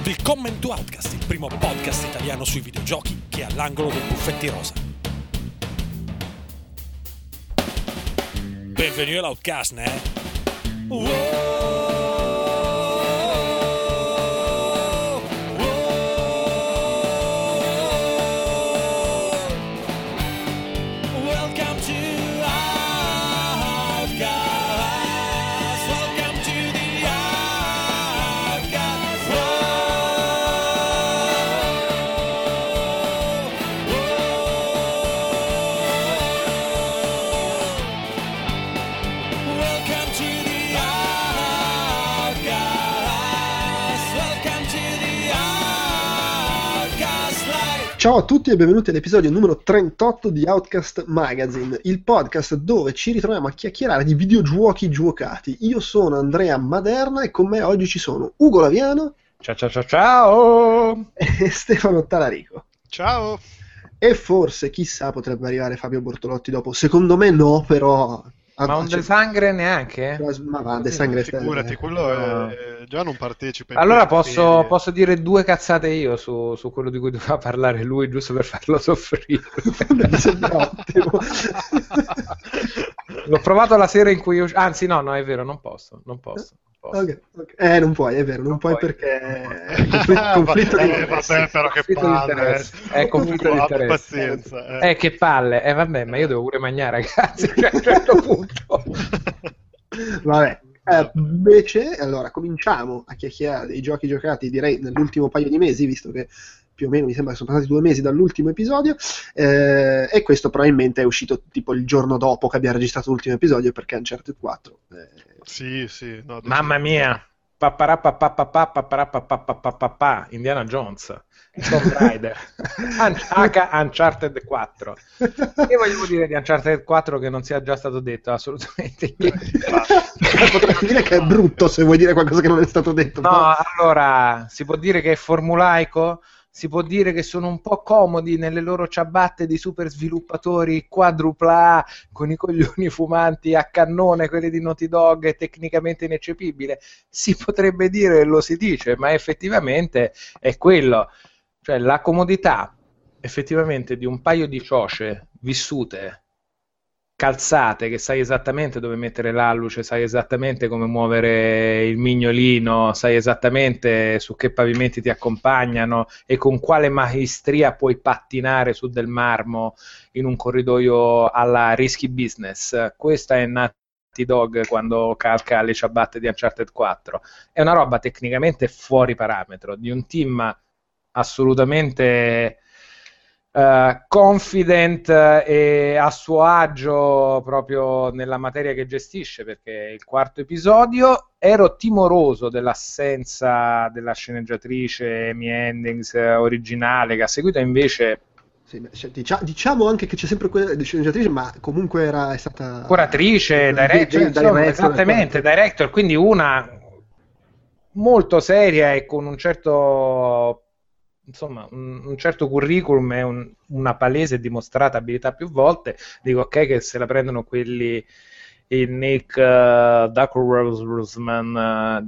Willkommen to Outcast, il primo podcast italiano sui videogiochi che è all'angolo dei buffetti rosa. Benvenuti all'Outcast, né? Ciao a tutti e benvenuti all'episodio numero 38 di Outcast Magazine, il podcast dove ci ritroviamo a chiacchierare di videogiochi giocati. Io sono Andrea Maderna e con me oggi ci sono Ugo Laviano. Ciao! E Stefano Talarico. Ciao! E forse, chissà, potrebbe arrivare Fabio Bortolotti dopo. Secondo me no, però... Ma un De Sangre neanche? Ma va, De Sangre figurati, quello già non partecipa. Allora posso dire due cazzate io su quello di cui doveva parlare lui, giusto per farlo soffrire. Mi sembra ottimo. L'ho provato la sera in cui anzi no, è vero, non posso. Okay. Non puoi, è vero, non puoi perché conflitto di interesse. Vabbè, però che palle. È conflitto di interesse. Pazienza. Che palle. Vabbè, ma io devo pure mangiare, ragazzi, a un certo punto. Vabbè. Invece, allora, cominciamo a chiacchierare dei giochi giocati, direi, nell'ultimo paio di mesi, visto che più o meno mi sembra che sono passati 2 mesi dall'ultimo episodio, e questo probabilmente è uscito tipo il giorno dopo che abbiamo registrato l'ultimo episodio, perché Uncharted 4. Sì, no, mamma mia, Indiana Jones, Tomb Raider, Uncharted 4. Che vogliamo dire di Uncharted 4 che non sia già stato detto? Assolutamente niente. Potresti dire che è brutto se vuoi dire qualcosa che non è stato detto. No, però... allora, si può dire che è formulaico? Si può dire che sono un po' comodi nelle loro ciabatte di super sviluppatori quadrupla A con i coglioni fumanti a cannone, quelli di Naughty Dog, è tecnicamente ineccepibile. Si potrebbe dire e lo si dice, ma effettivamente è quello. Cioè la comodità effettivamente di un paio di cioce vissute, calzate, che sai esattamente dove mettere l'alluce, sai esattamente come muovere il mignolino, sai esattamente su che pavimenti ti accompagnano e con quale maestria puoi pattinare su del marmo in un corridoio alla risky business. Questa è Naughty Dog quando calca le ciabatte di Uncharted 4. È una roba tecnicamente fuori parametro, di un team assolutamente... confident e a suo agio proprio nella materia che gestisce, perché il quarto episodio ero timoroso dell'assenza della sceneggiatrice Amy Hendrix originale, che ha seguito invece diciamo anche che c'è sempre quella sceneggiatrice, ma comunque è stata curatrice, director, esattamente, director, quindi una molto seria e con un certo un certo curriculum e una palese e dimostrata abilità più volte. Dico ok che se la prendono quelli, il Nick Duckworthman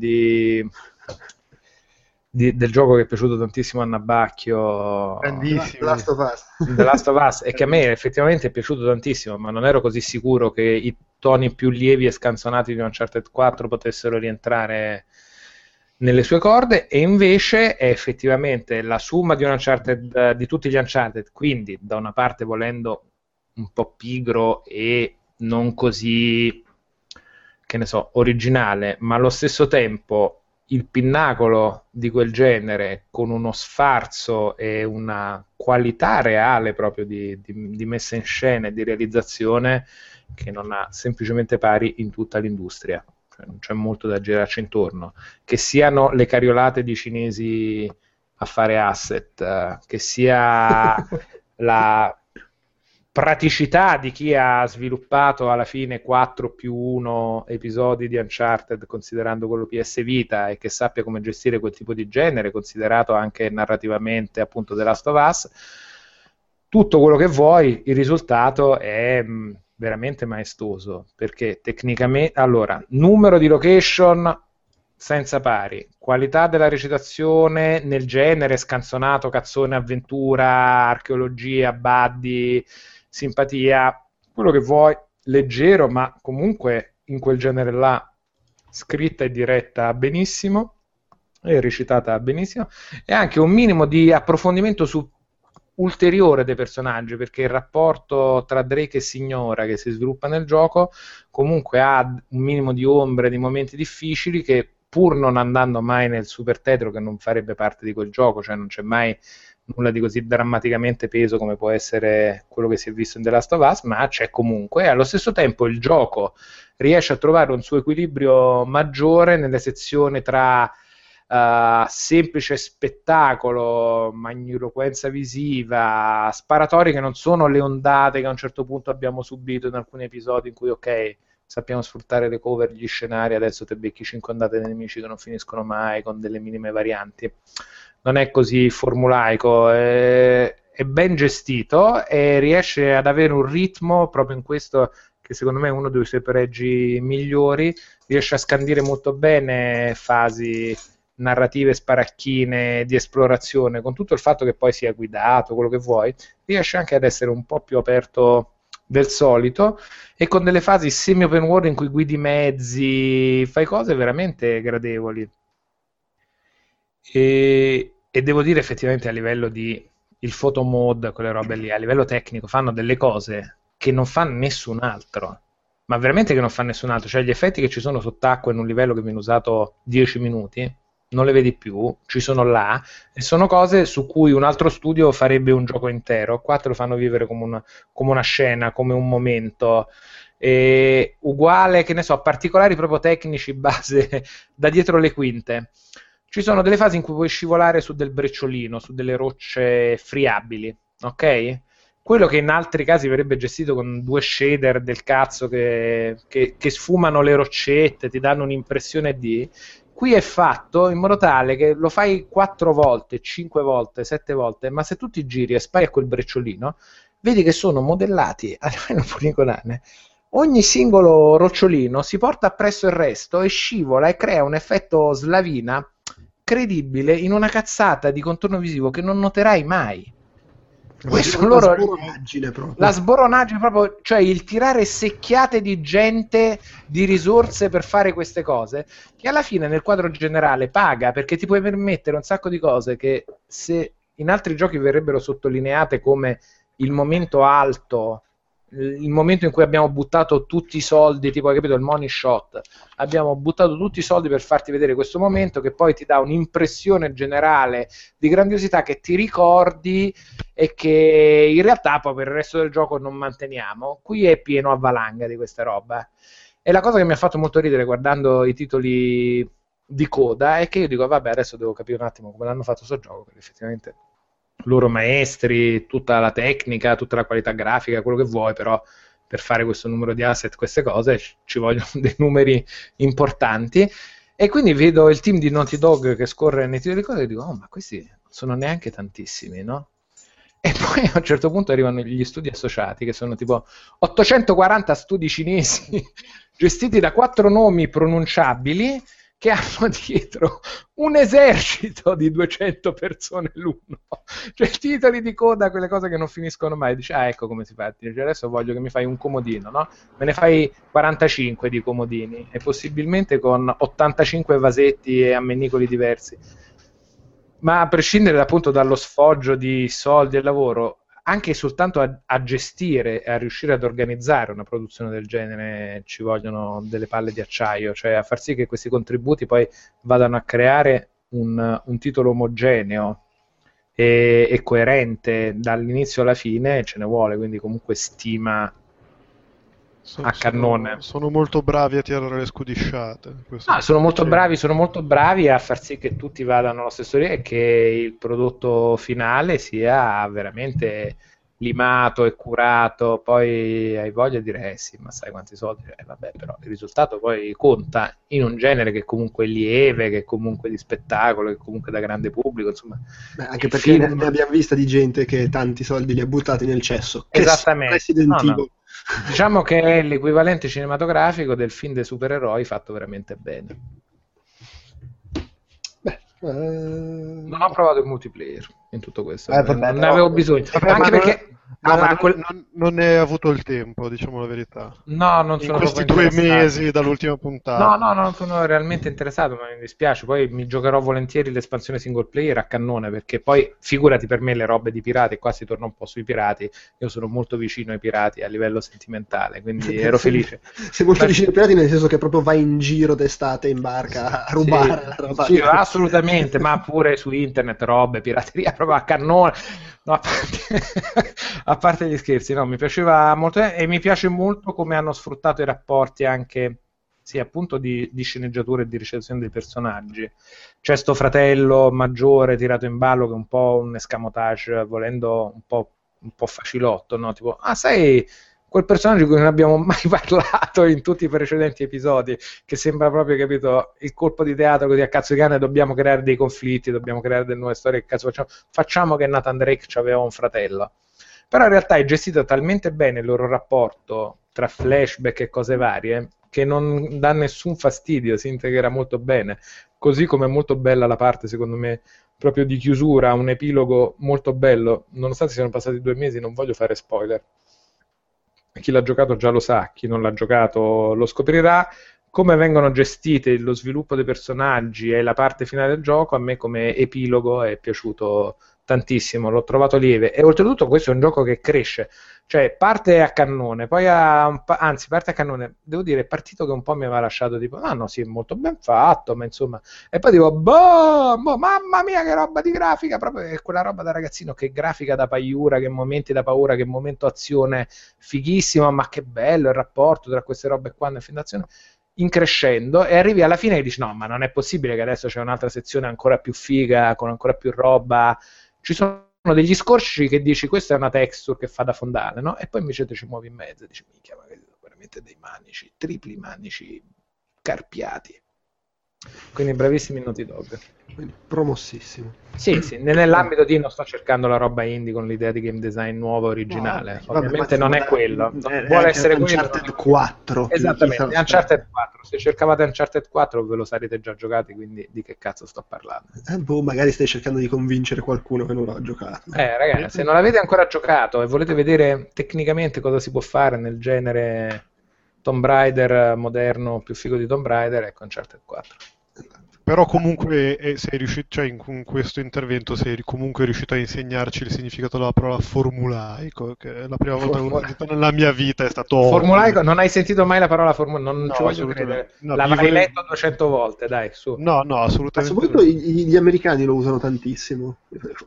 del gioco che è piaciuto tantissimo a Nabacchio, The Last of Us, e che a me effettivamente è piaciuto tantissimo, ma non ero così sicuro che i toni più lievi e scanzonati di Uncharted 4 potessero rientrare nelle sue corde, e invece è effettivamente la somma di un Uncharted, di tutti gli Uncharted, quindi da una parte volendo un po' pigro e non così, che ne so, originale, ma allo stesso tempo il pinnacolo di quel genere, con uno sfarzo e una qualità reale proprio di messa in scena e di realizzazione che non ha semplicemente pari in tutta l'industria. Non c'è molto da girarci intorno, che siano le cariolate di cinesi a fare asset, che sia la praticità di chi ha sviluppato alla fine 4+1 episodi di Uncharted, considerando quello PS Vita, e che sappia come gestire quel tipo di genere, considerato anche narrativamente appunto The Last of Us. Tutto quello che vuoi, il risultato è veramente maestoso, perché tecnicamente, allora, numero di location senza pari, qualità della recitazione nel genere, scanzonato, cazzone, avventura, archeologia, buddy, simpatia, quello che vuoi, leggero, ma comunque in quel genere là, scritta e diretta benissimo, e recitata benissimo, e anche un minimo di approfondimento su ulteriore dei personaggi, perché il rapporto tra Drake e Signora che si sviluppa nel gioco comunque ha un minimo di ombre, di momenti difficili che, pur non andando mai nel super tetro che non farebbe parte di quel gioco, cioè non c'è mai nulla di così drammaticamente peso come può essere quello che si è visto in The Last of Us, ma c'è comunque, e allo stesso tempo il gioco riesce a trovare un suo equilibrio maggiore nelle sezioni tra semplice spettacolo, magniloquenza visiva, sparatori che non sono le ondate che a un certo punto abbiamo subito in alcuni episodi in cui, ok, sappiamo sfruttare le cover, gli scenari, adesso te becchi 5 ondate dei nemici che non finiscono mai con delle minime varianti. Non è così formulaico, è ben gestito e riesce ad avere un ritmo proprio in questo che secondo me è uno dei suoi pregi migliori, riesce a scandire molto bene fasi narrative sparacchine di esplorazione, con tutto il fatto che poi sia guidato, quello che vuoi, riesce anche ad essere un po' più aperto del solito e con delle fasi semi open world in cui guidi mezzi, fai cose veramente gradevoli. E devo dire effettivamente a livello di il photo mode, quelle robe lì, a livello tecnico fanno delle cose che non fa nessun altro, ma veramente che non fa nessun altro, cioè gli effetti che ci sono sott'acqua in un livello che viene usato 10 minuti non le vedi più, ci sono là e sono cose su cui un altro studio farebbe un gioco intero, qua te lo fanno vivere come una scena, come un momento, e uguale, che ne so, particolari proprio tecnici base da dietro le quinte. Ci sono delle fasi in cui puoi scivolare su del brecciolino, su delle rocce friabili, ok? Quello che in altri casi verrebbe gestito con 2 shader del cazzo che sfumano le roccette, ti danno un'impressione di... Qui è fatto in modo tale che lo fai 4 volte, 5 volte, 7 volte, ma se tu ti giri e spari a quel brecciolino, vedi che sono modellati a livello poligonale. Ogni singolo rocciolino si porta appresso il resto e scivola e crea un effetto slavina credibile in una cazzata di contorno visivo che non noterai mai. Questo la sboronaggine proprio. La sboronaggine proprio, cioè il tirare secchiate di gente, di risorse per fare queste cose, che alla fine nel quadro generale paga, perché ti puoi permettere un sacco di cose che se in altri giochi verrebbero sottolineate come il momento alto, il momento in cui abbiamo buttato tutti i soldi, tipo hai capito il money shot, abbiamo buttato tutti i soldi per farti vedere questo momento che poi ti dà un'impressione generale di grandiosità che ti ricordi e che in realtà poi per il resto del gioco non manteniamo. Qui è pieno a valanga di questa roba e la cosa che mi ha fatto molto ridere guardando i titoli di coda è che io dico vabbè, adesso devo capire un attimo come l'hanno fatto sto gioco, perché effettivamente loro maestri, tutta la tecnica, tutta la qualità grafica, quello che vuoi, però per fare questo numero di asset, queste cose, ci vogliono dei numeri importanti. E quindi vedo il team di Naughty Dog che scorre nei titoli di cose e dico, oh, ma questi non sono neanche tantissimi, no? E poi a un certo punto arrivano gli studi associati, che sono tipo 840 studi cinesi, gestiti da 4 nomi pronunciabili, che hanno dietro un esercito di 200 persone l'uno, cioè titoli di coda, quelle cose che non finiscono mai. Dice, ah, ecco come si fa, dice, adesso voglio che mi fai un comodino, no? Me ne fai 45 di comodini e possibilmente con 85 vasetti e ammennicoli diversi. Ma a prescindere appunto dallo sfoggio di soldi e lavoro, anche soltanto a gestire e a riuscire ad organizzare una produzione del genere ci vogliono delle palle di acciaio, cioè a far sì che questi contributi poi vadano a creare un titolo omogeneo e coerente dall'inizio alla fine, ce ne vuole, quindi comunque stima a cannone. Sono molto bravi a tirare le scudisciate. Sono molto bravi a far sì che tutti vadano allo stesso livello e che il prodotto finale sia veramente limato e curato. Poi hai voglia di dire sì, ma sai quanti soldi? Vabbè, però il risultato poi conta in un genere che comunque è lieve, che è comunque di spettacolo, che è comunque da grande pubblico, insomma. Beh, anche perché ne abbiamo vista di gente che tanti soldi li ha buttati nel cesso. Esattamente. Resident Evil. Diciamo che è l'equivalente cinematografico del film dei supereroi fatto veramente bene. Non ho provato il multiplayer in tutto questo, vabbè, non ne avevo bisogno, Vabbè, perché non ne hai avuto il tempo, diciamo la verità. no, non In sono questi proprio 2 interessato. mesi dall'ultima puntata. No, non sono realmente interessato, ma mi dispiace. Poi mi giocherò volentieri l'espansione single player a cannone, perché poi figurati per me le robe di pirati, qua si torna un po' sui pirati. Io sono molto vicino ai pirati a livello sentimentale, quindi ero felice. Sei molto vicino ai pirati, nel senso che proprio vai in giro d'estate in barca a rubare la roba. Sì, assolutamente, ma pure su internet robe, pirateria proprio a cannone. No, a parte gli scherzi, no, mi piaceva molto e mi piace molto come hanno sfruttato i rapporti anche, sì, appunto di sceneggiatura e di ricezione dei personaggi. C'è sto fratello maggiore tirato in ballo che è un po' un escamotage, volendo un po' facilotto, no? Tipo, sai, quel personaggio di cui non abbiamo mai parlato in tutti i precedenti episodi, che sembra proprio, capito, il colpo di teatro così a cazzo di cane, dobbiamo creare dei conflitti, dobbiamo creare delle nuove storie, che cazzo facciamo? Facciamo che Nathan Drake aveva un fratello. Però in realtà è gestito talmente bene il loro rapporto tra flashback e cose varie che non dà nessun fastidio, si integra molto bene, così come è molto bella la parte, secondo me, proprio di chiusura, un epilogo molto bello, nonostante siano passati 2 mesi, non voglio fare spoiler. Chi l'ha giocato già lo sa, chi non l'ha giocato lo scoprirà. Come vengono gestite lo sviluppo dei personaggi e la parte finale del gioco, a me come epilogo è piaciuto tantissimo, l'ho trovato lieve e oltretutto questo è un gioco che cresce, cioè parte a cannone, poi parte a cannone, devo dire è partito che un po' mi aveva lasciato tipo, no sì, è molto ben fatto, ma insomma, e poi dico, mamma mia che roba di grafica, proprio è quella roba da ragazzino, che grafica da paiura, che momenti da paura, che momento azione fighissimo, ma che bello il rapporto tra queste robe qua nel film d'azione, in crescendo, e arrivi alla fine e dici no, ma non è possibile che adesso c'è un'altra sezione ancora più figa, con ancora più roba. Ci sono degli scorci che dici questa è una texture che fa da fondale, no? E poi invece te ci muovi in mezzo e dici minchia, ma sono veramente dei manici, tripli manici carpiati. Quindi bravissimi Naughty Dog. Promossissimo. Sì, nell'ambito di non sto cercando la roba indie con l'idea di game design nuovo, originale. No, ovviamente non è quello, vuole essere quello. Uncharted 4. Esattamente, Uncharted 4. Se cercavate Uncharted 4 ve lo sarete già giocati, quindi di che cazzo sto parlando? Magari stai cercando di convincere qualcuno che non l'ha giocato. Ragazzi, se non l'avete ancora giocato e volete vedere tecnicamente cosa si può fare nel genere Tomb Raider moderno più figo di Tomb Raider, ecco Uncharted 4. Però comunque sei riuscito, cioè in questo intervento sei comunque riuscito a insegnarci il significato della parola formulaico, che è la prima volta che l'ho sentito nella mia vita, è stato... Formulaico? Non hai sentito mai la parola formulaico? Non ci voglio credere. No, l'avrai letto 200 volte, dai, su. No, assolutamente. Ma soprattutto gli americani lo usano tantissimo.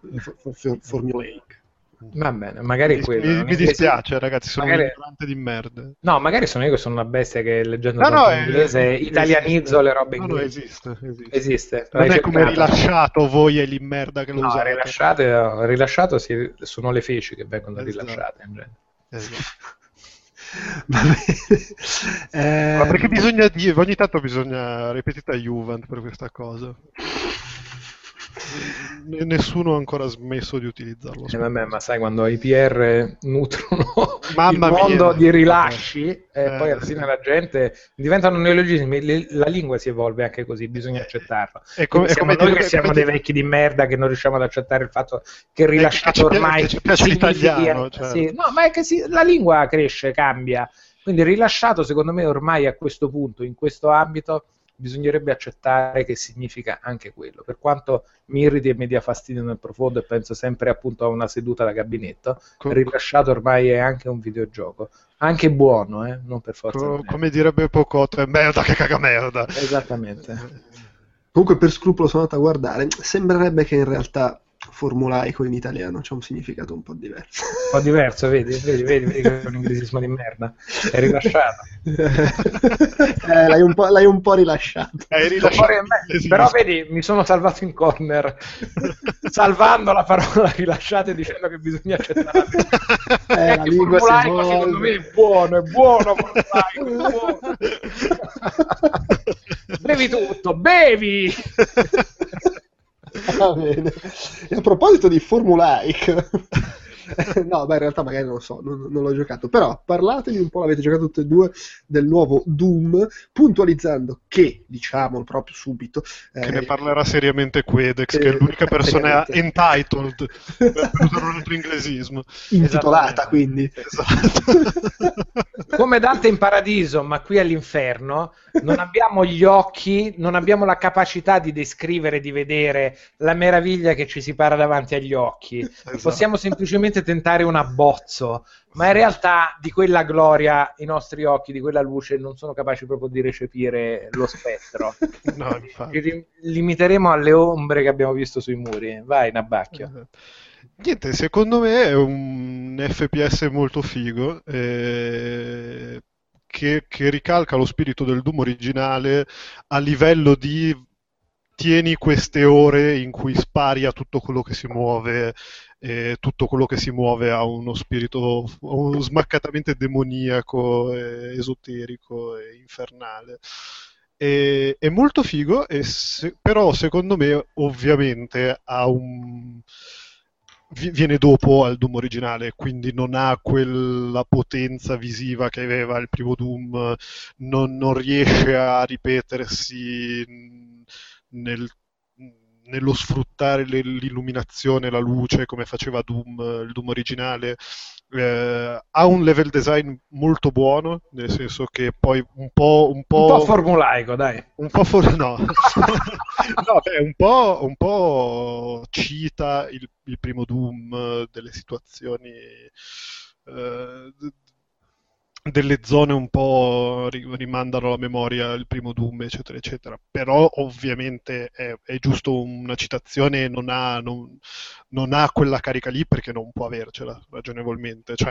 Formulaic. Va bene, magari quello. Mi dispiace, ragazzi, sono magari... un ignorante di merda. No, magari sono io che sono una bestia che leggendo in inglese italianizzo le robe inglesi. Esiste. Non è come rilasciato voi e l'immerda che lo usate. Rilasciato sono le feci che vengono rilasciate in genere. Va bene. Ma perché bisogna dire, ogni tanto bisogna ripetita Juvent per questa cosa. Nessuno ha ancora smesso di utilizzarlo. Vabbè, ma sai, quando i PR nutrono il Mamma mondo mia. di rilasci e poi alla fine la gente diventano neologismi, la lingua si evolve anche così, bisogna accettarlo. Siamo noi che siamo dei vecchi di merda che non riusciamo ad accettare il fatto che il rilasciato ormai ci piace l'italiano, certo. Sì, no, ma è che la lingua cresce, cambia, quindi il rilasciato secondo me ormai a questo punto, in questo ambito, bisognerebbe accettare che significa anche quello, per quanto mi irriti e mi dia fastidio nel profondo e penso sempre appunto a una seduta da gabinetto, rilasciato ormai è anche un videogioco, anche buono, non per forza. Come direbbe Pocotto, è merda che caga merda. Esattamente. Comunque per scrupolo sono andato a guardare, sembrerebbe che in realtà formulaico in italiano c'ha un significato un po' diverso. Un po' diverso, vedi che è un inglesismo di merda. È rilasciato. L'hai un po' rilasciato. Però vedi, mi sono salvato in corner salvando la parola rilasciate dicendo che bisogna accettare la lingua si evolve. Secondo me è buono formulaico, è buono. Bevi tutto, bevi! Va bene. E a proposito di formulaic, No, beh, in realtà magari non lo so, non l'ho giocato. Però parlatemi un po', l'avete giocato tutte e due, del nuovo Doom, puntualizzando che, diciamo proprio subito... Che ne parlerà seriamente Quedex, che è l'unica persona seriamente. entitled, per usare un altro inglesismo. Intitolata, quindi. Esatto. Come Dante in paradiso, ma qui all'inferno, non abbiamo gli occhi, non abbiamo la capacità di descrivere, di vedere la meraviglia che ci si para davanti agli occhi. Esatto. Possiamo semplicemente tentare un abbozzo, ma in realtà di quella gloria i nostri occhi, di quella luce, non sono capaci proprio di recepire lo spettro. No, infatti. Ci limiteremo alle ombre che abbiamo visto sui muri. Vai, Nabacchio. Niente, secondo me è un FPS molto figo, che ricalca lo spirito del Doom originale a livello di tieni queste ore in cui spari a tutto quello che si muove, tutto quello che si muove ha uno spirito smaccatamente demoniaco, esoterico e infernale. È molto figo, però secondo me ovviamente viene dopo al Doom originale, quindi non ha quella potenza visiva che aveva il primo Doom, non riesce a ripetersi nello sfruttare l'illuminazione, la luce come faceva il Doom originale. Ha un level design molto buono, nel senso che poi un po' Un po' formulaico, dai. no. No, beh, un po' cita il primo Doom, delle situazioni, delle zone un po' rimandano alla memoria il primo Doom, eccetera, eccetera. Però ovviamente è giusto una citazione, non ha quella carica lì perché non può avercela, ragionevolmente. Cioè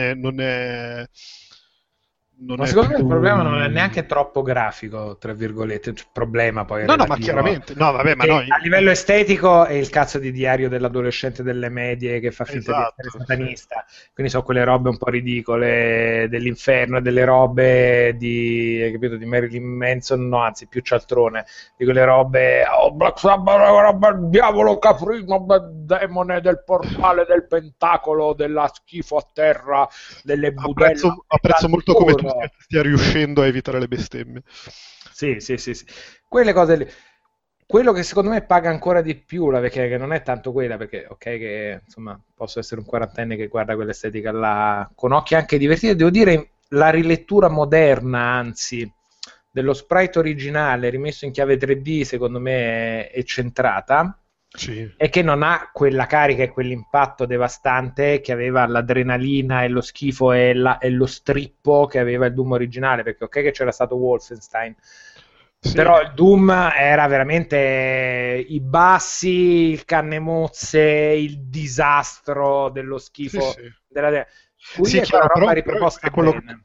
Ma secondo me il problema non è neanche troppo grafico, tra virgolette, il problema poi è No, ma relativo. chiaramente. No, vabbè, ma Che no. a livello estetico è il cazzo di diario dell'adolescente delle medie che fa finta di essere Esatto, satanista. Quindi sono quelle robe un po' ridicole dell'inferno, delle robe hai capito, di Marilyn Manson, no, anzi più cialtrone, di quelle robe, Black Sabbath, il diavolo caprino, demone del portale, del pentacolo, della schifo a terra, delle budelle. Apprezzo molto come tu stia riuscendo a evitare le bestemmie. Sì. Quelle cose lì. Quello che secondo me paga ancora di più la vecchia, che non è tanto quella, perché ok che insomma posso essere un quarantenne che guarda quell'estetica là con occhi anche divertiti, devo dire la rilettura moderna, anzi, dello sprite originale rimesso in chiave 3D secondo me è centrata. Sì. E che non ha quella carica e quell'impatto devastante che aveva l'adrenalina e lo schifo e lo strippo che aveva il Doom originale, perché ok che c'era stato Wolfenstein, Sì. però il Doom era veramente i bassi, il cannemozze, il disastro dello schifo. Sì. Qui Sì, è quella chiaro, roba però riproposta è quello bene.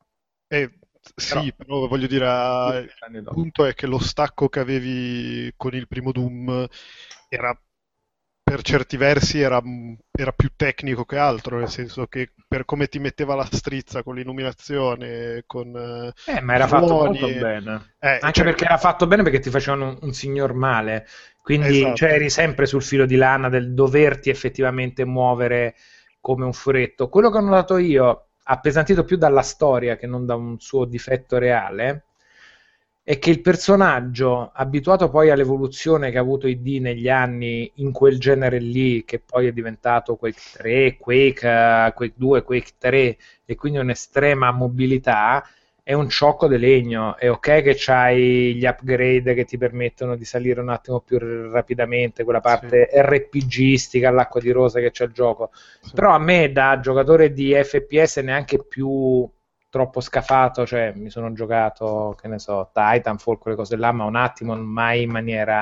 Sì, però voglio dire, il punto è che lo stacco che avevi con il primo Doom era, per certi versi, era più tecnico che altro, nel senso che per come ti metteva la strizza con l'illuminazione, con ma era fatto molto bene. Anche perché era fatto bene perché ti facevano un signor male. Quindi Esatto. cioè, eri sempre sul filo di lana del doverti effettivamente muovere come un furetto. Quello che ho notato io, appesantito più dalla storia che non da un suo difetto reale, è che il personaggio, abituato poi all'evoluzione che ha avuto ID negli anni in quel genere lì, che poi è diventato Quake 3, Quake 2, Quake 3, e quindi un'estrema mobilità, è un ciocco di legno. È ok che c'hai gli upgrade che ti permettono di salire un attimo più rapidamente, quella parte RPGistica all'acqua di rosa che c'è il gioco, però a me da giocatore di FPS neanche più troppo scafato, cioè mi sono giocato, che ne so, Titanfall, quelle cose là, ma un attimo, mai in maniera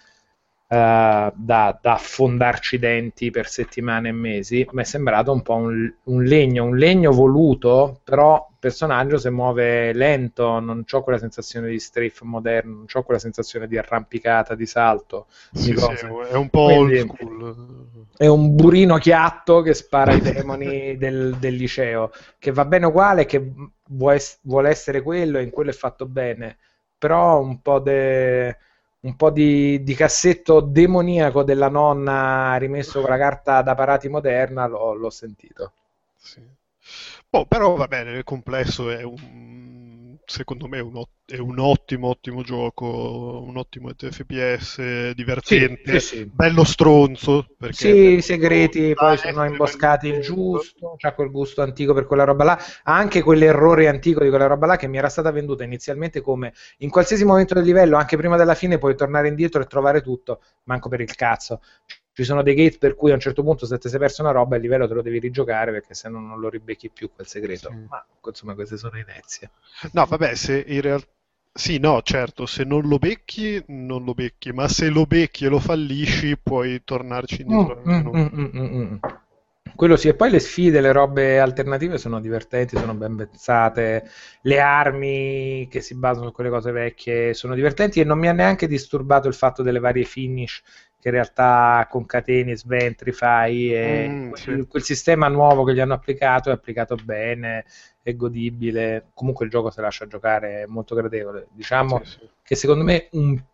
da affondarci i denti per settimane e mesi. Mi è sembrato un po' un legno voluto, però il personaggio si muove lento, non ho quella sensazione di strafe moderno, non ho quella sensazione di arrampicata, di salto, di cose. È un po' old school. È un burino chiatto che spara ai demoni del liceo, che va bene uguale, che vuole essere quello, e in quello è fatto bene, però un un po' di cassetto demoniaco della nonna rimesso con la carta da parati moderna, l'ho sentito. Sì. Però va bene, nel complesso secondo me è un ottimo gioco, un ottimo FPS, divertente, Sì. bello stronzo. Perché Sì, i segreti poi sono imboscati il giusto, c'ha quel gusto antico per quella roba là, ha anche quell'errore antico di quella roba là che mi era stata venduta inizialmente come in qualsiasi momento del livello, anche prima della fine, puoi tornare indietro e trovare tutto, manco per il cazzo. Ci sono dei gate per cui a un certo punto se ti sei perso una roba il livello te lo devi rigiocare perché se no non lo ribecchi più quel segreto. Sì. Ma insomma queste sono inezie. No, vabbè, se in realtà... Sì, no, certo, se non lo becchi, non lo becchi, ma se lo becchi e lo fallisci, puoi tornarci indietro. Quello sì, e poi le sfide, le robe alternative sono divertenti, sono ben pensate, le armi che si basano su quelle cose vecchie sono divertenti e non mi ha neanche disturbato il fatto delle varie finish che in realtà concateni, sventri, fai e quel sistema nuovo che gli hanno applicato è applicato bene, è godibile, comunque il gioco si lascia giocare, è molto gradevole. Diciamo che secondo me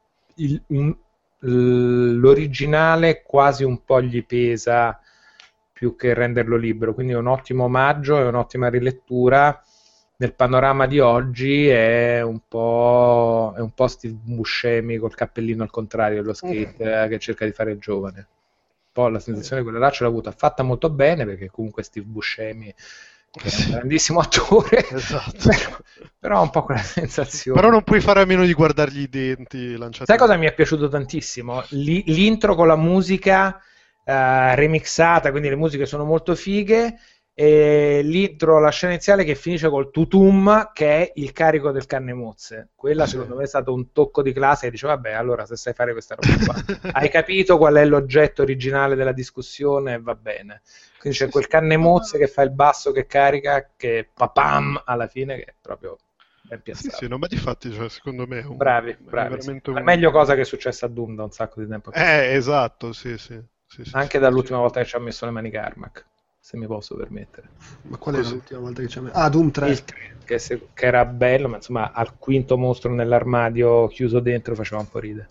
l'originale quasi un po' gli pesa più che renderlo libero, quindi è un ottimo omaggio, è un'ottima rilettura. Nel panorama di oggi è un po' Steve Buscemi col cappellino al contrario dello skate che cerca di fare il giovane. Un po' la sensazione quella là ce l'ho avuta, fatta molto bene perché comunque Steve Buscemi che è un grandissimo attore, esatto. però ha un po' quella sensazione. Però non puoi fare a meno di guardargli i denti lanciati. Sai cosa mi è piaciuto tantissimo? L'intro con la musica remixata, quindi le musiche sono molto fighe, e l'intro, la scena iniziale che finisce col tutum, che è il carico del Cannemozze. Quella secondo me è stato un tocco di classe che dice vabbè, allora se sai fare questa roba qua hai capito qual è l'oggetto originale della discussione, va bene. Quindi c'è quel Cannemozze che fa il basso che carica, che papam alla fine, che è proprio ben piazzato. Sì, no, ma difatti, cioè, secondo me bravi, sì. La meglio cosa che è successa a Doom da un sacco di tempo fa. Esatto, sì. Anche dall'ultima volta che ci ha messo le mani Carmack, se mi posso permettere. Ma qual era l'ultima volta che ci ha messo? Doom 3. Il 3, che era bello, ma insomma al quinto mostro nell'armadio chiuso dentro faceva un po' ridere.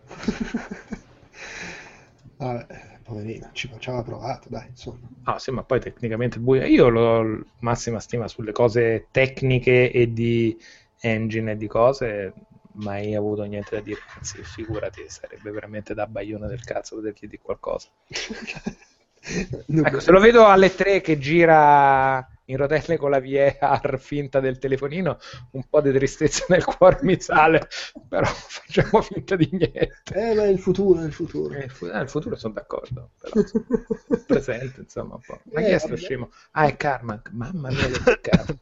Vabbè, poverino, ci aveva provato, dai, insomma. Sì, ma poi tecnicamente io ho massima stima sulle cose tecniche e di engine e di cose, mai avuto niente da dire, anzi figurati, sarebbe veramente da baglione del cazzo poter chiedere qualcosa. Ecco, se lo vedo alle 3 che gira in rotelle con la VR finta del telefonino, un po' di tristezza nel cuore mi sale, però facciamo finta di niente. Ma è il futuro. Il futuro sono d'accordo, però il presente insomma un po'. Ma chi è sto scemo? È Carmack, mamma mia che peccato.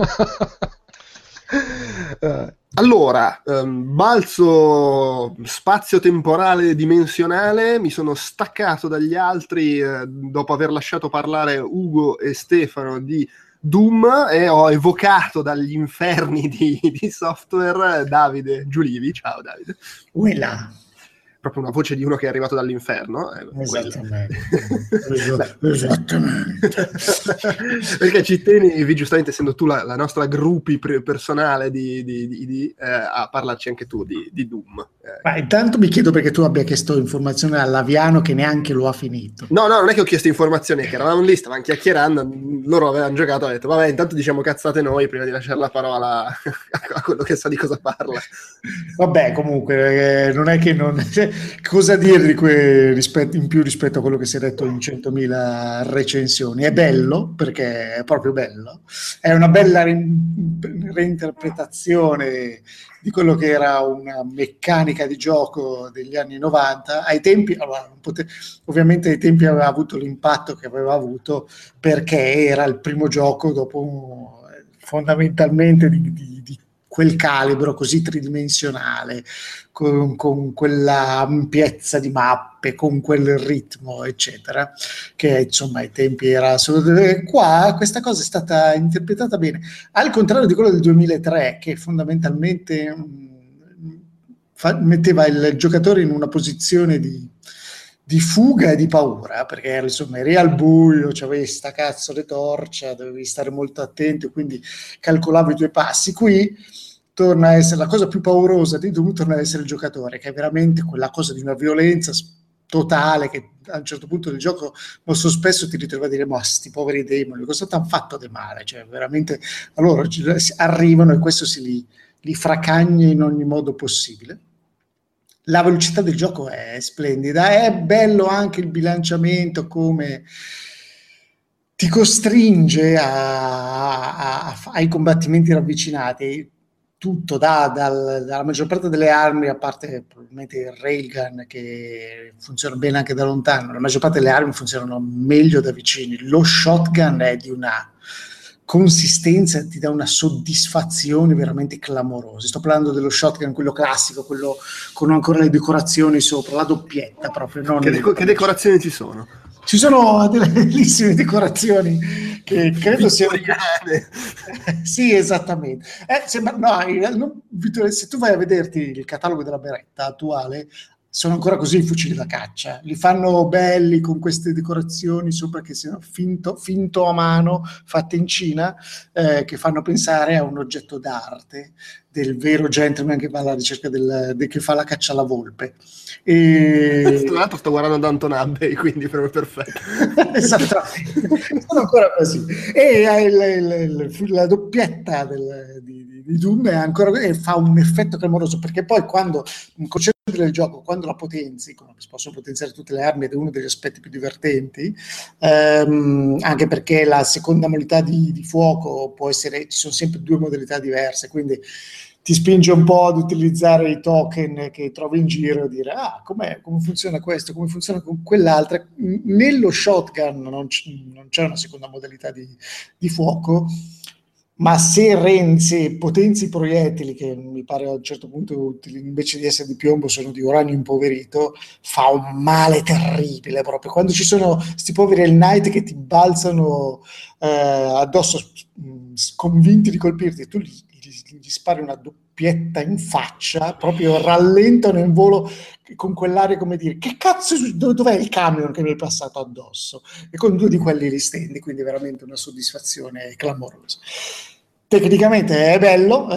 Allora, balzo spazio-temporale dimensionale, mi sono staccato dagli altri dopo aver lasciato parlare Ugo e Stefano di Doom e ho evocato dagli inferni di software Davide Giulivi. Ciao Davide. Uila. Proprio una voce di uno che è arrivato dall'inferno. Esattamente. Perché ci tenevi, giustamente essendo tu la nostra groupie personale a parlarci anche tu di Doom. Ma intanto mi chiedo perché tu abbia chiesto informazioni a Laviano che neanche lo ha finito. No, non è che ho chiesto informazioni, che eravamo lì, stavamo chiacchierando, loro avevano giocato, ho detto vabbè, intanto diciamo cazzate noi prima di lasciare la parola a quello che sa di cosa parla. Vabbè, comunque non è che non... cosa dire in più rispetto a quello che si è detto in 100.000 recensioni? È bello, perché è proprio bello, è una bella reinterpretazione di quello che era una meccanica di gioco degli anni 90. Ai tempi, ovviamente ai tempi aveva avuto l'impatto che aveva avuto perché era il primo gioco dopo fondamentalmente di quel calibro così tridimensionale, con quella ampiezza di mappe, con quel ritmo, eccetera, che insomma ai tempi era assolutamente... Qua questa cosa è stata interpretata bene, al contrario di quello del 2003, che fondamentalmente metteva il giocatore in una posizione di fuga e di paura, perché eri al buio, c'avevi sta cazzo le torcia, dovevi stare molto attento, quindi calcolavi i tuoi passi. Qui torna a essere la cosa più paurosa di Doom, torna ad essere il giocatore, che è veramente quella cosa di una violenza totale che a un certo punto del gioco molto spesso ti ritrovi a dire ma sti poveri demoni, cosa ti hanno fatto di male? Cioè veramente allora arrivano e questo li fracagna in ogni modo possibile. La velocità del gioco è splendida, è bello anche il bilanciamento, come ti costringe ai combattimenti ravvicinati. Tutto dalla maggior parte delle armi, a parte probabilmente il railgun che funziona bene anche da lontano, la maggior parte delle armi funzionano meglio da vicini. Lo shotgun è di una consistenza, ti dà una soddisfazione veramente clamorosa. Sto parlando dello shotgun, quello classico, quello con ancora le decorazioni sopra, la doppietta proprio. Non che decorazioni ci sono? Ci sono delle bellissime decorazioni che credo siano... Sì, esattamente. Vittorio, se tu vai a vederti il catalogo della Beretta attuale, sono ancora così i fucili da caccia. Li fanno belli con queste decorazioni sopra che siano finto a mano, fatte in Cina, che fanno pensare a un oggetto d'arte del vero gentleman che va alla ricerca che fa la caccia alla volpe. Tra l'altro sto guardando Downton Abbey, quindi proprio perfetto. Esattamente, sono ancora così. E la doppietta di Doom è ancora, e fa un effetto clamoroso, perché poi quando un concetto del gioco, quando la potenzi, come si possono potenziare tutte le armi, ed è uno degli aspetti più divertenti, anche perché la seconda modalità di fuoco può essere, ci sono sempre due modalità diverse, quindi ti spinge un po' ad utilizzare i token che trovi in giro e dire come funziona questo, come funziona con quell'altra. Nello shotgun non c'è una seconda modalità di fuoco, ma se potenzi i proiettili, che mi pare a un certo punto invece di essere di piombo sono di uranio impoverito, fa un male terribile proprio. Quando ci sono sti poveri Hell Knight che ti balzano addosso, convinti di colpirti, e tu gli spari una doppietta in faccia, proprio rallentano in volo con quell'aria come dire che cazzo, dov'è il camion che mi è passato addosso, e con due di quelli li stendi, quindi veramente una soddisfazione clamorosa. Tecnicamente è bello,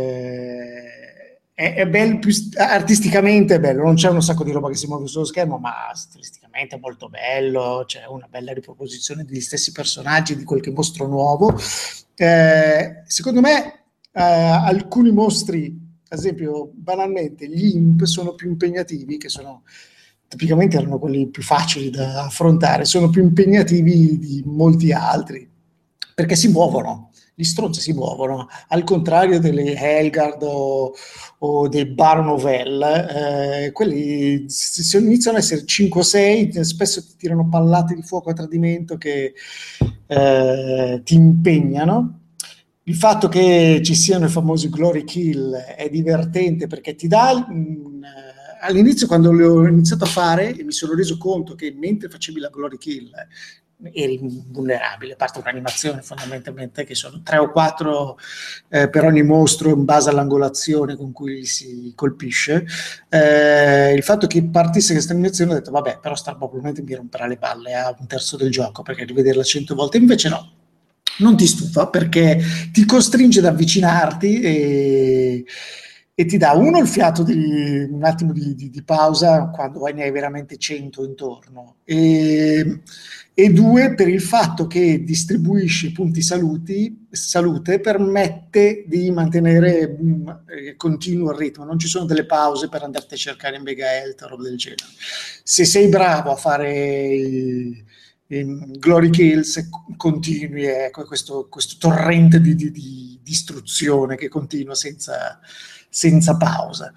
è bello, artisticamente è bello, non c'è un sacco di roba che si muove sullo schermo, ma stilisticamente è molto bello, c'è una bella riproposizione degli stessi personaggi, di qualche mostro nuovo. Secondo me alcuni mostri, ad esempio banalmente gli imp, sono più impegnativi, che sono tipicamente erano quelli più facili da affrontare, sono più impegnativi di molti altri, perché si muovono. Gli stronzi si muovono, al contrario delle Helgard o dei Baron of Hell, quelli iniziano a essere 5 o 6, spesso ti tirano pallate di fuoco a tradimento che ti impegnano. Il fatto che ci siano i famosi glory kill è divertente, perché ti dà all'inizio, quando le ho iniziato a fare, e mi sono reso conto che mentre facevi la glory kill eri vulnerabile, a parte un'animazione fondamentalmente che sono 3 o 4 per ogni mostro in base all'angolazione con cui si colpisce. Il fatto che partisse questa animazione, ho detto vabbè, però probabilmente mi romperà le palle a un terzo del gioco, perché rivederla 100 volte, invece no, non ti stufa, perché ti costringe ad avvicinarti e ti dà il fiato di un attimo di pausa quando ne hai veramente 100 intorno, e 2, per il fatto che distribuisci punti salute, permette di mantenere continuo il ritmo, non ci sono delle pause per andarti a cercare in mega health o roba del genere. Se sei bravo a fare glory kills, continui, questo torrente di distruzione che continua senza pausa.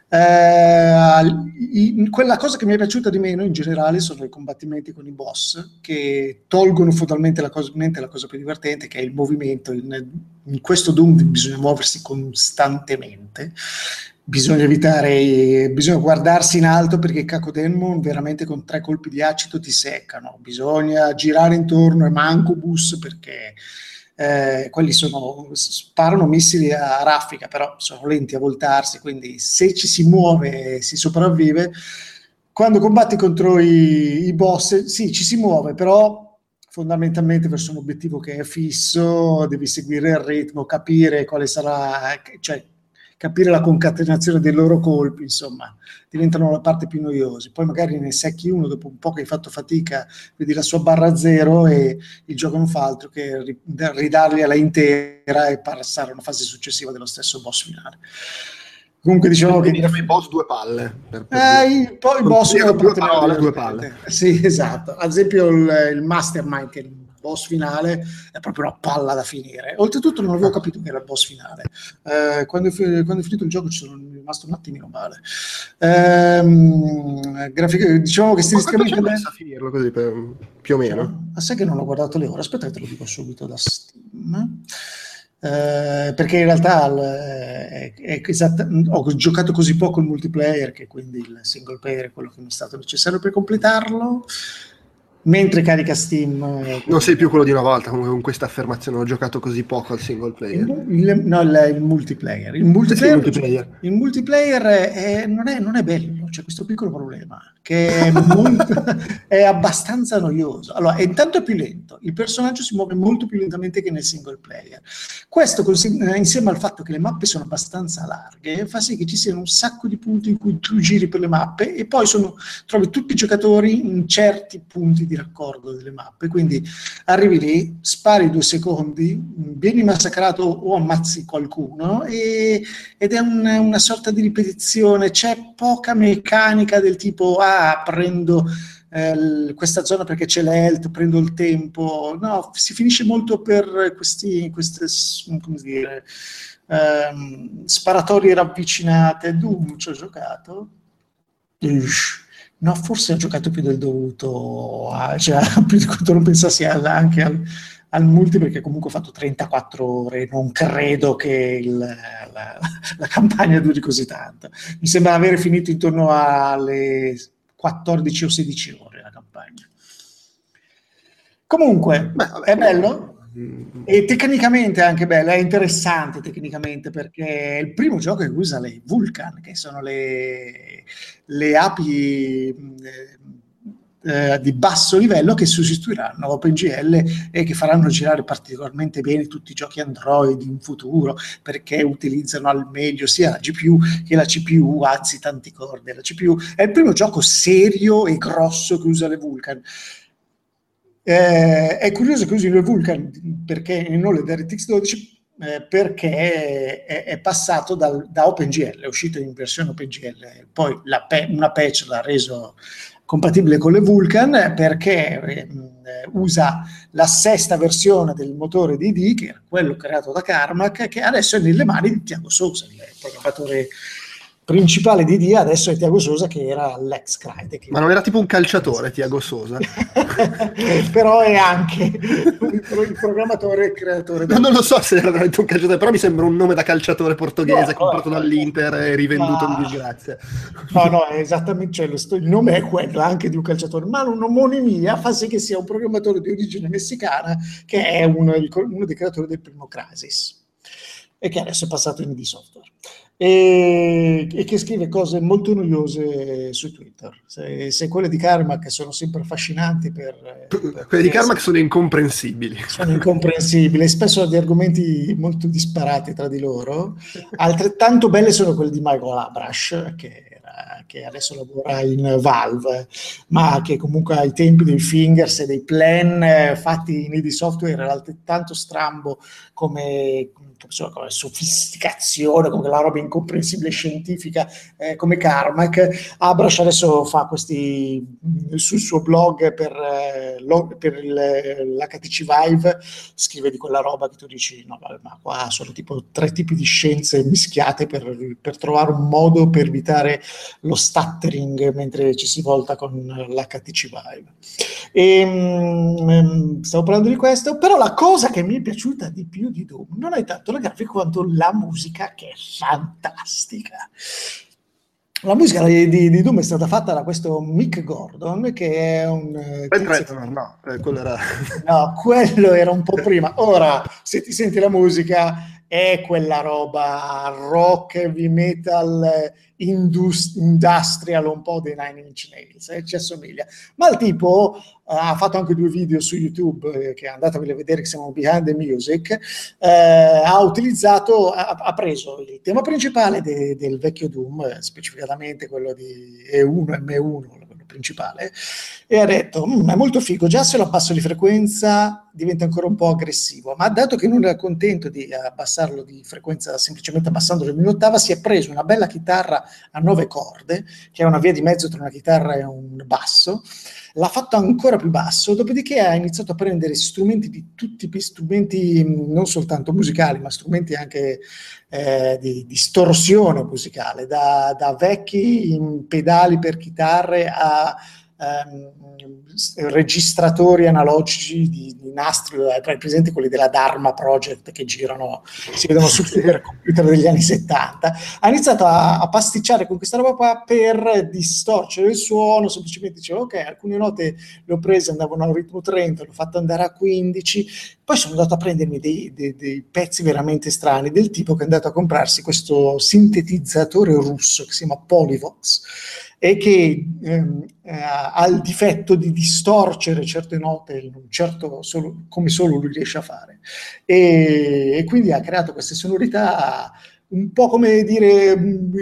Quella cosa che mi è piaciuta di meno in generale sono i combattimenti con i boss, che tolgono fondamentalmente la cosa più divertente, che è il movimento. In questo Doom bisogna muoversi costantemente, bisogna guardarsi in alto, perché i Cacodemon veramente con 3 colpi di acido ti seccano, bisogna girare intorno ai Mancubus, perché quelli sparano missili a raffica, però sono lenti a voltarsi, quindi se ci si muove si sopravvive. Quando combatti contro i boss, sì, ci si muove, però fondamentalmente verso un obiettivo che è fisso, devi seguire il ritmo, capire quale sarà, cioè capire la concatenazione dei loro colpi, insomma, diventano la parte più noiosa. Poi magari ne secchi uno, dopo un po' che hai fatto fatica, vedi la sua barra zero e il gioco non fa altro che ridargli alla intera e passare a una fase successiva dello stesso boss finale. Comunque diciamo che i boss due palle. I boss sono due parole, due palle. Sì, esatto. Ad esempio il Mastermind, che è il boss finale, è proprio una palla da finire. Oltretutto non avevo capito che era il boss finale. Quando è finito il gioco ci sono rimasto un attimino male. Diciamo che stilisticamente a finirlo così più o meno. Sai che non ho guardato le ore, aspetta che te lo dico subito da Steam. Perché in realtà ho giocato così poco il multiplayer che quindi il single player è quello che mi è stato necessario per completarlo, mentre carica Steam. Non sei più quello di una volta, comunque, con questa affermazione: ho giocato così poco al single player. Il multiplayer. Il multiplayer non è bello, c'è questo piccolo problema che è abbastanza noioso. Allora, intanto è più lento, il personaggio si muove molto più lentamente che nel single player. Questo insieme al fatto che le mappe sono abbastanza larghe fa sì che ci siano un sacco di punti in cui tu giri per le mappe e poi trovi tutti i giocatori in certi punti di raccordo delle mappe, quindi arrivi lì, spari 2 secondi, vieni massacrato o ammazzi qualcuno ed è una sorta di ripetizione. C'è poca meccanica del tipo prendo questa zona perché c'è l'health, prendo il tempo. No, si finisce molto per queste come dire, sparatorie ravvicinate. Doom ci ho giocato. No, forse ho giocato più del dovuto, cioè più di quanto non pensassi anche al multi, perché comunque ho fatto 34 ore, non credo che la campagna duri così tanto. Mi sembra avere finito intorno alle 14 o 16 ore la campagna. Comunque, è bello? E tecnicamente è anche bello, è interessante tecnicamente, perché è il primo gioco che usa le Vulkan, che sono le API di basso livello che sostituiranno OpenGL e che faranno girare particolarmente bene tutti i giochi Android in futuro, perché utilizzano al meglio sia la GPU che la CPU, anzi tanti core della CPU. È il primo gioco serio e grosso che usa le Vulkan. È curioso che usino le Vulkan perché non le DirectX 12, perché è passato da OpenGL, è uscito in versione OpenGL, poi una patch l'ha reso compatibile con le Vulkan, perché usa la 6ª versione del motore di IDE, che era quello creato da Carmack, che adesso è nelle mani di Thiago Sousa, il programmatore principale di IDE. Adesso è Thiago Sousa, che era l'ex Crytek. Ma non era tipo un calciatore Thiago Sousa? Però è anche il programmatore e il creatore. Non lo so se era veramente un calciatore, però mi sembra un nome da calciatore portoghese, comprato dall'Inter e rivenduto in disgrazia. No, esattamente, cioè, il nome è quello anche di un calciatore, ma un'omonimia fa sì che sia un programmatore di origine messicana, che è uno dei creatori del primo Crysis e che adesso è passato in ID Software. E che scrive cose molto noiose su Twitter. Se quelle di Carmack sono sempre affascinanti, quelle di Carmack sono incomprensibili. Sono incomprensibili, spesso di argomenti molto disparati tra di loro. Altrettanto belle sono quelle di Michael Abrash, che adesso lavora in Valve, ma che comunque ai tempi dei fingers e dei plan fatti in ID Software era altrettanto strambo come sofisticazione, come la roba incomprensibile scientifica, come Carmack. Abrash adesso fa questi sul suo blog per l'HTC Vive, scrive di quella roba che tu dici no, vabbè, ma qua sono tipo 3 tipi di scienze mischiate per trovare un modo per evitare lo stuttering mentre ci si volta con l'HTC Vive. Stavo parlando di questo, però la cosa che mi è piaciuta di più di Doom non è tanto la grafica quanto la musica, che è fantastica. La musica di Doom è stata fatta da questo Mick Gordon, che è un quello era... No, quello era un po' prima. Ora, se ti senti la musica, è quella roba rock, heavy metal, industrial, un po' dei Nine Inch Nails, ci assomiglia. Ma il tipo ha fatto anche 2 video su YouTube, che andateveli a vedere, che si chiamano Behind the Music. Ha preso il tema principale del vecchio Doom, specificatamente quello di E1, M1, quello principale, e ha detto, è molto figo, già se lo abbasso di frequenza diventa ancora un po' aggressivo, ma dato che non era contento di abbassarlo di frequenza semplicemente abbassandolo in un'ottava, si è preso una bella chitarra a 9 corde, che è una via di mezzo tra una chitarra e un basso, l'ha fatto ancora più basso, dopodiché ha iniziato a prendere strumenti di tutti i strumenti, non soltanto musicali, ma strumenti anche di distorsione musicale, da vecchi pedali per chitarre a registratori analogici di nastri, presenti quelli della Dharma Project che girano, si vedono sul supercomputer degli anni 70. Ha iniziato a pasticciare con questa roba qua per distorcere il suono, semplicemente diceva ok, alcune note le ho prese, andavano a ritmo 30, l'ho fatto andare a 15, poi sono andato a prendermi dei pezzi veramente strani, del tipo che è andato a comprarsi questo sintetizzatore russo che si chiama Polyvox, e che ha il difetto di distorcere certe note in un certo come solo lui riesce a fare, e quindi ha creato queste sonorità un po' come dire,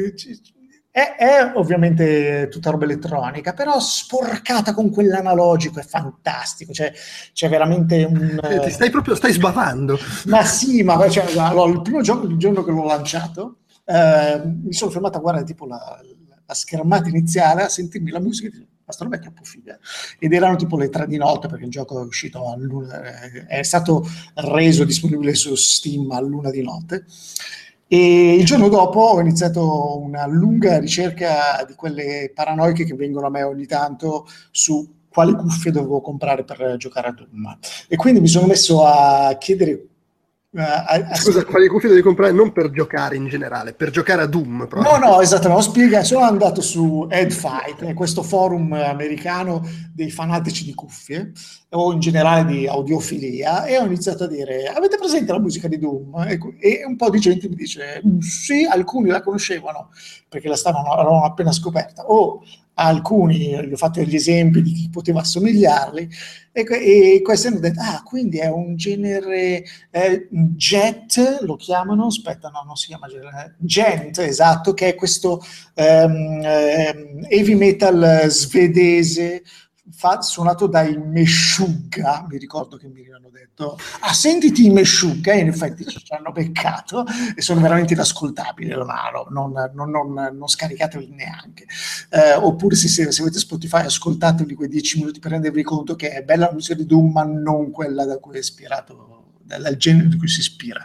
è ovviamente tutta roba elettronica, però sporcata con quell'analogico, è fantastico, c'è veramente un... Stai sbavando. Ma sì, ma cioè, allora, il giorno che l'ho lanciato, mi sono fermato a guardare tipo la schermata iniziale, a sentirmi la musica e dico, ma sta roba è troppo figa. Ed erano tipo le 3 di notte, perché il gioco è uscito è stato reso disponibile su Steam all'1 di notte. E il giorno dopo ho iniziato una lunga ricerca di quelle paranoiche che vengono a me ogni tanto su quali cuffie dovevo comprare per giocare a Doom. E quindi mi sono messo a chiedere... Scusa, quali cuffie devi comprare? Non per giocare in generale, per giocare a Doom proprio. No, esattamente, sono andato su Headfight, questo forum americano dei fanatici di cuffie, o in generale di audiofilia, e ho iniziato a dire, avete presente la musica di Doom? E un po' di gente mi dice, sì, alcuni la conoscevano, perché l'avevano appena scoperta, o alcuni, gli ho fatto gli esempi di chi poteva assomigliarli, e questi hanno detto, quindi è un genere Jet, lo chiamano, aspetta, no, non si chiama Gent, esatto, che è questo heavy metal svedese, suonato dai Meshuggah, mi ricordo che mi hanno detto, sentiti i Meshuggah, e in effetti ci hanno beccato, e sono veramente inascoltabili, non scaricatevi neanche, oppure se avete Spotify ascoltateli quei 10 minuti per rendervi conto che è bella la musica di Doom, ma non quella da cui è ispirato, dal genere di cui si ispira.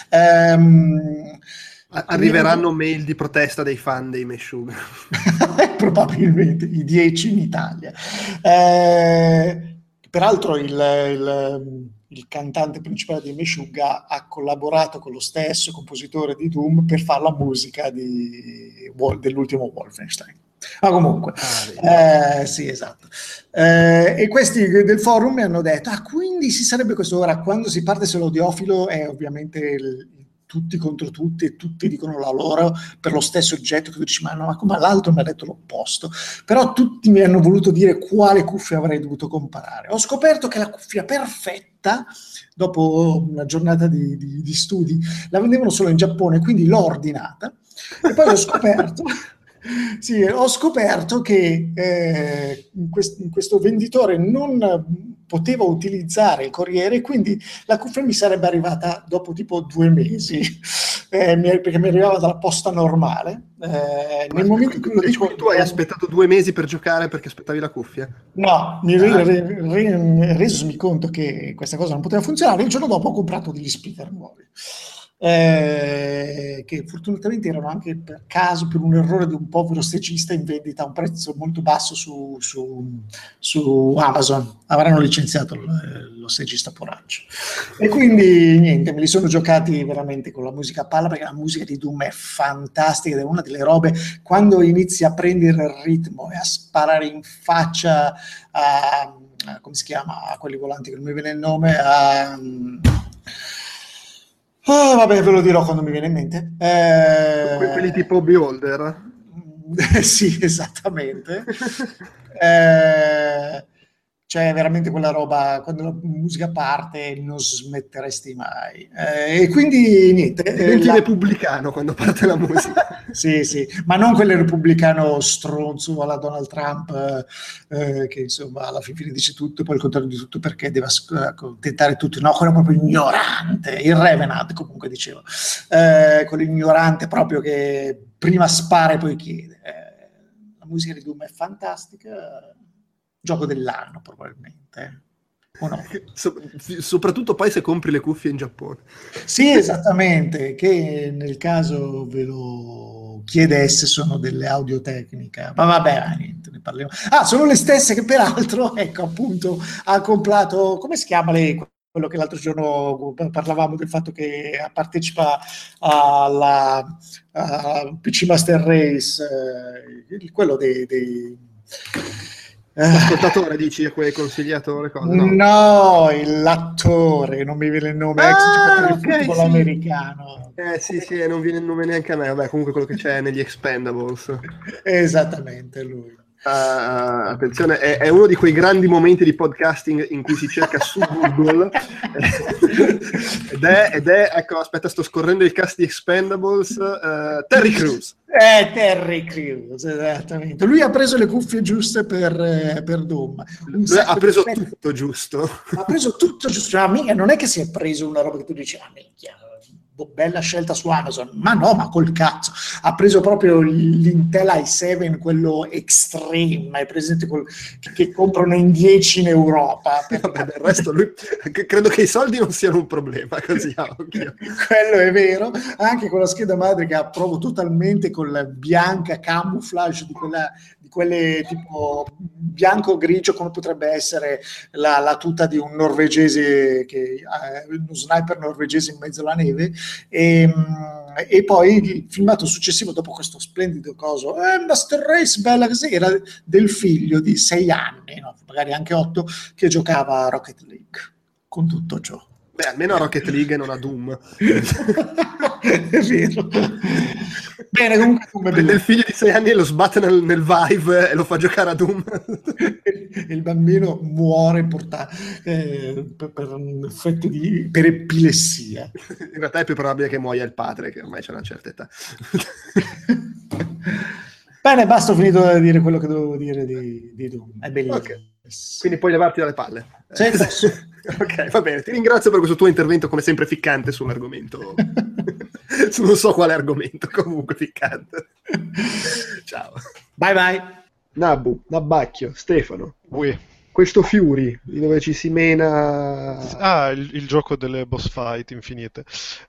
Arriveranno mail di protesta dei fan dei Meshuggah. Probabilmente i 10 in Italia. Peraltro il cantante principale dei Meshuggah ha collaborato con lo stesso compositore di Doom per fare la musica dell'ultimo Wolfenstein. Ma comunque, sì, esatto. E questi del forum mi hanno detto, quindi si sarebbe questo. Ora, quando si parte sull'audiofilo è ovviamente tutti contro tutti, e tutti dicono la loro per lo stesso oggetto, che tu dici, ma l'altro mi ha detto l'opposto. Però tutti mi hanno voluto dire quale cuffia avrei dovuto comprare. Ho scoperto che la cuffia perfetta, dopo una giornata di studi, la vendevano solo in Giappone, quindi l'ho ordinata, e poi ho scoperto... Sì, ho scoperto che questo venditore non poteva utilizzare il corriere, quindi la cuffia mi sarebbe arrivata dopo tipo 2 mesi, perché mi arrivava dalla posta normale. Nel momento in cui lo dico, tu hai aspettato 2 mesi per giocare perché aspettavi la cuffia? No, mi resomi conto che questa cosa non poteva funzionare. Il giorno dopo ho comprato degli speaker nuovi. Che fortunatamente erano anche per caso, per un errore di un povero stagista, in vendita a un prezzo molto basso su Amazon. Avranno licenziato lo stagista poraccio, e quindi niente, me li sono giocati veramente con la musica a palla, perché la musica di Doom è fantastica ed è una delle robe, quando inizi a prendere il ritmo e a sparare in faccia a come si chiama, a quelli volanti che non mi viene il nome, Oh, vabbè, ve lo dirò quando mi viene in mente. Quelli tipo Beholder. Sì, esattamente. Eh, Cioè, veramente quella roba, quando la musica parte, non smetteresti mai. E quindi niente. Diventi repubblicano quando parte la musica. Sì, sì, ma non quel repubblicano stronzo alla Donald Trump, che insomma alla fine dice tutto e poi il contrario di tutto perché deve accontentare tutti. No, quello proprio ignorante. Il Revenant comunque dicevo. Quello ignorante proprio che prima spara e poi chiede. La musica di Doom è fantastica, gioco dell'anno probabilmente, o no? Soprattutto poi se compri le cuffie in Giappone. Sì, esattamente, che nel caso ve lo chiedesse sono delle audio-tecnica, ma vabbè, niente, ne parliamo. Ah, sono le stesse che peraltro, ecco appunto, ha comprato, come si chiama lei? Quello che l'altro giorno parlavamo del fatto che partecipa alla PC Master Race, quello dei L'ascoltatore dici a cui hai consigliato le cose? No, no, l'attore, non mi viene il nome, ex giocatore di ok, football sì. americano. Sì, sì, non viene il nome neanche a me. Vabbè, comunque quello che c'è negli Expendables. Esattamente lui. Attenzione, è uno di quei grandi momenti di podcasting in cui si cerca su Google ed è, ecco, aspetta, sto scorrendo il cast di Expendables, Terry Crews. Terry Crews, esattamente. Lui ha preso le cuffie giuste per Doom. Ha preso tutto giusto. Ha preso tutto giusto. Ah, mica, non è che si è preso una roba che tu dici, ah, minchia, bella scelta su Amazon, ma no, ma col cazzo, ha preso proprio l'Intel i7, quello Extreme, hai presente che comprano in 10 in Europa. Vabbè, del resto lui, credo che i soldi non siano un problema, così a occhio. Quello è vero, anche con la scheda madre che approvo totalmente con la bianca camouflage di quelle tipo bianco-grigio come potrebbe essere la tuta di un norvegese, uno sniper norvegese in mezzo alla neve. E poi il filmato successivo dopo questo splendido coso, Master Race bella così, era del figlio di 6 anni, no? Magari anche 8, che giocava a Rocket League con tutto ciò. Beh, almeno a Rocket League non a Doom. È vero. Bene, comunque prende il figlio di 6 anni e lo sbatte nel Vive e lo fa giocare a Doom. Il bambino muore per effetto per epilessia. In realtà è più probabile che muoia il padre, che ormai c'è una certa età. Bene, basta, ho finito di dire quello che dovevo dire di Doom. È bellissimo. Okay. Quindi puoi levarti dalle palle. Sì, ok, va bene. Ti ringrazio per questo tuo intervento, come sempre ficcante sull'argomento. Non so quale argomento, comunque ficcante. Ciao. Bye bye. Nabacchio, Stefano. Ui. Questo Fury, dove ci si mena... Ah, il gioco delle boss fight infinite.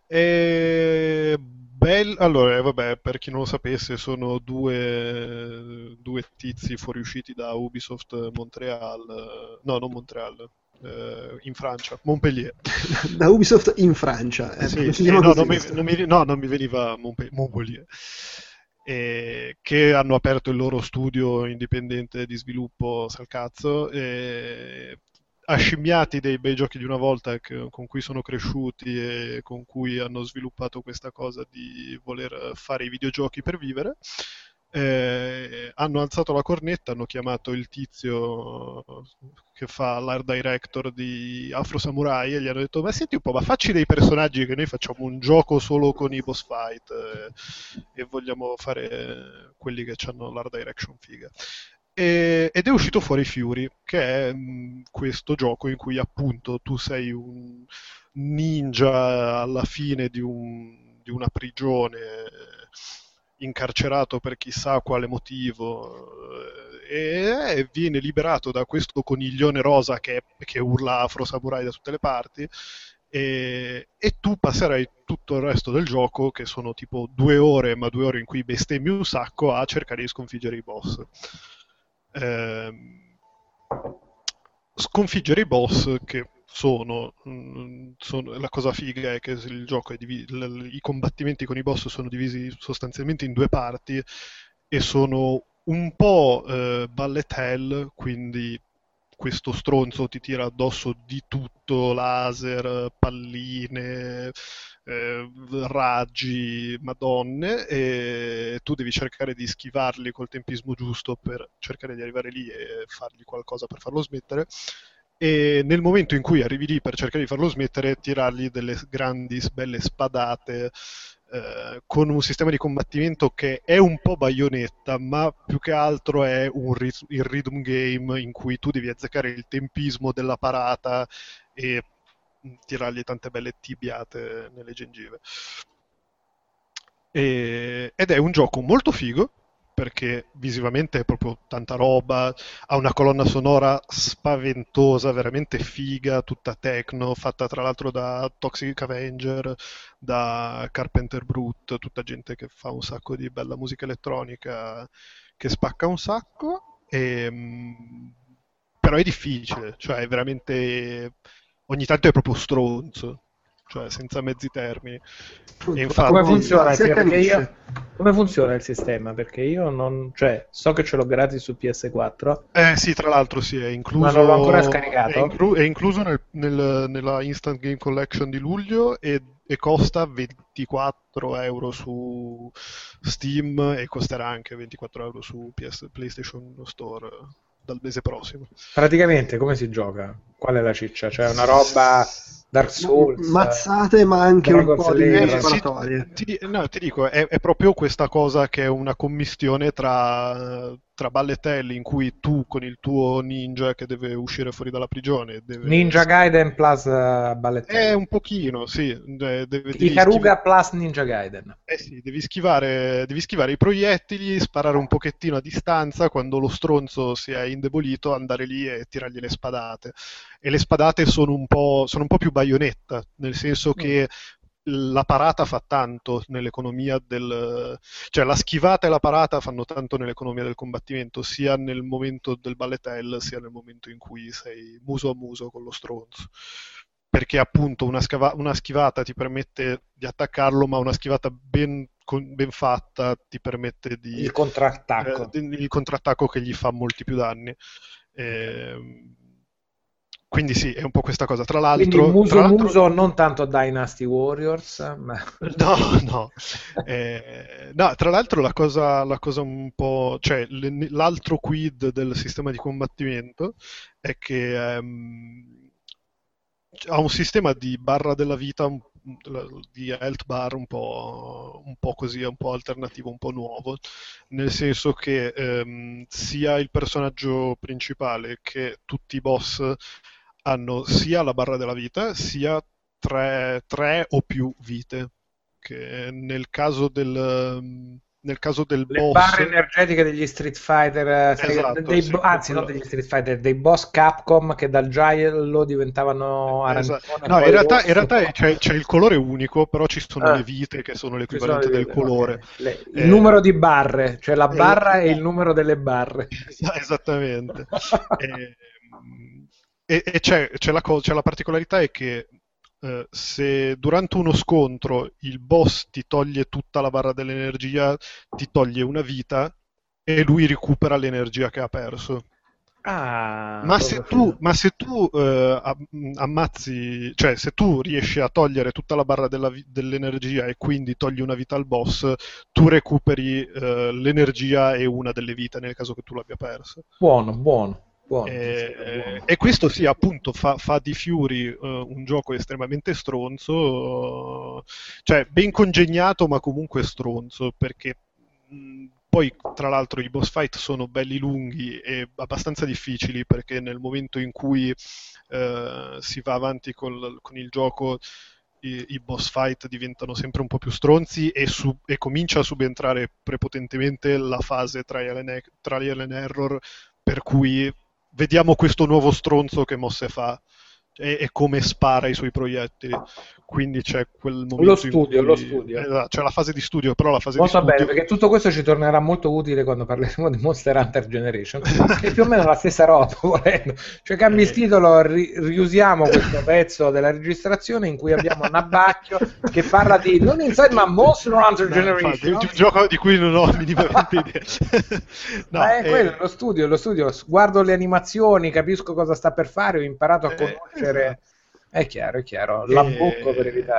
Allora, vabbè, per chi non lo sapesse, sono due tizi fuoriusciti da Ubisoft Montreal, no, non Montreal, in Francia, Montpellier. Da Ubisoft in Francia. Sì, non mi veniva Montpellier. Che hanno aperto il loro studio indipendente di sviluppo Salcazzo, ascimmiati dei bei giochi di una volta con cui sono cresciuti e con cui hanno sviluppato questa cosa di voler fare i videogiochi per vivere. Hanno alzato la cornetta, hanno chiamato il tizio che fa l'art director di Afro Samurai e gli hanno detto: ma senti un po', ma facci dei personaggi, che noi facciamo un gioco solo con i boss fight e vogliamo fare quelli che hanno l'art direction figa. Ed è uscito fuori Fury, che è questo gioco in cui appunto tu sei un ninja alla fine di una prigione, incarcerato per chissà quale motivo, e viene liberato da questo coniglione rosa che urla Afro Samurai da tutte le parti, e tu passerai tutto il resto del gioco, che sono tipo 2 ore, ma 2 ore in cui bestemmi un sacco, a cercare di sconfiggere i boss. Sconfiggere i boss, che sono la cosa figa è che il gioco è i combattimenti con i boss sono divisi sostanzialmente in 2 parti e sono un po' bullet hell, quindi questo stronzo ti tira addosso di tutto, laser, palline, raggi, madonne, e tu devi cercare di schivarli col tempismo giusto per cercare di arrivare lì e fargli qualcosa per farlo smettere. E nel momento in cui arrivi lì per cercare di farlo smettere, tirargli delle grandi, belle spadate, con un sistema di combattimento che è un po' Bayonetta, ma più che altro è il rhythm game in cui tu devi azzeccare il tempismo della parata e tirargli tante belle tibiate nelle gengive. Ed è un gioco molto figo, perché visivamente è proprio tanta roba, ha una colonna sonora spaventosa, veramente figa, tutta techno, fatta tra l'altro da Toxic Avenger, da Carpenter Brut, tutta gente che fa un sacco di bella musica elettronica, che spacca un sacco, però è difficile, cioè è veramente... ogni tanto è proprio stronzo, cioè senza mezzi termini. E infatti, come funziona? Come funziona il sistema? Perché io non, cioè, so che ce l'ho gratis su PS4. Sì, tra l'altro sì, è incluso. Ma non l'ho ancora scaricato. È incluso nella Instant Game Collection di luglio e costa 24 euro su Steam e costerà anche 24 euro su PlayStation Store dal mese prossimo. Praticamente come si gioca? Qual è la ciccia? Cioè una roba Dark Souls, mazzate, ma anche un po' di Slayer. ti dico, è proprio questa cosa che è una commistione tra Balletelli, in cui tu con il tuo ninja che deve uscire fuori dalla prigione Ninja Gaiden plus Balletelli. Un pochino, sì. Ikaruga plus Ninja Gaiden. Sì, devi schivare i proiettili, sparare un pochettino a distanza, quando lo stronzo si è indebolito andare lì e tirargli le spadate. E le spadate sono un po' più Bayonetta, nel senso che la parata fa tanto nell'economia cioè la schivata e la parata fanno tanto nell'economia del combattimento, sia nel momento del balletel, sia nel momento in cui sei muso a muso con lo stronzo. Perché appunto una schivata ti permette di attaccarlo, ma una schivata ben fatta ti permette di... il contrattacco. Il contrattacco che gli fa molti più danni. Quindi sì, è un po' questa cosa. Tra l'altro... Quindi muso non tanto Dynasty Warriors, ma... No. No, tra l'altro la cosa un po'... cioè l'altro quid del sistema di combattimento è che ha un sistema di barra della vita, di health bar un po' così, un po' alternativo, un po' nuovo, nel senso che sia il personaggio principale che tutti i boss hanno sia la barra della vita, sia tre o più vite, che nel caso del le boss... barre energetiche degli Street Fighter, esatto, anzi non degli Street Fighter, dei boss Capcom che dal giallo diventavano arancione. Esatto. No, in realtà c'è il colore unico, però ci sono le vite che sono l'equivalente del colore. Okay. Il numero di barre, cioè la barra e il numero delle barre. Esattamente. E c'è la particolarità è che se durante uno scontro il boss ti toglie tutta la barra dell'energia, ti toglie una vita e lui recupera l'energia che ha perso. Ma se tu ammazzi, cioè se tu riesci a togliere tutta la barra dell'energia e quindi togli una vita al boss, tu recuperi l'energia e una delle vite nel caso che tu l'abbia persa. Buono. E questo sì, appunto, fa di Fury un gioco estremamente stronzo, cioè ben congegnato ma comunque stronzo, perché poi tra l'altro i boss fight sono belli lunghi e abbastanza difficili, perché nel momento in cui si va avanti con il gioco i boss fight diventano sempre un po' più stronzi e comincia a subentrare prepotentemente la fase trial and error, per cui vediamo questo nuovo stronzo che mosse fa e come spara i suoi proiettili. Quindi c'è quel momento lo studio. c'è la fase di studio, però la fase molto di studio... bene, perché tutto questo ci tornerà molto utile quando parleremo di Monster Hunter Generation, che è più o meno la stessa roba, volendo. Cioè cambi il titolo, riusiamo questo pezzo della registrazione in cui abbiamo Nabacchio che parla di non Inside ma Monster Hunter Generation, un gioco di cui non ho minimamente idea. Ma è quello, lo studio, guardo le animazioni, capisco cosa sta per fare, ho imparato a conoscere. È chiaro, la bocco per evitare.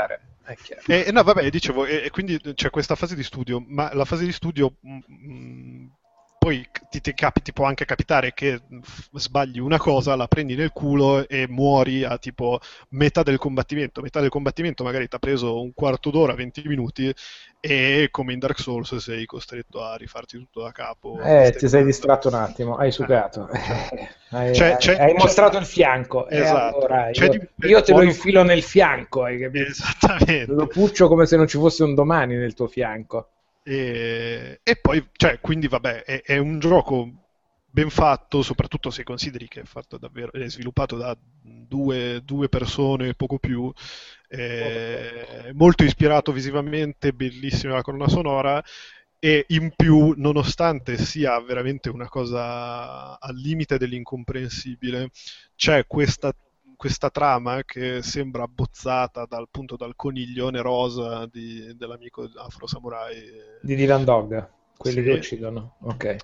È chiaro. No, vabbè, dicevo, e quindi c'è questa fase di studio, ma la fase di studio poi ti può anche capitare che sbagli una cosa, la prendi nel culo e muori a tipo metà del combattimento. Metà del combattimento magari ti ha preso un quarto d'ora, 20 minuti, e come in Dark Souls sei costretto a rifarti tutto da capo. Ti sei distratto un attimo, hai sugato. Hai c'è mostrato il fianco. Esatto. Allora io te lo infilo nel fianco, hai capito? Esattamente. Lo puccio come se non ci fosse un domani nel tuo fianco. E poi, quindi vabbè, è un gioco ben fatto, soprattutto se consideri che è sviluppato da due persone, poco più, molto ispirato visivamente, bellissima la colonna sonora, e in più, nonostante sia veramente una cosa al limite dell'incomprensibile, c'è questa trama che sembra abbozzata dal coniglione rosa dell'amico Afro Samurai di Dylan Dog, quelli sì, che uccidono, ok.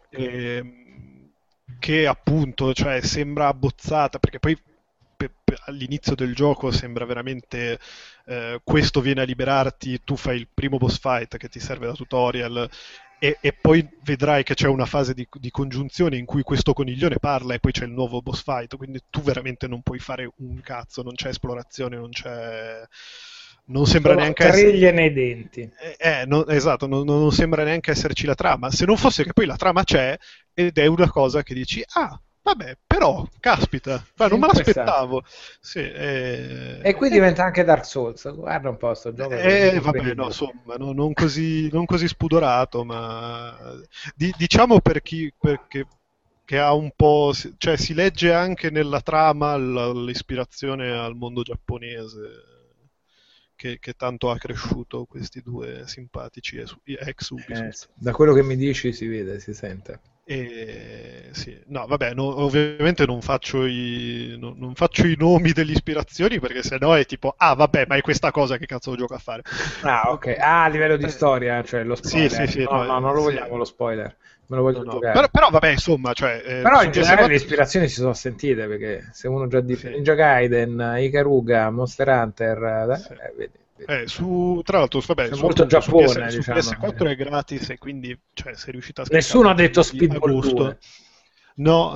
Che appunto, sembra abbozzata perché poi all'inizio del gioco sembra veramente questo viene a liberarti, tu fai il primo boss fight che ti serve da tutorial e poi vedrai che c'è una fase di congiunzione in cui questo coniglione parla e poi c'è il nuovo boss fight, quindi tu veramente non puoi fare un cazzo, non c'è esplorazione, non sembra neanche triglie nei denti. Esatto, non sembra neanche esserci la trama, se non fosse che poi la trama c'è ed è una cosa che dici, vabbè, però, caspita, non me l'aspettavo. Sì, e qui diventa anche Dark Souls, guarda un po' sto gioco. Vabbè, no, insomma, non così spudorato, ma diciamo perché ha un po', si legge anche nella trama l'ispirazione al mondo giapponese che tanto ha cresciuto questi due simpatici ex Ubisoft. Da quello che mi dici si vede, si sente. Sì. No, vabbè, ovviamente non faccio i nomi delle ispirazioni perché sennò è tipo, vabbè, ma è questa cosa che cazzo gioco a fare. Ok. A livello di storia, cioè lo spoiler. Sì, no, non lo vogliamo lo spoiler. Me lo voglio giocare. Però vabbè, insomma, però in generale le ispirazioni si sono sentite, perché se uno già dice Ninja Gaiden, Ikaruga, Monster Hunter, vedi. Tra l'altro, vabbè, c'è molto Giappone, su diciamo. PS4 è gratis e quindi sei riuscito a nessuno ha detto Speedball 2. No.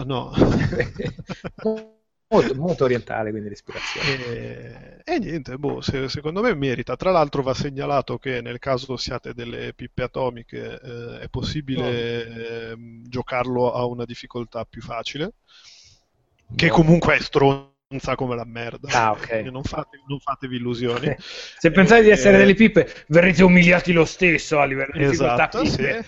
molto orientale, quindi l'ispirazione. E niente, secondo me merita. Tra l'altro va segnalato che nel caso siate delle pippe atomiche è possibile giocarlo a una difficoltà più facile, che comunque è stronza come la merda. Ok. Non fatevi illusioni. Se pensate di essere delle pippe, verrete umiliati lo stesso a livello di difficoltà pippe.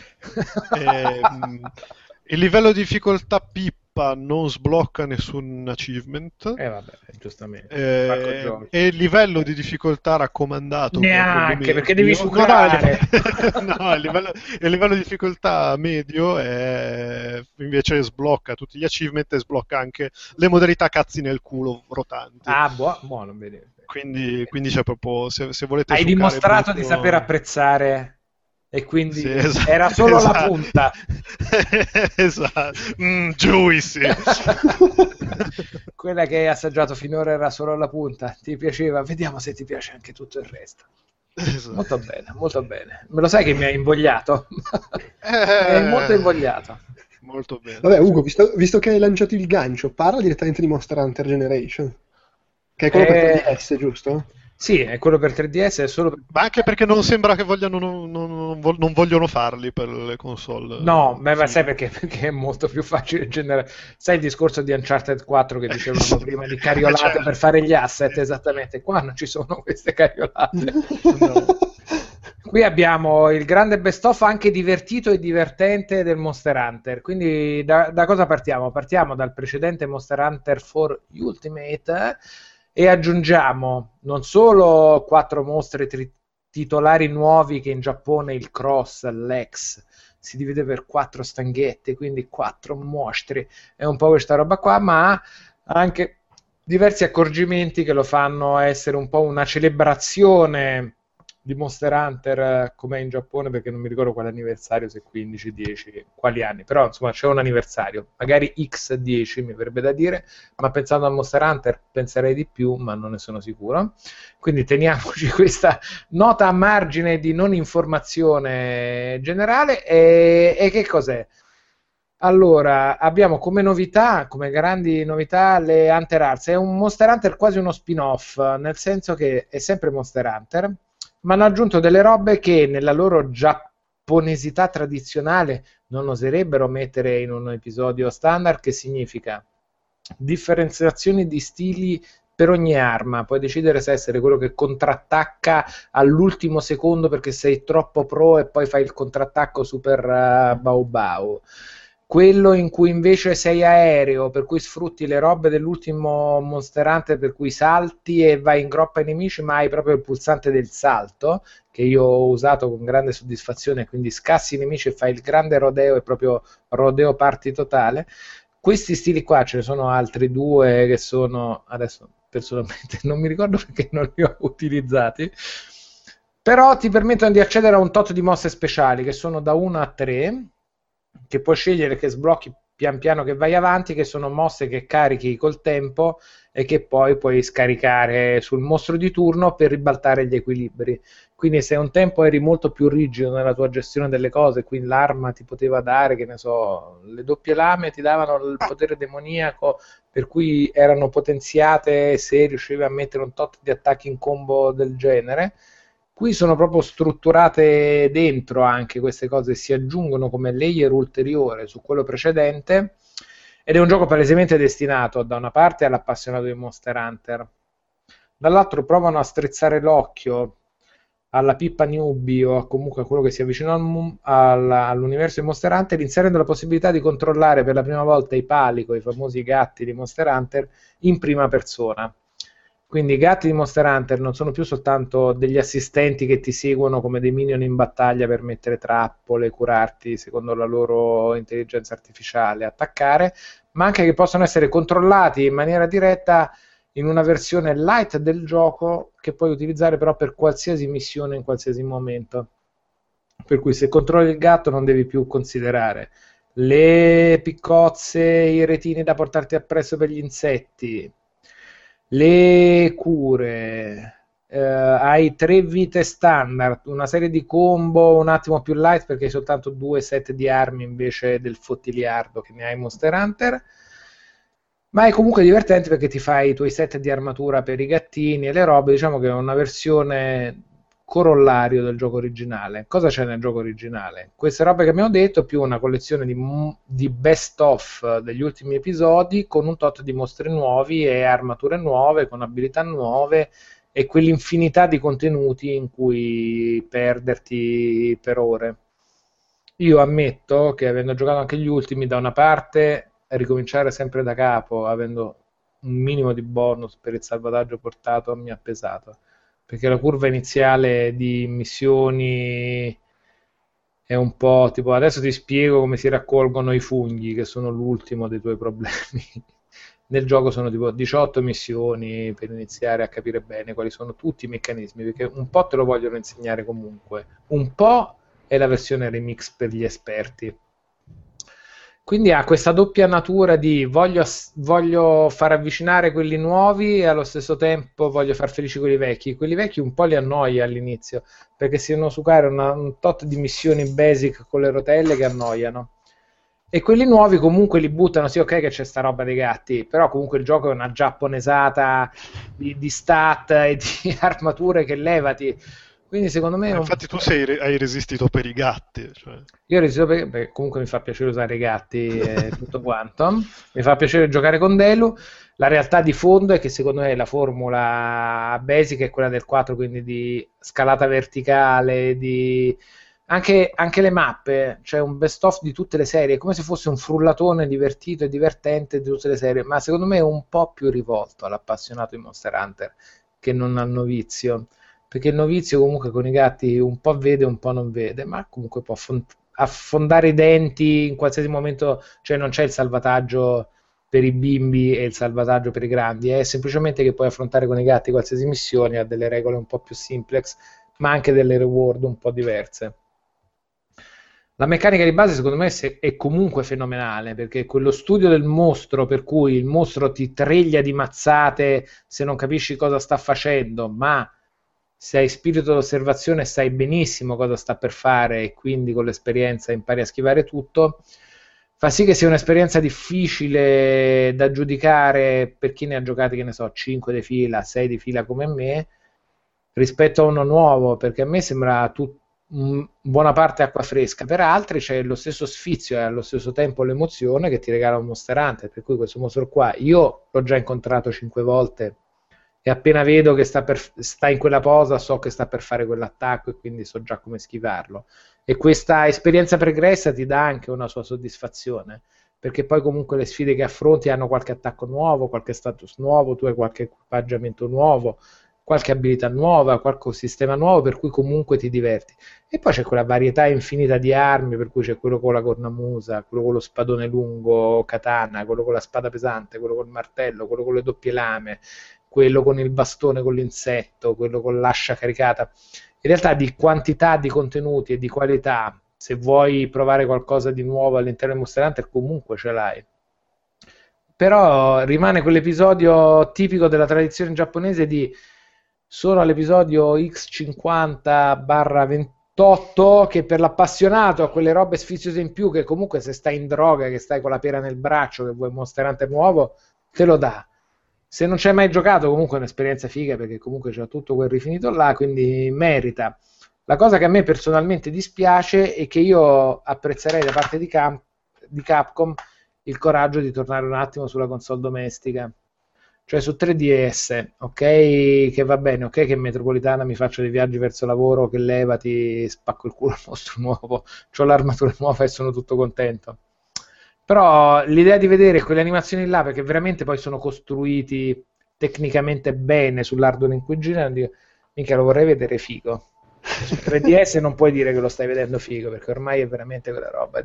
Il livello di difficoltà pippa non sblocca nessun achievement. Vabbè, giustamente. E il livello di difficoltà raccomandato neanche perché devi superare. No, il livello di difficoltà medio invece sblocca tutti gli achievement e sblocca anche le modalità cazzi nel culo rotanti. Buono, vedi. Quindi c'è proprio, se volete hai dimostrato di saper apprezzare. E quindi era solo la punta. Esatto. Juicy. Quella che hai assaggiato finora era solo la punta. Ti piaceva? Vediamo se ti piace anche tutto il resto. Esatto. Molto bene, molto bene. Me lo sai che mi hai invogliato? È molto invogliato. Molto bene. Vabbè, Ugo, visto che hai lanciato il gancio, parla direttamente di Monster Hunter Generation, che è quello per 3DS, giusto? Sì, è quello per 3DS, è solo per... Ma anche perché non sembra che non vogliono farli per le console. No, ma sai perché? Perché è molto più facile generare. Sai il discorso di Uncharted 4 che dicevamo prima di cariolate per fare gli asset? Esattamente, qua non ci sono queste cariolate. No. Qui abbiamo il grande best-of anche divertito e divertente del Monster Hunter. Quindi da cosa partiamo? Partiamo dal precedente Monster Hunter 4 Ultimate e aggiungiamo non solo 4 mostri titolari nuovi, che in Giappone il cross, l'ex, si divide per 4 stanghette, quindi 4 mostri, è un po' questa roba qua, ma anche diversi accorgimenti che lo fanno essere un po' una celebrazione di Monster Hunter com'è in Giappone, perché non mi ricordo quale anniversario, se 15, 10, quali anni, però insomma c'è un anniversario, magari X10 mi verrebbe da dire, ma pensando a Monster Hunter penserei di più, ma non ne sono sicuro. Quindi teniamoci questa nota a margine di non informazione generale. E che cos'è? Allora, abbiamo come novità, come grandi novità, le Hunter Hearts. È un Monster Hunter quasi uno spin-off, nel senso che è sempre Monster Hunter, ma hanno aggiunto delle robe che nella loro giapponesità tradizionale non oserebbero mettere in un episodio standard, che significa differenziazioni di stili per ogni arma. Puoi decidere se essere quello che contrattacca all'ultimo secondo perché sei troppo pro e poi fai il contrattacco super bau bau, quello in cui invece sei aereo, per cui sfrutti le robe dell'ultimo Monster Hunter, per cui salti e vai in groppa ai nemici, ma hai proprio il pulsante del salto, che io ho usato con grande soddisfazione, quindi scassi i nemici e fai il grande rodeo, e proprio rodeo party totale. Questi stili qua, ce ne sono altri due che sono, adesso personalmente non mi ricordo perché non li ho utilizzati, però ti permettono di accedere a un tot di mosse speciali, che sono da 1 a 3, che puoi scegliere, che sblocchi pian piano che vai avanti, che sono mosse che carichi col tempo e che poi puoi scaricare sul mostro di turno per ribaltare gli equilibri. Quindi se un tempo eri molto più rigido nella tua gestione delle cose, quindi l'arma ti poteva dare, che ne so, le doppie lame ti davano il potere demoniaco, per cui erano potenziate se riuscivi a mettere un tot di attacchi in combo del genere. Qui sono proprio strutturate dentro anche queste cose, si aggiungono come layer ulteriore su quello precedente, ed è un gioco palesemente destinato da una parte all'appassionato di Monster Hunter, dall'altro provano a strizzare l'occhio alla pippa newbie o comunque a quello che si avvicina all'universo di Monster Hunter, inserendo la possibilità di controllare per la prima volta i Palico, i famosi gatti di Monster Hunter, in prima persona. Quindi i gatti di Monster Hunter non sono più soltanto degli assistenti che ti seguono come dei minion in battaglia per mettere trappole, curarti secondo la loro intelligenza artificiale, attaccare, ma anche che possono essere controllati in maniera diretta in una versione light del gioco che puoi utilizzare però per qualsiasi missione in qualsiasi momento. Per cui se controlli il gatto non devi più considerare le piccozze, i retini da portarti appresso per gli insetti, le cure, hai 3 vite standard, una serie di combo un attimo più light perché hai soltanto 2 set di armi invece del fottiliardo che ne hai in Monster Hunter, ma è comunque divertente perché ti fai i tuoi set di armatura per i gattini e le robe. Diciamo che è una versione corollario del gioco originale. Cosa c'è nel gioco originale? Queste robe che abbiamo detto, più una collezione di best of degli ultimi episodi, con un tot di mostri nuovi e armature nuove, con abilità nuove, e quell'infinità di contenuti in cui perderti per ore. Io ammetto che, avendo giocato anche gli ultimi, da una parte ricominciare sempre da capo, avendo un minimo di bonus per il salvataggio portato, mi ha pesato, perché la curva iniziale di missioni è un po' tipo: adesso ti spiego come si raccolgono i funghi, che sono l'ultimo dei tuoi problemi. Nel gioco sono tipo 18 missioni per iniziare a capire bene quali sono tutti i meccanismi, perché un po' te lo vogliono insegnare comunque, un po' è la versione remix per gli esperti. Quindi ha questa doppia natura di voglio far avvicinare quelli nuovi e allo stesso tempo voglio far felici quelli vecchi. Quelli vecchi un po' li annoia all'inizio, perché si devono sucare un tot di missioni basic con le rotelle che annoiano. E quelli nuovi comunque li buttano, sì, ok che c'è sta roba dei gatti, però comunque il gioco è una giapponesata di stat e di armature che levati. Quindi secondo me infatti tu hai resistito per i gatti, cioè. Io ho resistito perché comunque mi fa piacere usare i gatti e tutto quanto, mi fa piacere giocare con Delu. La realtà di fondo è che secondo me la formula basic è quella del 4, quindi di scalata verticale, anche le mappe, cioè un best of di tutte le serie, è come se fosse un frullatone divertito e divertente di tutte le serie, ma secondo me è un po' più rivolto all'appassionato di Monster Hunter che non al novizio, perché il novizio comunque con i gatti un po' vede, un po' non vede, ma comunque può affondare i denti in qualsiasi momento, cioè non c'è il salvataggio per i bimbi e il salvataggio per i grandi, è semplicemente che puoi affrontare con i gatti qualsiasi missione, ha delle regole un po' più simplex, ma anche delle reward un po' diverse. La meccanica di base secondo me è comunque fenomenale, perché quello studio del mostro per cui il mostro ti treglia di mazzate se non capisci cosa sta facendo, ma se hai spirito d'osservazione sai benissimo cosa sta per fare e quindi con l'esperienza impari a schivare tutto, fa sì che sia un'esperienza difficile da giudicare per chi ne ha giocati, che ne so, 5 di fila, 6 di fila come me, rispetto a uno nuovo, perché a me sembra buona parte acqua fresca, per altri c'è lo stesso sfizio e allo stesso tempo l'emozione che ti regala un Monster Hunter, per cui questo mostro qua io l'ho già incontrato 5 volte e appena vedo che sta in quella posa so che sta per fare quell'attacco e quindi so già come schivarlo, e questa esperienza pregressa ti dà anche una sua soddisfazione, perché poi comunque le sfide che affronti hanno qualche attacco nuovo, qualche status nuovo, tu hai qualche equipaggiamento nuovo, qualche abilità nuova, qualche sistema nuovo, per cui comunque ti diverti. E poi c'è quella varietà infinita di armi, per cui c'è quello con la cornamusa, quello con lo spadone lungo, katana, quello con la spada pesante, quello col martello, quello con le doppie lame, quello con il bastone con l'insetto, quello con l'ascia caricata. In realtà di quantità di contenuti e di qualità, se vuoi provare qualcosa di nuovo all'interno di Monster Hunter, comunque ce l'hai. Però rimane quell'episodio tipico della tradizione giapponese di sono all'episodio X50/28 che per l'appassionato a quelle robe sfiziose in più, che comunque se stai in droga, che stai con la pera nel braccio, che vuoi Monster Hunter nuovo, te lo dà. Se non ci hai mai giocato comunque è un'esperienza figa, perché comunque c'è tutto quel rifinito là, quindi merita. La cosa che a me personalmente dispiace è che io apprezzerei da parte di Capcom il coraggio di tornare un attimo sulla console domestica. Cioè su 3DS, ok, che va bene, ok che in metropolitana mi faccio dei viaggi verso lavoro, che levati, spacco il culo al mostro nuovo, ho l'armatura nuova e sono tutto contento. Però l'idea di vedere quelle animazioni là, perché veramente poi sono costruiti tecnicamente bene sull'hardware in cui girano, dico, mica lo vorrei vedere figo. Su 3DS non puoi dire che lo stai vedendo figo, perché ormai è veramente quella roba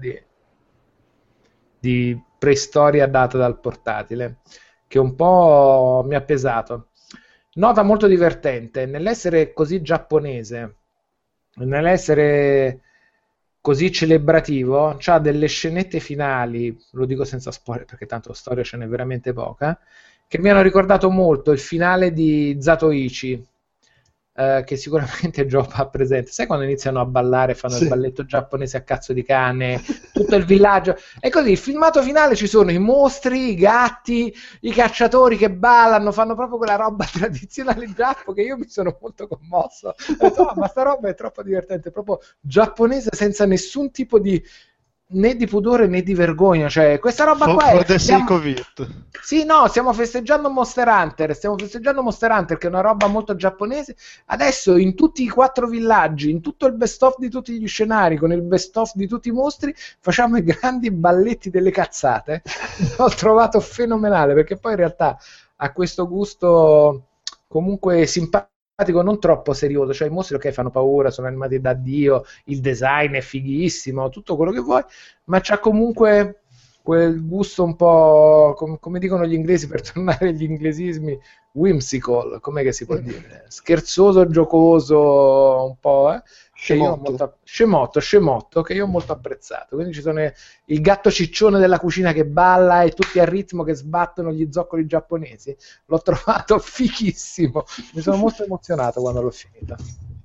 di preistoria data dal portatile, che un po' mi ha pesato. Nota molto divertente, nell'essere così giapponese, nell'essere così celebrativo, c'ha delle scenette finali, lo dico senza spoiler perché tanto storia ce n'è veramente poca, che mi hanno ricordato molto il finale di Zatoichi, che sicuramente Gio ha presente. Sai quando iniziano a ballare, fanno il balletto giapponese a cazzo di cane, tutto il villaggio, e così il filmato finale ci sono i mostri, i gatti, i cacciatori che ballano, fanno proprio quella roba tradizionale giappo, che io mi sono molto commosso. Ho detto, ma sta roba è troppo divertente, proprio giapponese, senza nessun tipo di né di pudore né di vergogna, cioè questa roba qua è sì, no, stiamo festeggiando Monster Hunter che è una roba molto giapponese. Adesso in tutti i 4 villaggi, in tutto il best of di tutti gli scenari, con il best of di tutti i mostri, facciamo i grandi balletti delle cazzate. L'ho trovato fenomenale, perché poi in realtà ha questo gusto comunque simpatico, non troppo serioso, cioè i mostri ok fanno paura, sono animati da Dio, il design è fighissimo, tutto quello che vuoi, ma c'ha comunque quel gusto un po', come dicono gli inglesi, per tornare agli inglesismi, whimsical, com'è che si può dire? Scherzoso, giocoso, un po', scemotto, che io ho molto apprezzato. Quindi ci sono il gatto ciccione della cucina che balla e tutti a ritmo che sbattono gli zoccoli giapponesi. L'ho trovato fighissimo, mi sono molto emozionato quando l'ho finita.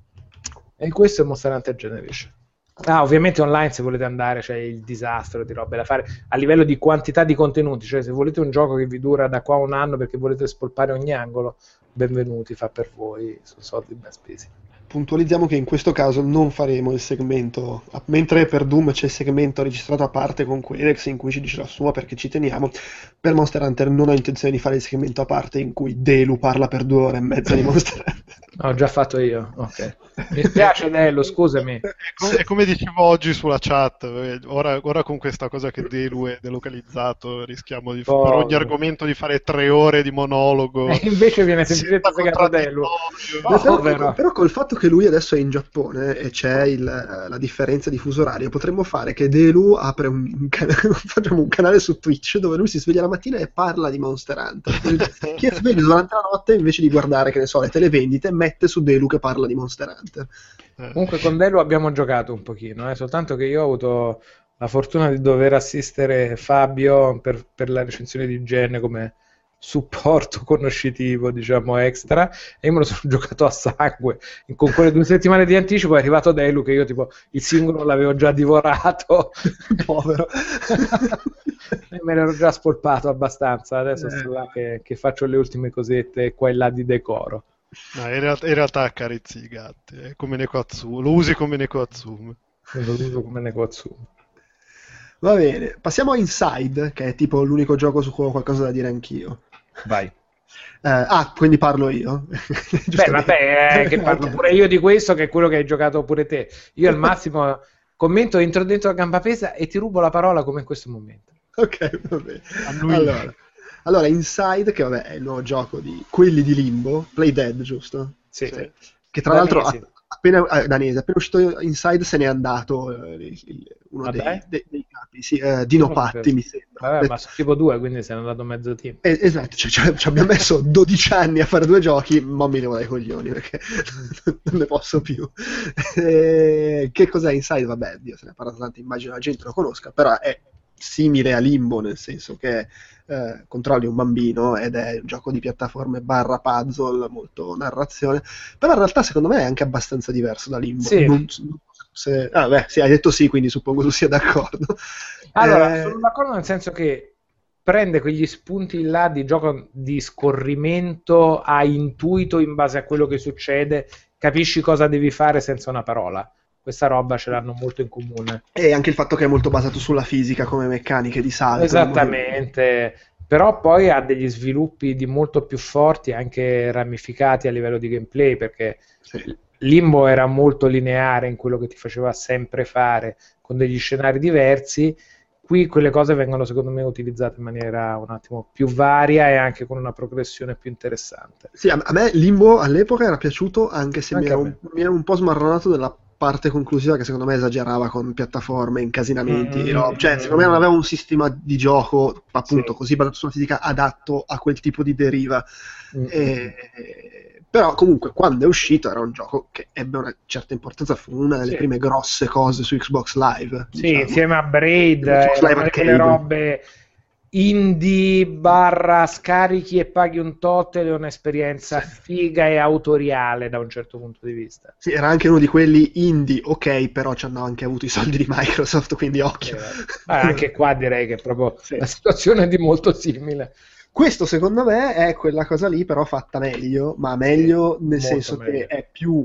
E questo è Monster Hunter Generation. Ovviamente online, se volete andare, c'è il disastro di robe da fare a livello di quantità di contenuti, cioè se volete un gioco che vi dura da qua a un anno perché volete spolpare ogni angolo, benvenuti, fa per voi, sono soldi ben spesi. Puntualizziamo che in questo caso non faremo il segmento, mentre per Doom c'è il segmento registrato a parte con Querex in cui ci dice la sua, perché ci teniamo. Per Monster Hunter non ho intenzione di fare il segmento a parte in cui Delu parla per 2 ore e mezza di Monster Hunter. Ho già fatto io, ok. Mi spiace Delu, scusami. È come dicevo oggi sulla chat, ora con questa cosa che Delu è delocalizzato rischiamo di per ogni argomento di fare 3 ore di monologo. E invece viene semplicemente segato Delu. Però col fatto che lui adesso è in Giappone e c'è la differenza di fuso orario, potremmo fare che Delu apre facciamo un canale su Twitch dove lui si sveglia la mattina e parla di Monster Hunter. Chi è sveglio durante la notte, invece di guardare, che ne so, le televendite, mette su Delu che parla di Monster Hunter. Comunque con Delu abbiamo giocato un pochino, soltanto che io ho avuto la fortuna di dover assistere Fabio per la recensione di IGN come supporto conoscitivo, diciamo, extra, e io me lo sono giocato a sangue. Con quelle 2 settimane di anticipo è arrivato Delu che io tipo il singolo l'avevo già divorato. Povero. E me l'ero già spolpato abbastanza, adesso sto là che faccio le ultime cosette qua e là di decoro. No, in realtà accarezzi i gatti, è come Neko Atsume, lo usi come Neko Atsume. Lo uso come Neko Atsume. Va bene, passiamo a Inside, che è tipo l'unico gioco su cui ho qualcosa da dire anch'io. Vai. Quindi parlo io. Beh, vabbè, che parlo pure io di questo, che è quello che hai giocato pure te. Io al massimo commento, entro dentro la gamba pesa e ti rubo la parola come in questo momento. Ok, va bene. Allora, Inside, che vabbè è il nuovo gioco di quelli di Limbo, Play Dead, giusto? Sì. Che tra l'altro danese, appena uscito Inside se n'è andato uno dei capi, sì, Dino Patti mi sembra. Vabbè, ma sono tipo 2, quindi se ne è andato mezzo team. Esatto, ci abbiamo messo 12 anni a fare 2 giochi, ma mi levo dai coglioni perché non ne posso più. Che cos'è Inside? Vabbè, Dio, se ne è parlato tanto, immagino la gente lo conosca, però è simile a Limbo, nel senso che controlli un bambino ed è un gioco di piattaforme / puzzle, molto narrazione, però in realtà secondo me è anche abbastanza diverso da Limbo. Sì. Sì, hai detto sì, quindi suppongo tu sia d'accordo. Allora, sono d'accordo nel senso che prende quegli spunti là di gioco di scorrimento a intuito in base a quello che succede, capisci cosa devi fare senza una parola. Questa roba ce l'hanno molto in comune. E anche il fatto che è molto basato sulla fisica come meccaniche di salto. Esattamente, però poi ha degli sviluppi di molto più forti, anche ramificati a livello di gameplay, perché Limbo era molto lineare in quello che ti faceva sempre fare, con degli scenari diversi. Qui quelle cose vengono secondo me utilizzate in maniera un attimo più varia e anche con una progressione più interessante. Sì, a me Limbo all'epoca era piaciuto, anche se mi ero un po' smarronato della parte conclusiva che secondo me esagerava con piattaforme, incasinamenti, cioè secondo me non aveva un sistema di gioco appunto così basato sulla fisica adatto a quel tipo di deriva. Però comunque quando è uscito era un gioco che ebbe una certa importanza, fu una delle prime grosse cose su Xbox Live. Sì, diciamo. Insieme a Braid, quelle robe indie / scarichi e paghi un tot ed è un'esperienza figa e autoriale da un certo punto di vista. Sì, era anche uno di quelli indie, ok, però ci hanno anche avuto i soldi di Microsoft, quindi occhio. Anche qua direi che proprio la situazione è di molto simile. Questo secondo me è quella cosa lì però fatta meglio, ma meglio nel senso meglio. Che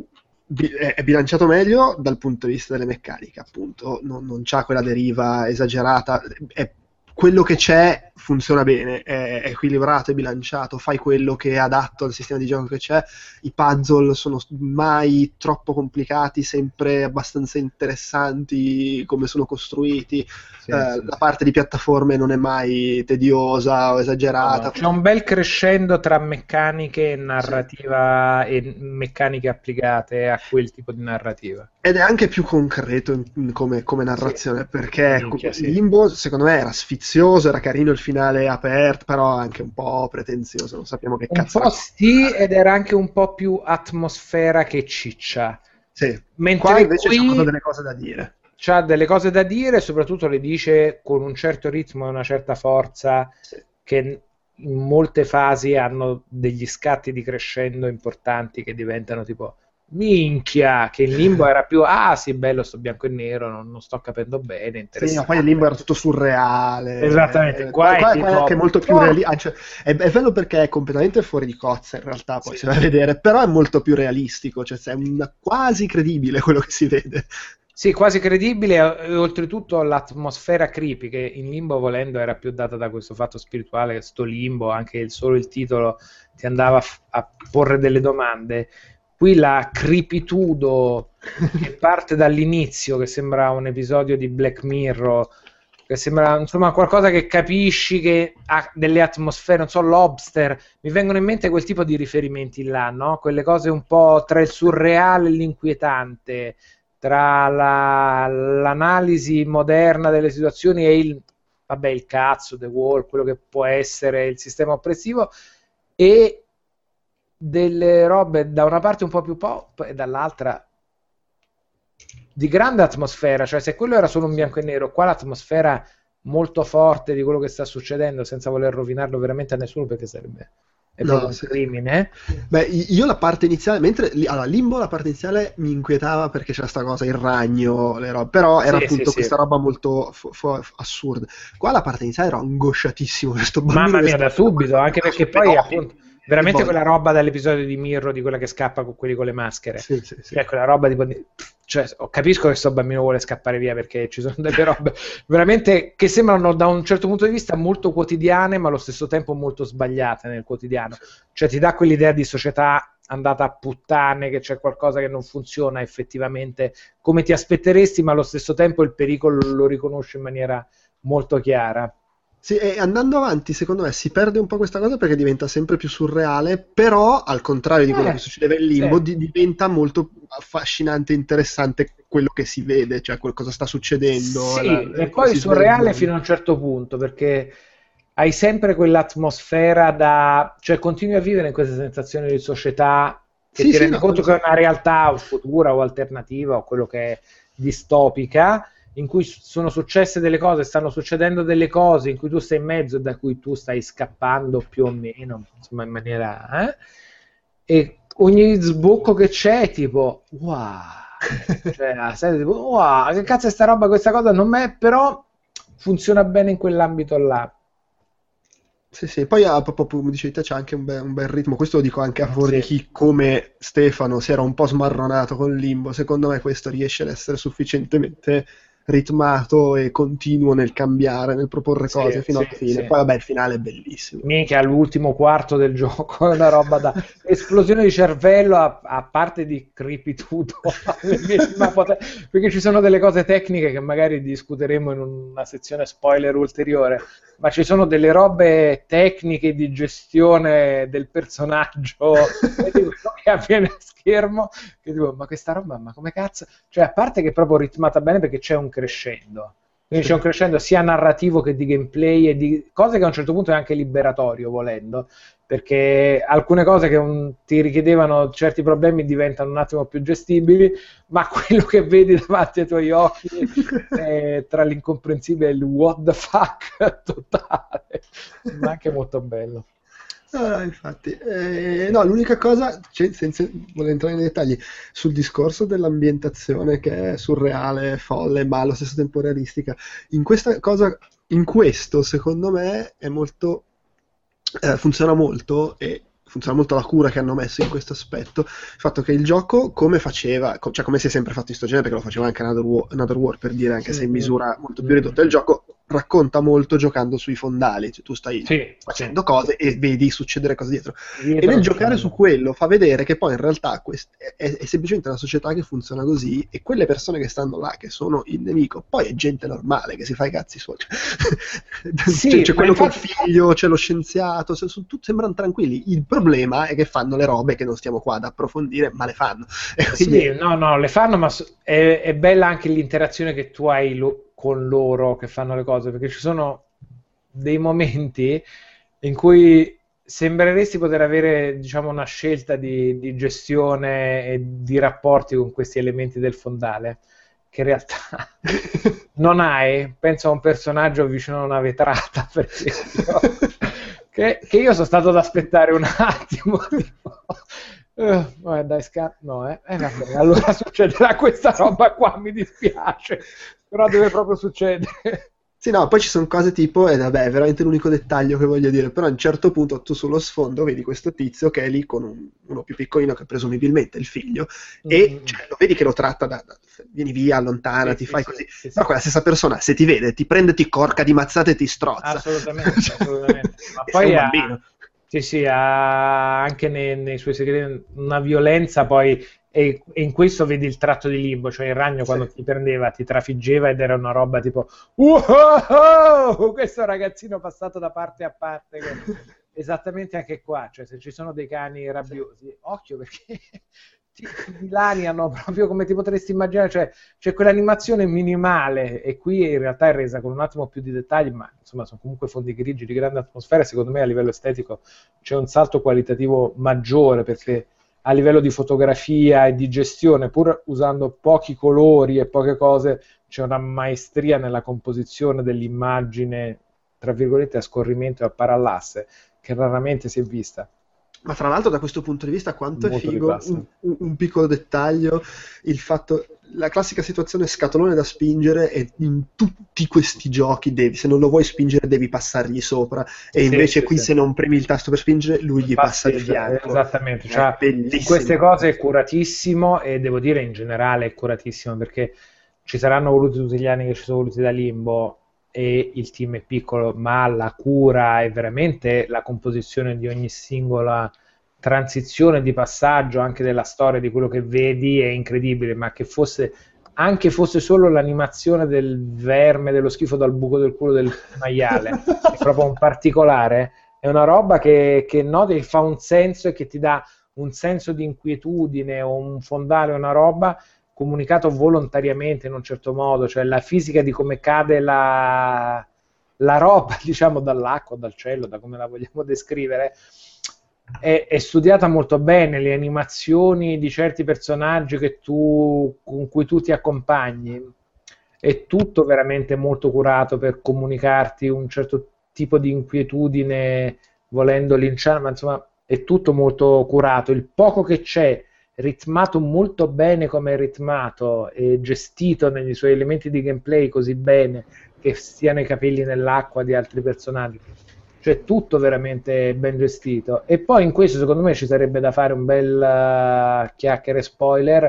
è bilanciato meglio dal punto di vista delle meccaniche, appunto, non c'ha quella deriva esagerata, quello che c'è funziona bene, è equilibrato, è bilanciato, fai quello che è adatto al sistema di gioco che c'è, i puzzle sono mai troppo complicati, sempre abbastanza interessanti come sono costruiti, la parte di piattaforme non è mai tediosa o esagerata. C'è un bel crescendo tra meccaniche e narrativa e meccaniche applicate a quel tipo di narrativa. Ed è anche più concreto come narrazione, perché Limbo secondo me era sfizioso, era carino il finale aperto, però anche un po' pretenzioso, non sappiamo che cazzo. Un po' sì, ed era anche un po' più atmosfera che ciccia. Sì, mentre qua invece c'ha delle cose da dire. C'ha delle cose da dire, soprattutto le dice con un certo ritmo e una certa forza, che in molte fasi hanno degli scatti di crescendo importanti che diventano tipo minchia, che in Limbo era più sì bello sto bianco e nero, non sto capendo bene, sì, ma poi in Limbo era tutto surreale, esattamente, qua è anche molto più realistico, cioè, è bello perché è completamente fuori di cozza in realtà, poi si va a vedere, però è molto più realistico, cioè è quasi credibile quello che si vede. Sì, quasi credibile, e oltretutto l'atmosfera creepy, che in Limbo volendo era più data da questo fatto spirituale, sto Limbo, anche solo il titolo ti andava a porre delle domande. Qui la creepitudo che parte dall'inizio, che sembra un episodio di Black Mirror, che sembra insomma qualcosa che capisci, che ha delle atmosfere, non so, Lobster, mi vengono in mente quel tipo di riferimenti là, no? Quelle cose un po' tra il surreale e l'inquietante, tra l'analisi moderna delle situazioni e il cazzo, The Wall, quello che può essere il sistema oppressivo, e delle robe da una parte un po' più pop e dall'altra di grande atmosfera. Cioè, se quello era solo un bianco e nero, qua l'atmosfera molto forte di quello che sta succedendo, senza voler rovinarlo veramente a nessuno, perché è proprio un crimine. Beh, io la parte iniziale, mentre allora, Limbo, la parte iniziale mi inquietava perché c'era sta cosa, il ragno, le robe, però era appunto questa roba molto assurda. Qua la parte iniziale era angosciatissimo, questo bambino. Mamma mia, da subito, anche perché poi appunto veramente quella roba dall'episodio di Mirro, di quella che scappa con quelli con le maschere, cioè quella roba tipo cioè, capisco che sto bambino vuole scappare via, perché ci sono delle robe veramente che sembrano da un certo punto di vista molto quotidiane, ma allo stesso tempo molto sbagliate nel quotidiano. Cioè ti dà quell'idea di società andata a puttane, che c'è qualcosa che non funziona effettivamente come ti aspetteresti, ma allo stesso tempo il pericolo lo riconosci in maniera molto chiara. Sì, e andando avanti, secondo me, si perde un po' questa cosa perché diventa sempre più surreale, però, al contrario di quello che succedeva in Limbo, diventa molto affascinante e interessante quello che si vede, cioè cosa sta succedendo. Sì, e poi surreale fino a un certo punto, perché hai sempre quell'atmosfera cioè continui a vivere in questa sensazione di società che ti rendi conto che è una realtà futura o alternativa o quello che è distopica, in cui sono successe delle cose, stanno succedendo delle cose in cui tu sei in mezzo e da cui tu stai scappando più o meno, insomma, in maniera e ogni sbocco che c'è tipo wow, cioè sai, tipo wow, che cazzo è sta roba, questa cosa non m'è, però funziona bene in quell'ambito là. Sì, poi proprio come dicevi te c'è anche un bel ritmo, questo lo dico anche a favore di chi come Stefano si era un po' smarronato con Limbo. Secondo me questo riesce ad essere sufficientemente ritmato e continuo nel cambiare, nel proporre cose fino alla fine. Poi vabbè, il finale è bellissimo. Minchia, l'ultimo quarto del gioco è una roba da esplosione di cervello, a parte di creepitudo perché ci sono delle cose tecniche che magari discuteremo in una sezione spoiler ulteriore, ma ci sono delle robe tecniche di gestione del personaggio che avviene a schermo che dico, ma questa roba, ma come cazzo, cioè a parte che è proprio ritmata bene perché c'è un crescendo, quindi c'è un crescendo sia narrativo che di gameplay e di cose che a un certo punto è anche liberatorio volendo, perché alcune cose che ti richiedevano certi problemi diventano un attimo più gestibili, ma quello che vedi davanti ai tuoi occhi è tra l'incomprensibile e il what the fuck totale, ma anche molto bello. Infatti, no, l'unica cosa, senza voler entrare nei dettagli, sul discorso dell'ambientazione che è surreale, folle, ma allo stesso tempo realistica, in questo secondo me è molto, funziona molto la cura che hanno messo in questo aspetto, il fatto che il gioco come faceva, cioè come si è sempre fatto in sto genere, perché lo faceva anche Another War per dire, anche se in misura molto più ridotta, il gioco racconta molto giocando sui fondali, cioè tu stai facendo cose e vedi succedere cose dietro, e nel giocare su quello fa vedere che poi in realtà è semplicemente una società che funziona così, e quelle persone che stanno là, che sono il nemico, poi è gente normale che si fa i cazzi suoi, c'è quello col figlio, c'è lo scienziato, sembrano tranquilli. Il problema è che fanno le robe che non stiamo qua ad approfondire, ma le fanno. Quindi... no, le fanno, ma è bella anche l'interazione che tu hai con loro che fanno le cose, perché ci sono dei momenti in cui sembreresti poter avere, diciamo, una scelta di gestione e di rapporti con questi elementi del fondale, che in realtà non hai. Penso a un personaggio vicino a una vetrata, per esempio, che io sono stato ad aspettare un attimo, tipo... dai, vabbè, allora succederà questa roba qua, mi dispiace, però deve proprio succedere. Sì, no, poi ci sono cose tipo, e vabbè, è veramente l'unico dettaglio che voglio dire, però a un certo punto tu sullo sfondo vedi questo tizio che è lì con uno più piccolino, che presumibilmente è il figlio, e cioè, lo vedi che lo tratta vieni via, allontanati, fai così. Però quella stessa persona, se ti vede, ti prende, ti corca di mazzate e ti strozza. Assolutamente. Ma poi ha anche nei suoi segreti una violenza poi E in questo vedi il tratto di limbo, cioè il ragno quando ti prendeva, ti trafiggeva ed era una roba tipo questo ragazzino passato da parte a parte. Esattamente anche qua, cioè se ci sono dei cani rabbiosi, occhio perché ti dilaniano proprio come ti potresti immaginare, cioè c'è quell'animazione minimale e qui in realtà è resa con un attimo più di dettagli, ma insomma sono comunque fondi grigi di grande atmosfera e secondo me a livello estetico c'è un salto qualitativo maggiore perché a livello di fotografia e di gestione, pur usando pochi colori e poche cose, c'è una maestria nella composizione dell'immagine, tra virgolette, a scorrimento e a parallasse, che raramente si è vista. Ma tra l'altro da questo punto di vista quanto Molto è figo un piccolo dettaglio, il fatto, la classica situazione scatolone da spingere e in tutti questi giochi devi, se non lo vuoi spingere devi passargli sopra e invece qui se non premi il tasto per spingere lui gli passa di fianco. Esattamente, cioè, bellissimo. Queste cose è curatissimo e devo dire in generale è curatissimo perché ci saranno voluti tutti gli anni che ci sono voluti da Limbo e il team è piccolo, ma la cura e veramente la composizione di ogni singola transizione di passaggio anche della storia di quello che vedi è incredibile, ma che fosse solo l'animazione del verme, dello schifo dal buco del culo del maiale, è proprio un particolare, è una roba che noti, fa un senso e che ti dà un senso di inquietudine o un fondale, una roba comunicato volontariamente in un certo modo, cioè la fisica di come cade la roba, diciamo, dall'acqua, dal cielo, da come la vogliamo descrivere, è studiata molto bene, le animazioni di certi personaggi con cui tu ti accompagni, è tutto veramente molto curato per comunicarti un certo tipo di inquietudine volendo linciare, ma insomma è tutto molto curato, il poco che c'è ritmato molto bene come è ritmato e gestito negli suoi elementi di gameplay così bene che stiano i capelli nell'acqua di altri personaggi, cioè tutto veramente ben gestito. E poi in questo secondo me ci sarebbe da fare un bel chiacchiere spoiler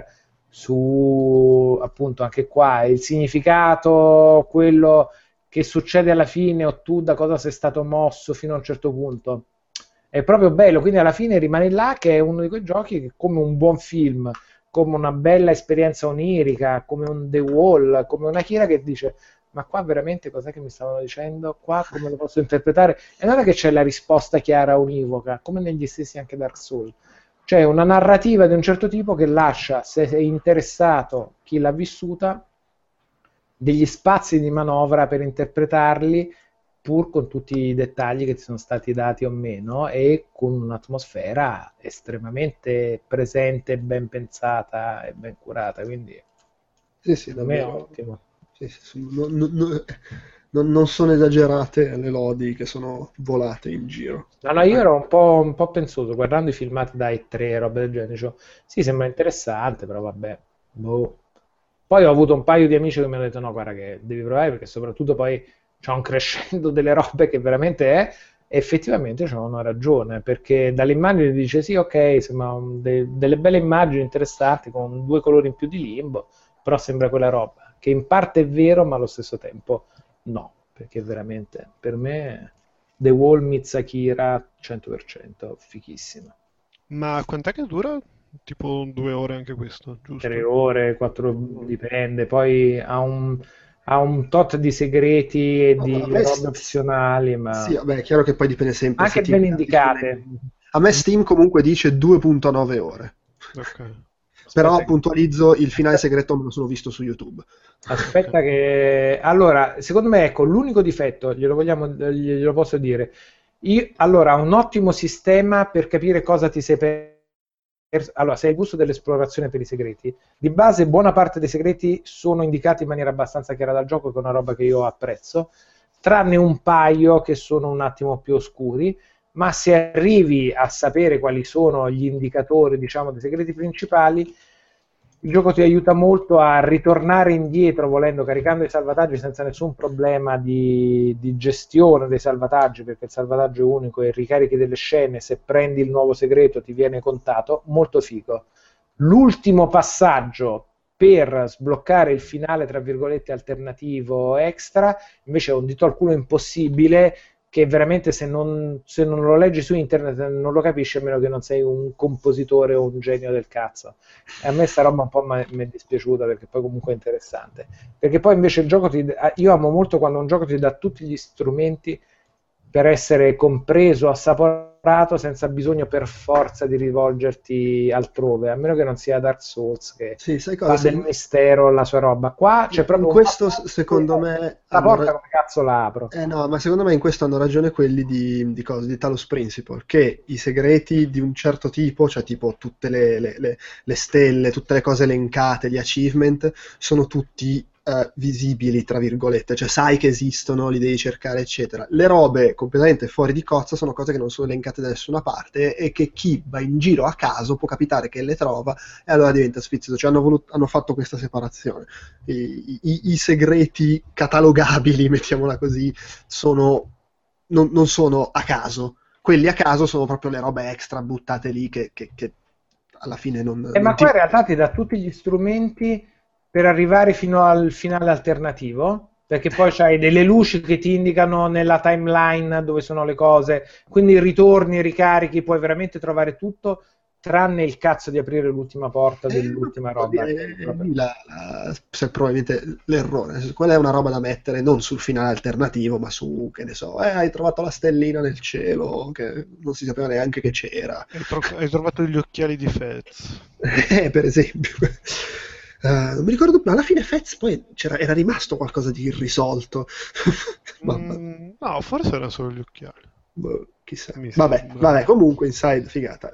su appunto anche qua il significato, quello che succede alla fine o tu da cosa sei stato mosso fino a un certo punto. È proprio bello, quindi alla fine rimani là che è uno di quei giochi che come un buon film, come una bella esperienza onirica, come un The Wall, come una Kira che dice ma qua veramente cos'è che mi stavano dicendo? Qua come lo posso interpretare? E non è che c'è la risposta chiara univoca, come negli stessi anche Dark Souls. C'è una narrativa di un certo tipo che lascia, se è interessato chi l'ha vissuta, degli spazi di manovra per interpretarli pur con tutti i dettagli che ti sono stati dati o meno e con un'atmosfera estremamente presente, ben pensata e ben curata, quindi sì, secondo me è ottimo. Sì, non sono esagerate le lodi che sono volate in giro. No, io ero un po' pensoso guardando i filmati da E3 e roba del genere, dicevo, sì, sembra interessante, però vabbè, boh. Poi ho avuto un paio di amici che mi hanno detto no, guarda che devi provare perché soprattutto poi c'è un crescendo delle robe che veramente è, e effettivamente c'hanno ragione, perché dalle immagini dice sì, ok, sembra delle belle immagini interessanti con 2 colori in più di Limbo, però sembra quella roba, che in parte è vero ma allo stesso tempo no, perché veramente per me The Wall meets Akira 100%, fichissima. Ma quant'è che dura? Tipo 2 ore anche questo, giusto? 3 ore, 4, dipende, poi ha un tot di segreti e di robe opzionali, ma sì, vabbè, è chiaro che poi dipende sempre anche ben indicate. A me Steam comunque dice 2.9 ore. Ok. Però puntualizzo, il finale segreto me lo sono visto su YouTube. Aspetta che... Allora, secondo me, ecco, l'unico difetto, glielo posso dire, allora, ha un ottimo sistema per capire cosa ti sei allora, se hai il gusto dell'esplorazione per i segreti, di base buona parte dei segreti sono indicati in maniera abbastanza chiara dal gioco, che è una roba che io apprezzo, tranne un paio che sono un attimo più oscuri, ma se arrivi a sapere quali sono gli indicatori, diciamo, dei segreti principali, il gioco ti aiuta molto a ritornare indietro volendo, caricando i salvataggi senza nessun problema di gestione dei salvataggi, perché il salvataggio è unico e ricarichi delle scene, se prendi il nuovo segreto ti viene contato, molto figo. L'ultimo passaggio per sbloccare il finale, tra virgolette, alternativo extra, invece è un dito al culo impossibile, che veramente se non lo leggi su internet non lo capisci, a meno che non sei un compositore o un genio del cazzo. E a me sta roba un po' mi è dispiaciuta, perché poi comunque è interessante. Perché poi invece il gioco io amo molto quando un gioco ti dà tutti gli strumenti per essere compreso, assaporato, senza bisogno per forza di rivolgerti altrove, a meno che non sia Dark Souls, che Sì, sai fa cosa? del mistero la sua roba. Qua c'è proprio In questo, secondo me, la porta come cazzo la apro. no, ma secondo me in questo hanno ragione quelli di cosa? Di Talos Principle, che i segreti di un certo tipo, cioè tipo tutte le stelle, tutte le cose elencate, gli achievement, sono tutti visibili, tra virgolette, cioè sai che esistono, li devi cercare, eccetera. Le robe completamente fuori di cozza sono cose che non sono elencate da nessuna parte e che chi va in giro a caso può capitare che le trova e allora diventa sfizioso. Cioè hanno fatto questa separazione. I segreti catalogabili, mettiamola così, non sono a caso. Quelli a caso sono proprio le robe extra buttate lì che alla fine non Ma qua in realtà ti dà tutti gli strumenti per arrivare fino al finale alternativo, perché poi c'hai delle luci che ti indicano nella timeline dove sono le cose, quindi ritorni, ricarichi, puoi veramente trovare tutto, tranne il cazzo di aprire l'ultima porta dell'ultima roba. Se probabilmente l'errore, quella è una roba da mettere non sul finale alternativo, ma su, che ne so, hai trovato la stellina nel cielo che non si sapeva neanche che c'era. Hai trovato gli occhiali di Fez. Per esempio. Non mi ricordo, ma alla fine Fez poi era rimasto qualcosa di irrisolto. No, forse erano solo gli occhiali. Chissà. Vabbè, comunque Inside, figata.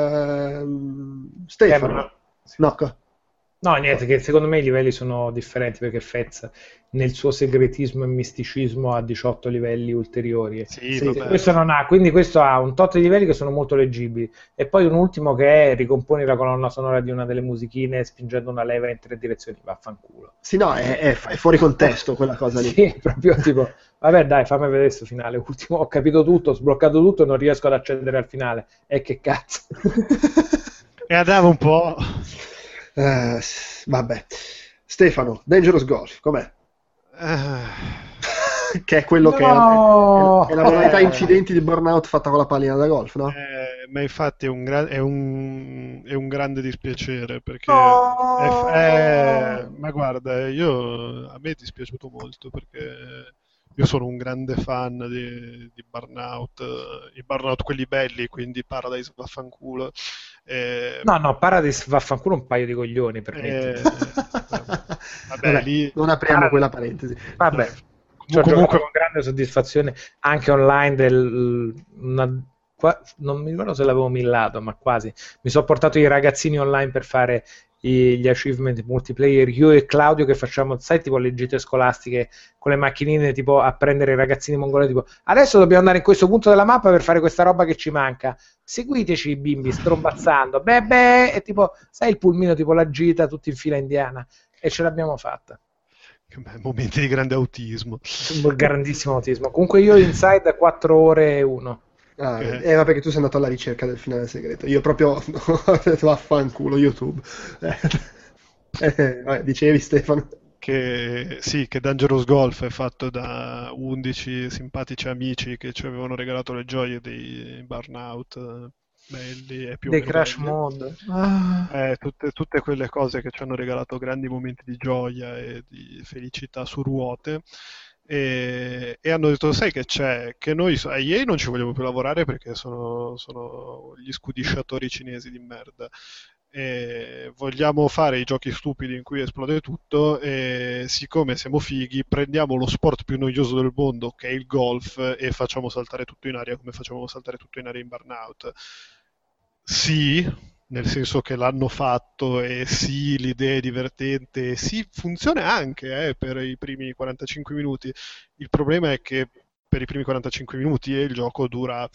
Stefano. No, niente, che secondo me i livelli sono differenti, perché Fez nel suo segretismo e misticismo ha 18 livelli ulteriori. Sì, questo non ha, quindi questo ha un tot di livelli che sono molto leggibili, e poi un ultimo che è ricomponi la colonna sonora di una delle musichine spingendo una leva in 3 direzioni, vaffanculo. Sì, no, è fuori contesto quella cosa lì. Sì, proprio tipo, vabbè dai, fammi vedere questo finale ultimo, ho capito tutto, ho sbloccato tutto e non riesco ad accedere al finale, e che cazzo. E andava un po'... vabbè, Stefano, Dangerous Golf, com'è? Che è quello che è la modalità incidenti di Burnout fatta con la pallina da golf, no? Ma infatti è un grande dispiacere, perché ma guarda, a me è dispiaciuto molto, perché io sono un grande fan di Burnout, i Burnout quelli belli, quindi Paradise vaffanculo. No, Paradise vaffanculo un paio di coglioni, permettimi. Vabbè, lì non apriamo quella parentesi. Vabbè, comunque con grande soddisfazione anche online non mi ricordo se l'avevo millato, ma quasi. Mi sono portato i ragazzini online per fare gli achievement multiplayer, io e Claudio, che facciamo, sai, tipo le gite scolastiche con le macchinine, tipo a prendere i ragazzini mongoli, tipo adesso dobbiamo andare in questo punto della mappa per fare questa roba che ci manca, seguiteci bimbi, strombazzando, beh, e tipo, sai, il pulmino tipo la gita tutti in fila indiana, e ce l'abbiamo fatta. Momenti di grande autismo. Grandissimo autismo. Comunque io Inside 4 ore e 1. Ma perché tu sei andato alla ricerca del finale segreto. Io proprio ho detto vaffanculo YouTube. Vabbè, dicevi, Stefano? Che Dangerous Golf è fatto da 11 simpatici amici che ci avevano regalato le gioie dei Burnout belli e più dei Crash Mode. Tutte quelle cose che ci hanno regalato grandi momenti di gioia e di felicità su ruote. E hanno detto, sai che c'è, che noi a EA non ci vogliamo più lavorare perché sono gli scudisciatori cinesi di merda, e vogliamo fare i giochi stupidi in cui esplode tutto, e siccome siamo fighi prendiamo lo sport più noioso del mondo, che è il golf, e facciamo saltare tutto in aria come facciamo saltare tutto in aria in Burnout. Sì, nel senso che l'hanno fatto, e sì, l'idea è divertente, e sì, funziona anche per i primi 45 minuti. Il problema è che per i primi 45 minuti il gioco dura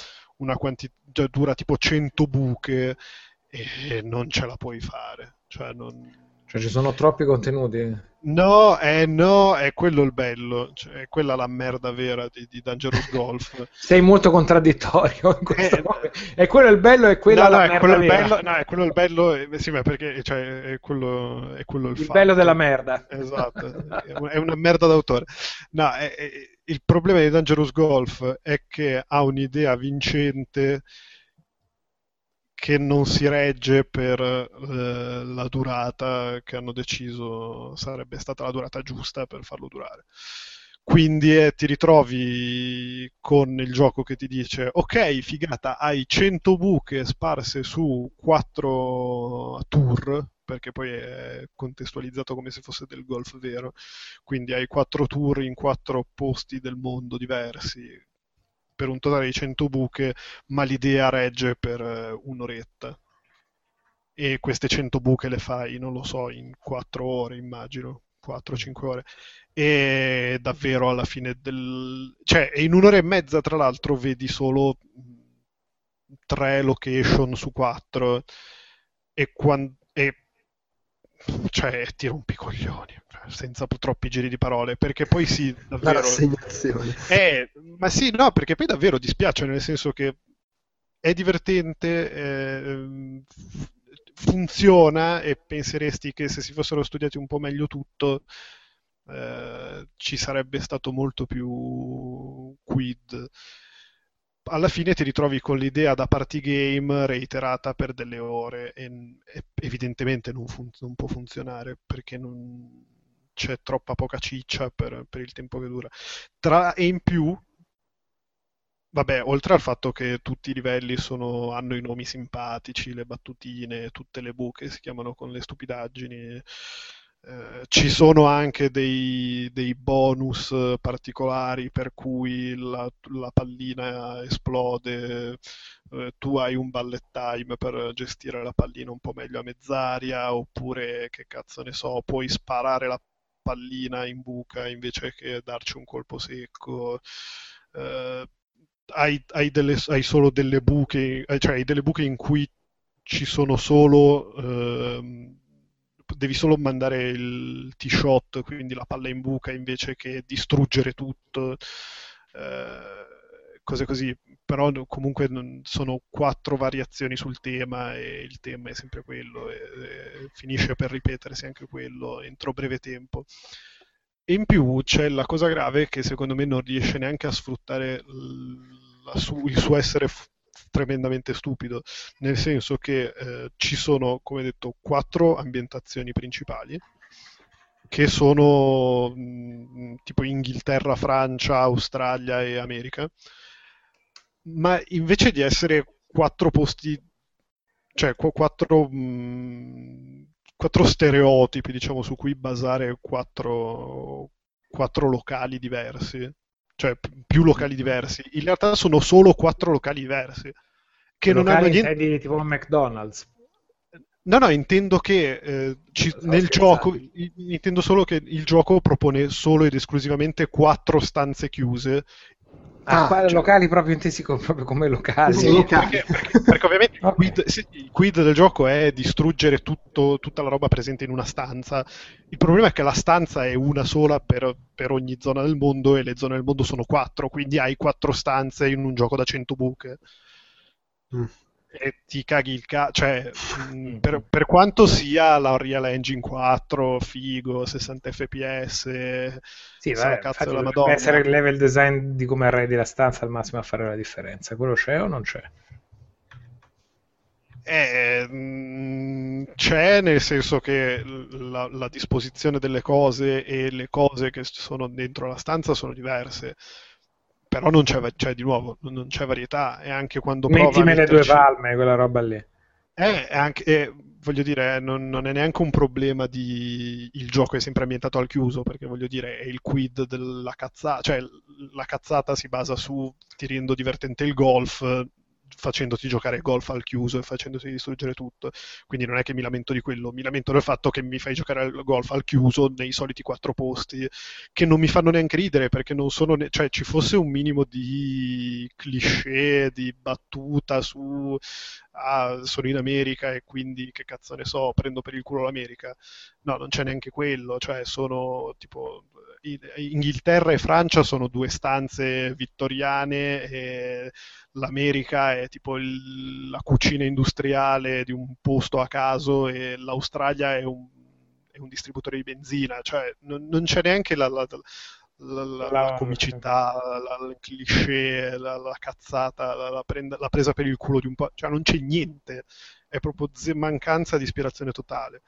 dura tipo 100 buche e non ce la puoi fare. Cioè Cioè ci sono troppi contenuti. No, è quello il bello, cioè, è quella la merda vera di Dangerous Golf. Sei molto contraddittorio in questo momento. E quello è il bello e quella la merda quello il vera. bello, no, è quello il bello, sì, ma perché cioè, è quello il Il fatto. bello della merda. Esatto, è una merda d'autore. No, il problema di Dangerous Golf è che ha un'idea vincente che non si regge per la durata che hanno deciso sarebbe stata la durata giusta per farlo durare. Quindi ti ritrovi con il gioco che ti dice ok, figata, hai 100 buche sparse su 4 tour, perché poi è contestualizzato come se fosse del golf vero, quindi hai 4 tour in 4 posti del mondo diversi per un totale di 100 buche, ma l'idea regge per un'oretta. E queste 100 buche le fai, non lo so, in 4 ore, immagino, 4-5 ore. E davvero alla fine cioè, in un'ora e mezza, tra l'altro, vedi solo 3 location su 4 e cioè ti rompi i coglioni senza troppi giri di parole, perché poi sì, davvero La rassegnazione. ma sì, no, perché poi davvero dispiace, nel senso che è divertente, funziona e penseresti che se si fossero studiati un po' meglio tutto ci sarebbe stato molto più quid. Alla fine ti ritrovi con l'idea da party game reiterata per delle ore e evidentemente non può funzionare perché c'è troppa poca ciccia per il tempo che dura. E in più, vabbè, oltre al fatto che tutti i livelli hanno i nomi simpatici, le battutine, tutte le buche si chiamano con le stupidaggini, ci sono anche dei bonus particolari per cui la pallina esplode, tu hai un bullet time per gestire la pallina un po' meglio a mezz'aria, oppure, che cazzo ne so, puoi sparare la pallina in buca invece che darci un colpo secco. Eh, hai solo delle buche, cioè hai delle buche in cui ci sono solo devi solo mandare il T-shot, quindi la palla in buca invece che distruggere tutto, cose così. Però comunque sono 4 variazioni sul tema e il tema è sempre quello e finisce per ripetersi anche quello entro breve tempo. E in più c'è la cosa grave che secondo me non riesce neanche a sfruttare il suo essere tremendamente stupido, nel senso che ci sono, come detto, 4 ambientazioni principali che sono tipo Inghilterra, Francia, Australia e America, ma invece di essere 4 posti, cioè 4 stereotipi, diciamo, su cui basare 4 locali diversi, cioè più locali diversi, in realtà sono solo 4 locali diversi che non hanno Locali niente. intendi tipo McDonald's. No, intendo che nel gioco, intendo solo che il gioco propone solo ed esclusivamente 4 stanze chiuse. Locali proprio intesi proprio come locali. Sì, locali. Perché ovviamente Okay. il quid del gioco è distruggere tutta la roba presente in una stanza. Il problema è che la stanza è una sola per ogni zona del mondo e le zone del mondo sono 4, quindi hai 4 stanze in un gioco da 100 buche. E ti caghi il cioè per quanto sia la Unreal Engine 4 figo, 60 fps, Sì, sa la vabbè, cazzo infatti della dovrebbe Madonna, essere il level design di come arredi la stanza al massimo a fare la differenza. Quello c'è o non c'è? c'è, nel senso che la disposizione delle cose e le cose che sono dentro la stanza sono diverse, però non c'è, cioè, di nuovo, non c'è varietà, e anche quando prova a Mettime le 2 metterci. palme, quella roba lì. Voglio dire, non è neanche un problema di il gioco è sempre ambientato al chiuso, perché voglio dire, è il quid della cazzata, cioè la cazzata si basa su ti rendo divertente il golf, facendoti giocare golf al chiuso e facendoti distruggere tutto. Quindi non è che mi lamento di quello, mi lamento del fatto che mi fai giocare al golf al chiuso nei soliti 4 posti, che non mi fanno neanche ridere, perché non sono cioè ci fosse un minimo di cliché, di battuta su sono in America e quindi che cazzo ne so, prendo per il culo l'America. No, non c'è neanche quello, cioè sono tipo Inghilterra e Francia sono 2 stanze vittoriane e l'America è tipo la cucina industriale di un posto a caso e l'Australia è un distributore di benzina, cioè non c'è neanche la comicità, il cliché, la cazzata, la presa per il culo di un po', cioè non c'è niente, è proprio mancanza di ispirazione totale.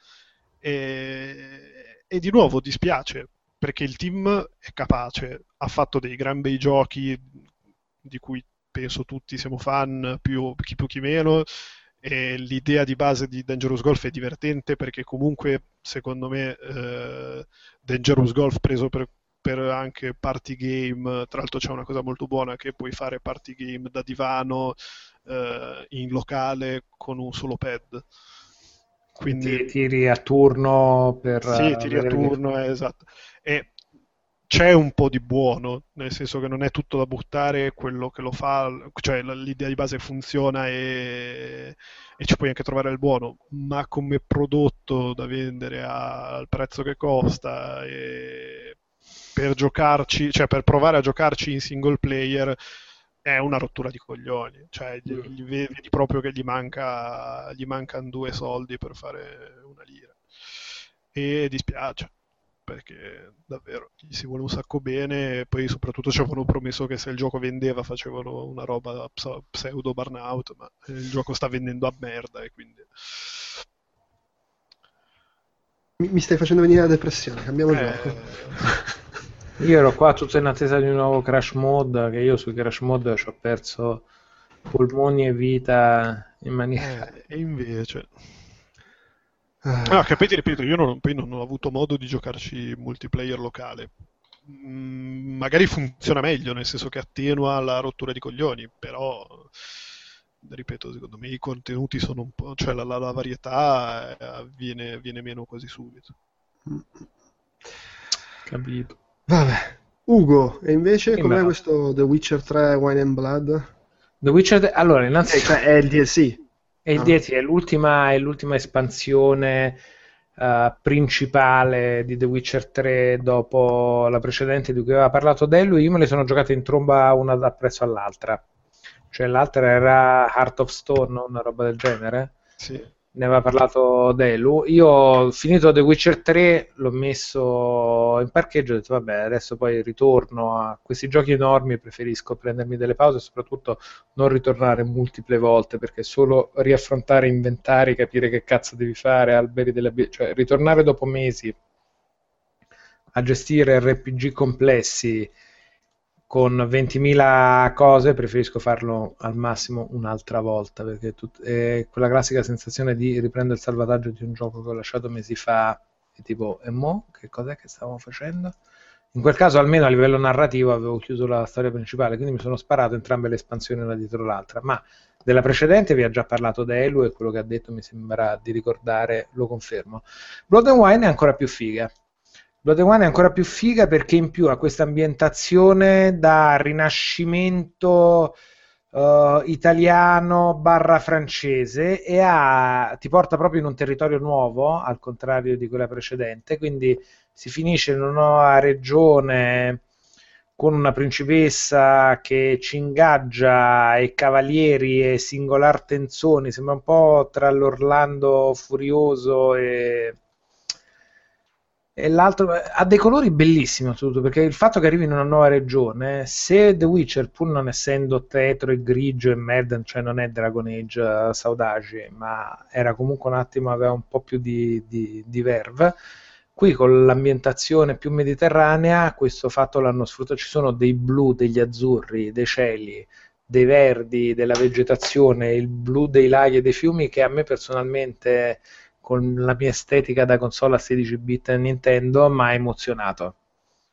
E di nuovo dispiace, perché il team è capace, ha fatto dei gran bei giochi di cui penso tutti siamo fan, chi più chi meno, e l'idea di base di Dangerous Golf è divertente perché comunque secondo me Dangerous Golf preso per anche party game, tra l'altro c'è una cosa molto buona che puoi fare party game da divano in locale con un solo pad. Quindi tiri a turno per sì, tiri a turno, esatto. E c'è un po' di buono, nel senso che non è tutto da buttare, quello che lo fa, cioè l'idea di base funziona e ci puoi anche trovare il buono, ma come prodotto da vendere al prezzo che costa e per giocarci, cioè per provare a giocarci in single player è una rottura di coglioni, cioè vedi proprio che gli mancano 2 soldi per fare una lira e dispiace perché davvero gli si vuole un sacco bene e poi soprattutto ci avevano promesso che se il gioco vendeva facevano una roba pseudo burnout, ma il gioco sta vendendo a merda e quindi Mi stai facendo venire la depressione, cambiamo gioco. Io ero qua tutto in attesa di un nuovo Crash Mode, che io sui Crash Mode ci ho perso polmoni e vita in maniera... e invece... capite, ripeto, io non ho avuto modo di giocarci multiplayer locale. Magari funziona meglio, nel senso che attenua la rottura di coglioni, però ripeto, secondo me i contenuti sono un po', cioè la varietà viene meno quasi subito. Capito. Vabbè. Ugo, e invece com'è questo The Witcher 3 Wine and Blood? The Witcher 3, allora innanzitutto cioè è il DLC. È il DLC, è l'ultima espansione principale di The Witcher 3 dopo la precedente di cui aveva parlato Dello. Io me le sono giocate in tromba una da prezzo all'altra, cioè l'altra era Heart of Stone, una roba del genere. Sì. Ne aveva parlato Delu. Io ho finito The Witcher 3, l'ho messo in parcheggio e ho detto vabbè, adesso poi ritorno a questi giochi enormi, preferisco prendermi delle pause e soprattutto non ritornare multiple volte, perché solo riaffrontare inventari, capire che cazzo devi fare, alberi cioè ritornare dopo mesi a gestire RPG complessi con 20.000 cose, preferisco farlo al massimo un'altra volta, perché è quella classica sensazione di riprendere il salvataggio di un gioco che ho lasciato mesi fa e tipo, e mo? Che cos'è che stavamo facendo? In quel caso almeno a livello narrativo avevo chiuso la storia principale, quindi mi sono sparato entrambe le espansioni una dietro l'altra, ma della precedente vi ha già parlato Delu e quello che ha detto mi sembra di ricordare, lo confermo. Blood and Wine è ancora più figa. Blood and Wine è ancora più figa perché in più ha questa ambientazione da rinascimento italiano / francese e ti porta proprio in un territorio nuovo, al contrario di quella precedente, quindi si finisce in una nuova regione con una principessa che ci ingaggia e cavalieri e singolar tenzoni, sembra un po' tra l'Orlando Furioso e l'altro. Ha dei colori bellissimi assoluto, perché il fatto che arrivi in una nuova regione, se The Witcher, pur non essendo tetro e grigio e merda, cioè non è Dragon Age Saudagi, ma era comunque un attimo, aveva un po' più di verve, qui con l'ambientazione più mediterranea questo fatto l'hanno sfruttato. Ci sono dei blu, degli azzurri, dei cieli, dei verdi, della vegetazione, il blu dei laghi e dei fiumi, che a me personalmente, con la mia estetica da console a 16 bit Nintendo, mi ha emozionato.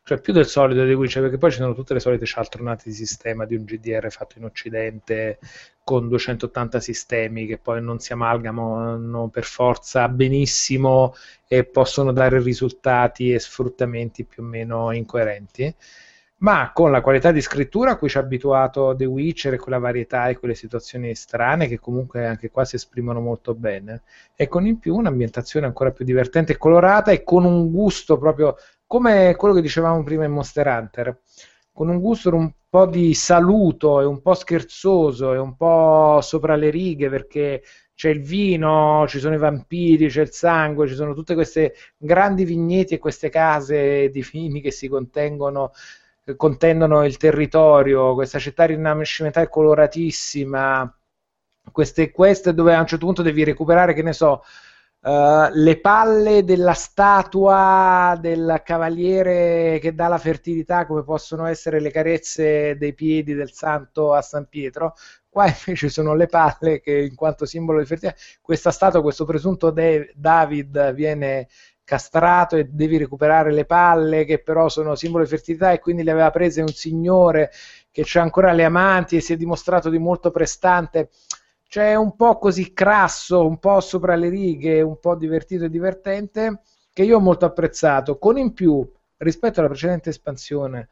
cioè più del solito di Witcher, perché poi ci sono tutte le solite cialtronate di sistema di un GDR fatto in Occidente con 280 sistemi che poi non si amalgamano per forza benissimo e possono dare risultati e sfruttamenti più o meno incoerenti, ma con la qualità di scrittura a cui ci ha abituato The Witcher e quella varietà e quelle situazioni strane che comunque anche qua si esprimono molto bene, e con in più un'ambientazione ancora più divertente e colorata e con un gusto proprio come quello che dicevamo prima in Monster Hunter, con un gusto un po' di saluto e un po' scherzoso e un po' sopra le righe, perché c'è il vino, ci sono i vampiri, c'è il sangue, ci sono tutte queste grandi vigneti e queste case di vini che si contendono il territorio, questa città rinascimentale coloratissima, queste quest dove a un certo punto devi recuperare, che ne so, le palle della statua del cavaliere che dà la fertilità, come possono essere le carezze dei piedi del santo a San Pietro. Qua invece sono le palle che, in quanto simbolo di fertilità, questa statua, questo presunto David viene castrato e devi recuperare le palle che però sono simbolo di fertilità, e quindi le aveva prese un signore che c'ha ancora le amanti e si è dimostrato di molto prestante. Cioè un po' così crasso, un po' sopra le righe, un po' divertito e divertente, che io ho molto apprezzato, con in più rispetto alla precedente espansione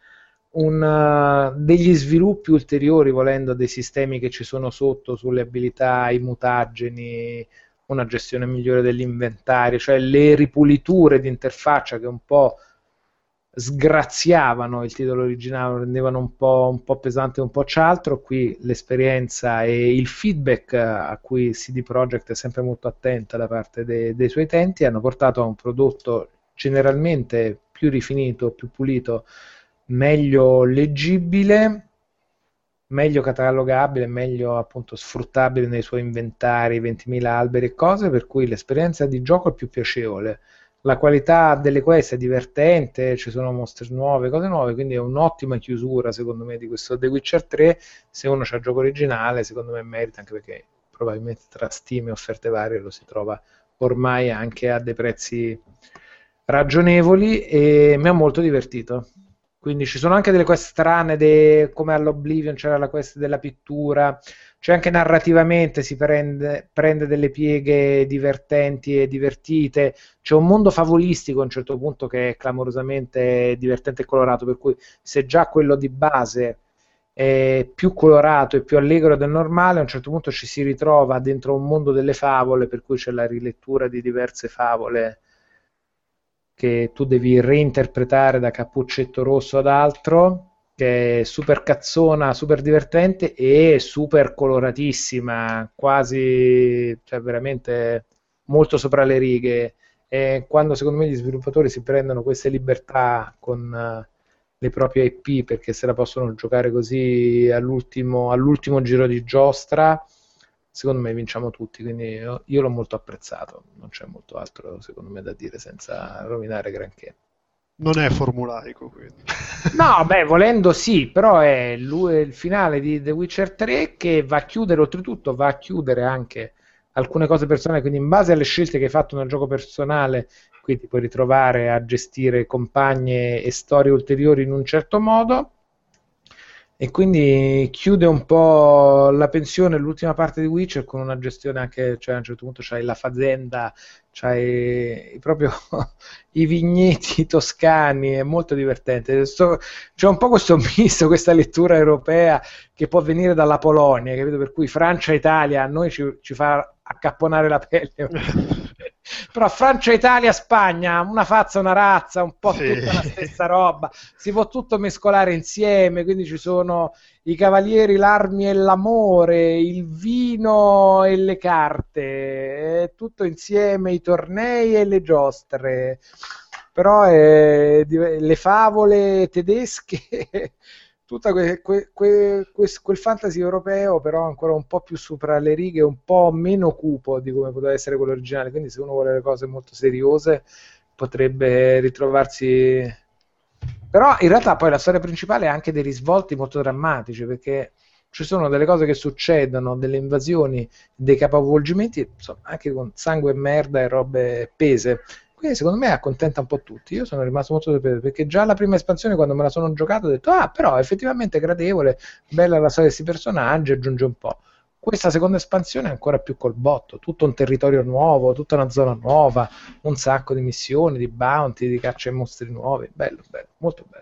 degli sviluppi ulteriori, volendo, dei sistemi che ci sono sotto sulle abilità, i mutageni, una gestione migliore dell'inventario, cioè le ripuliture di interfaccia che un po' sgraziavano il titolo originale, lo rendevano un po' pesante, un po' cialtro. Qui l'esperienza e il feedback a cui CD Projekt è sempre molto attenta da parte dei suoi utenti hanno portato a un prodotto generalmente più rifinito, più pulito, meglio leggibile, meglio catalogabile, meglio appunto sfruttabile nei suoi inventari, 20.000 alberi e cose, per cui l'esperienza di gioco è più piacevole. La qualità delle quest è divertente, ci sono mostre nuove, cose nuove, quindi è un'ottima chiusura secondo me di questo The Witcher 3. Se uno c'ha il gioco originale, secondo me merita, anche perché probabilmente tra Steam e offerte varie lo si trova ormai anche a dei prezzi ragionevoli, e mi ha molto divertito. Quindi ci sono anche delle quest strane, come all'Oblivion c'era la quest della pittura, c'è anche narrativamente, si prende delle pieghe divertenti e divertite, c'è un mondo favolistico a un certo punto che è clamorosamente divertente e colorato, per cui se già quello di base è più colorato e più allegro del normale, a un certo punto ci si ritrova dentro un mondo delle favole, per cui c'è la rilettura di diverse favole che tu devi reinterpretare da Cappuccetto Rosso ad altro, che è super cazzona, super divertente e super coloratissima, quasi, cioè veramente molto sopra le righe. E quando secondo me gli sviluppatori si prendono queste libertà con le proprie IP, perché se la possono giocare così all'ultimo giro di giostra, secondo me vinciamo tutti, quindi io l'ho molto apprezzato, non c'è molto altro secondo me da dire senza rovinare granché. Non è formulaico, quindi. No, beh, volendo sì, però è il finale di The Witcher 3 che va a chiudere, oltretutto va a chiudere anche alcune cose personali, quindi in base alle scelte che hai fatto nel gioco personale, qui ti puoi ritrovare a gestire compagne e storie ulteriori in un certo modo, e quindi chiude un po' la pensione, l'ultima parte di Witcher, con una gestione anche, cioè a un certo punto c'hai la fazenda, c'hai proprio i vigneti toscani, è molto divertente. C'è un po' questo misto, questa lettura europea che può venire dalla Polonia, capito? Per cui Francia e Italia a noi ci fa accapponare la pelle. Però Francia, Italia, Spagna, una fazza, una razza, un po' sì, tutta la stessa roba, si può tutto mescolare insieme, quindi ci sono i cavalieri, l'armi e l'amore, il vino e le carte, è tutto insieme, i tornei e le giostre, però le favole tedesche, tutto quel fantasy europeo, però ancora un po' più sopra le righe, un po' meno cupo di come poteva essere quello originale, quindi se uno vuole le cose molto seriose potrebbe ritrovarsi. Però in realtà poi la storia principale ha anche dei risvolti molto drammatici, perché ci sono delle cose che succedono, delle invasioni, dei capovolgimenti, insomma, anche con sangue e merda e robe pese, Quindi secondo me accontenta un po' tutti. Io sono rimasto molto sorpreso, perché già la prima espansione, quando me la sono giocata, ho detto però è effettivamente gradevole, bella la storia di questi personaggi, aggiunge un po'. Questa seconda espansione è ancora più col botto, tutto un territorio nuovo, tutta una zona nuova, un sacco di missioni, di bounty, di caccia ai mostri nuovi, bello, molto bello.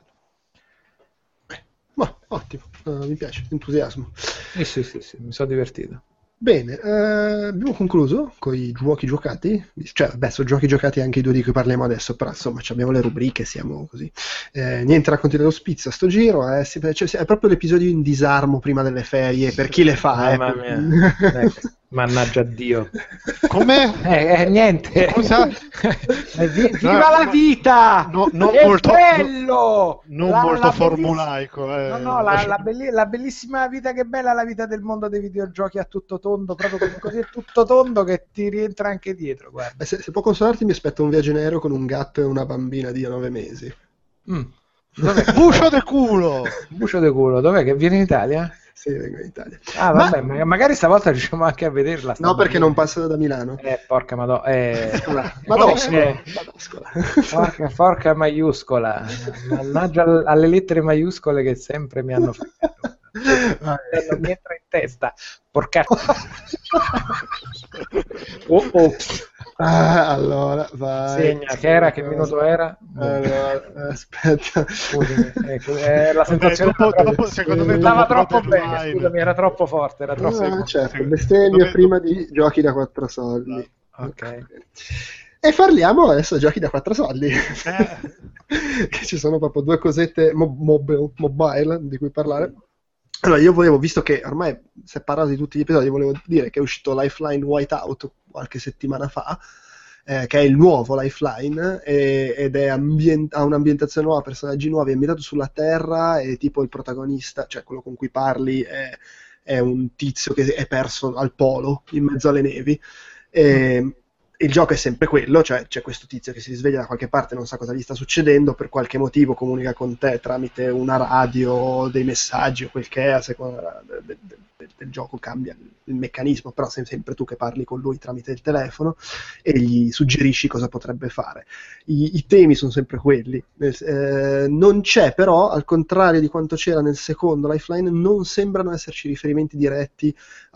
Ma ottimo, mi piace, entusiasmo. Sì, mi sono divertito. Bene, abbiamo concluso con i giochi giocati, cioè beh, sono giochi giocati anche i due di cui parliamo adesso, però insomma abbiamo le rubriche, siamo così. Niente racconti dello Spizza sto giro, è proprio l'episodio in disarmo prima delle ferie, per chi le fa. Mamma mia. Mannaggia Dio. Com'è? Niente. Cosa? Viva la vita! Non che molto, bello! Non molto formulaico. No, la bellissima vita, che bella la vita del mondo dei videogiochi a tutto tondo, proprio così è tutto tondo che ti rientra anche dietro. Guarda. Se può consolarti, mi aspetto un viaggio in aereo con un gatto e una bambina di 9 mesi. Dov'è? Bucio de culo! Bucio de culo, dov'è che viene in Italia? Sì, vengo in Italia. Vabbè, magari stavolta riusciamo anche a vederla. No, perché non passano da Milano. Porca porca maiuscola. Mannaggia alle lettere maiuscole che sempre mi hanno fregato. Non mi entra in testa. Porca. Ops. Allora, vai. Segna, che minuto era? Allora, aspetta. Scusami, la sensazione secondo me andava troppo bene, scusami, era troppo forte, era troppo certo, bestemmia prima di giochi da 4 soldi. Ok. E parliamo adesso di giochi da 4 soldi. Che ci sono proprio due cosette mobile di cui parlare. Allora, io volevo, visto che ormai si è parlato di tutti gli episodi, volevo dire che è uscito Lifeline Whiteout qualche settimana fa, che è il nuovo Lifeline, ed è ha un'ambientazione nuova, personaggi nuovi, è ambientato sulla Terra, e tipo il protagonista, cioè quello con cui parli, è un tizio che è perso al polo, in mezzo alle nevi. Il gioco è sempre quello, cioè c'è questo tizio che si risveglia da qualche parte, non sa cosa gli sta succedendo, per qualche motivo comunica con te tramite una radio, dei messaggi o quel che è, a seconda del gioco cambia il meccanismo, però sei sempre tu che parli con lui tramite il telefono e gli suggerisci cosa potrebbe fare. I temi sono sempre quelli. Non c'è però, al contrario di quanto c'era nel secondo Lifeline, non sembrano esserci riferimenti diretti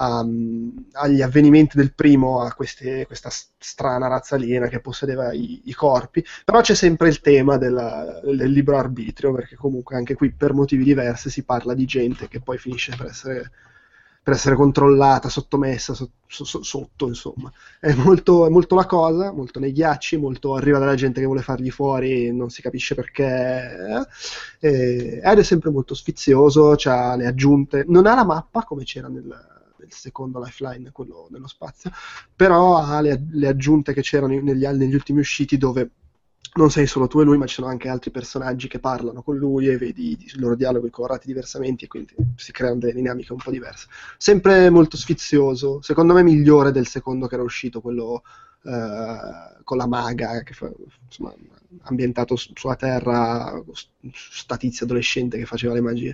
agli avvenimenti del primo, a questa strana razza aliena che possedeva i corpi, però c'è sempre il tema del libero arbitrio, perché comunque anche qui per motivi diversi si parla di gente che poi finisce per essere controllata, sottomessa sotto, insomma. È molto la cosa, molto nei ghiacci, molto arriva dalla gente che vuole fargli fuori, non si capisce perché, ed è sempre molto sfizioso, c'ha le aggiunte, non ha la mappa come c'era nel secondo Lifeline, quello dello spazio, però ha le aggiunte che c'erano negli ultimi usciti, dove non sei solo tu e lui, ma ci sono anche altri personaggi che parlano con lui e vedi i loro dialoghi colorati diversamente, e quindi si creano delle dinamiche un po' diverse. Sempre molto sfizioso, secondo me migliore del secondo che era uscito, quello con la maga, che insomma, ambientato sulla Terra, sta tizia adolescente che faceva le magie.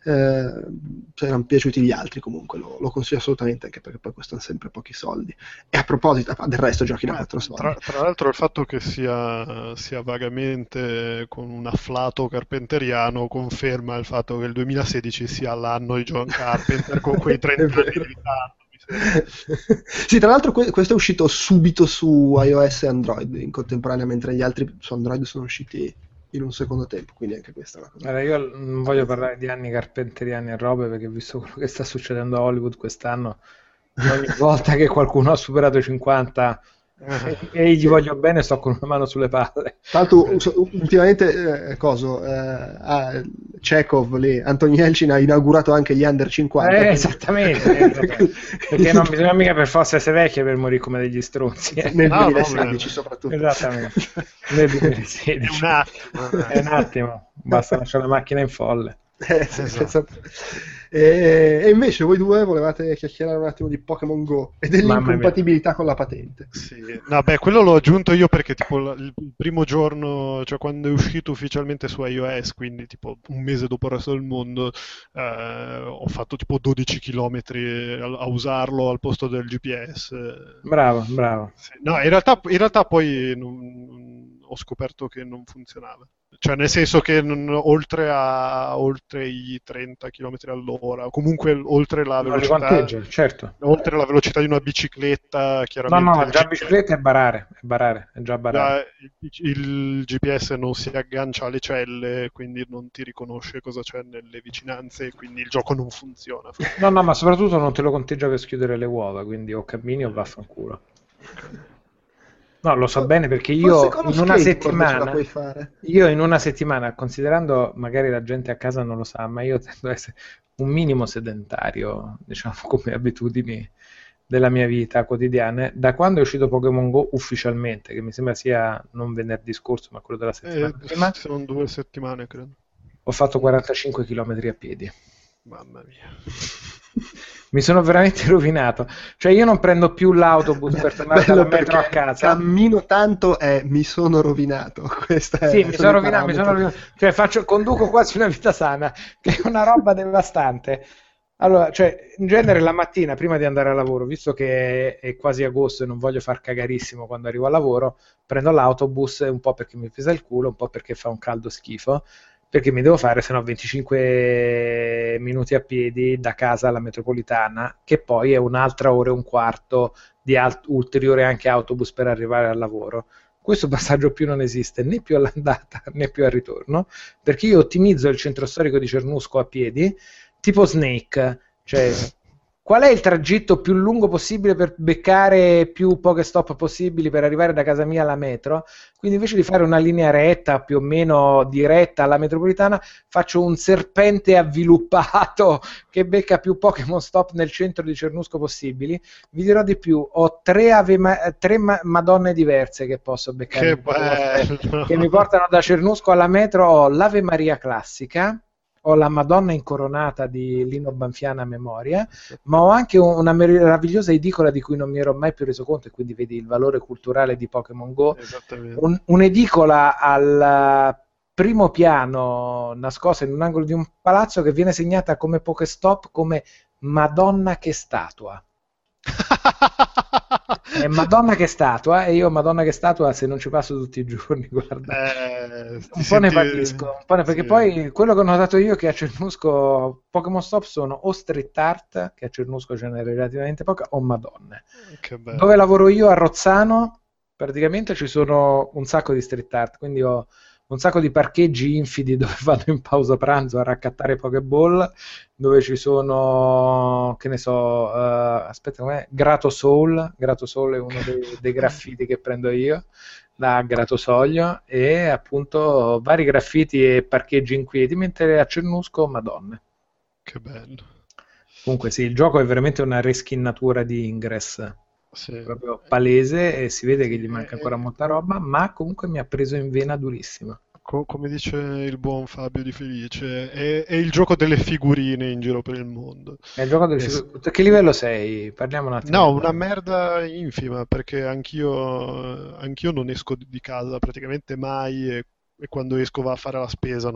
Erano piaciuti gli altri, comunque lo consiglio assolutamente, anche perché poi costano sempre pochi soldi. E a proposito, del resto giochi da 4 soldi. Tra l'altro il fatto che sia vagamente con un afflato carpenteriano conferma il fatto che il 2016 sia l'anno di John Carpenter con quei 30 anni di ritardo. Sì, tra l'altro questo è uscito subito su iOS e Android in contemporanea, mentre gli altri su Android sono usciti in un secondo tempo, quindi anche questa è una cosa. Allora, io non voglio parlare di anni carpenteriani e robe, perché visto quello che sta succedendo a Hollywood quest'anno, ogni volta che qualcuno ha superato i 50 e gli voglio bene, sto con una mano sulle palle. Tra l'altro ultimamente Chekhov lì, Anthony Elchin ha inaugurato anche gli under 50. Esattamente, perché non bisogna mica per forza essere vecchi per morire come degli stronzi. Nel 2016 soprattutto. Esattamente. Nel 2016. È un attimo, basta lasciare la macchina in folle. Esatto. E invece voi due volevate chiacchierare un attimo di Pokémon Go e dell'incompatibilità con la patente. Sì, no, beh, quello l'ho aggiunto io perché tipo il primo giorno, cioè quando è uscito ufficialmente su iOS, quindi tipo un mese dopo il resto del mondo, ho fatto tipo 12 km a usarlo al posto del GPS. Bravo. Sì. No, in realtà poi ho scoperto che non funzionava. Cioè, nel senso che oltre i 30 km all'ora, comunque oltre la velocità, certo. oltre la velocità di una bicicletta, chiaramente. No, già bicicletta è barare, è già barare. Il GPS non si aggancia alle celle, quindi non ti riconosce cosa c'è nelle vicinanze, quindi il gioco non funziona. No, ma soprattutto non te lo conteggia per schiudere le uova, quindi o cammini o vaffanculo. No, lo so bene perché io in una settimana, considerando magari la gente a casa non lo sa, ma io tendo ad essere un minimo sedentario, diciamo, come abitudini della mia vita quotidiana, da quando è uscito Pokémon Go ufficialmente, che mi sembra sia non venerdì scorso, ma quello della settimana prima. Sono 2 settimane, credo. Ho fatto 45 km a piedi. Mamma mia. Mi sono veramente rovinato. Cioè io non prendo più l'autobus per tornare dalla metro a casa. Cammino tanto e mi sono rovinato. Mi sono rovinato. Cioè conduco quasi una vita sana, che è una roba devastante. Allora, cioè, in genere la mattina prima di andare al lavoro, visto che è quasi agosto e non voglio far cagarissimo quando arrivo al lavoro, prendo l'autobus un po' perché mi pesa il culo, un po' perché fa un caldo schifo, perché mi devo fare sennò 25 minuti a piedi da casa alla metropolitana, che poi è un'altra ora e un quarto di ulteriore anche autobus per arrivare al lavoro. Questo passaggio più non esiste né più all'andata né più al ritorno, perché io ottimizzo il centro storico di Cernusco a piedi tipo Snake, cioè qual è il tragitto più lungo possibile per beccare più Pokestop possibili per arrivare da casa mia alla metro? Quindi invece di fare una linea retta, più o meno diretta alla metropolitana, faccio un serpente avviluppato che becca più Pokémon Stop nel centro di Cernusco possibili. Vi dirò di più, ho tre Madonne diverse che posso beccare, che mi portano da Cernusco alla metro. Ho l'Ave Maria classica, ho la Madonna Incoronata di Lino Banfiana a memoria, ma ho anche una meravigliosa edicola di cui non mi ero mai più reso conto, e quindi vedi il valore culturale di Pokémon Go. Un'edicola al primo piano, nascosta in un angolo di un palazzo, che viene segnata come Pokestop come Madonna che statua. È Madonna che statua, e io Madonna che statua se non ci passo tutti i giorni, guarda, un po' ne patisco, perché sì. Poi quello che ho notato io è che a Cernusco Pokémon Stop sono o street art, che a Cernusco ce n'è relativamente poca, o Madonne. Dove lavoro io, a Rozzano, praticamente ci sono un sacco di street art, quindi ho un sacco di parcheggi infidi dove vado in pausa pranzo a raccattare Pokéball, dove ci sono, che ne so, aspetta, com'è? Grato Soul è uno dei graffiti che prendo io da Gratosoglio, e appunto vari graffiti e parcheggi inquieti, mentre a Cernusco Madonne. Che bello. Comunque sì, il gioco è veramente una reskinnatura di Ingress. Sì. Proprio palese, e si vede che gli manca ancora molta roba, ma comunque mi ha preso in vena durissima. Come dice il buon Fabio Di Felice, è il gioco delle figurine in giro per il mondo. È il gioco delle figurine. Che livello sei? Parliamo un attimo. No, una merda infima, perché anch'io non esco di casa praticamente mai, e quando esco va a fare la spesa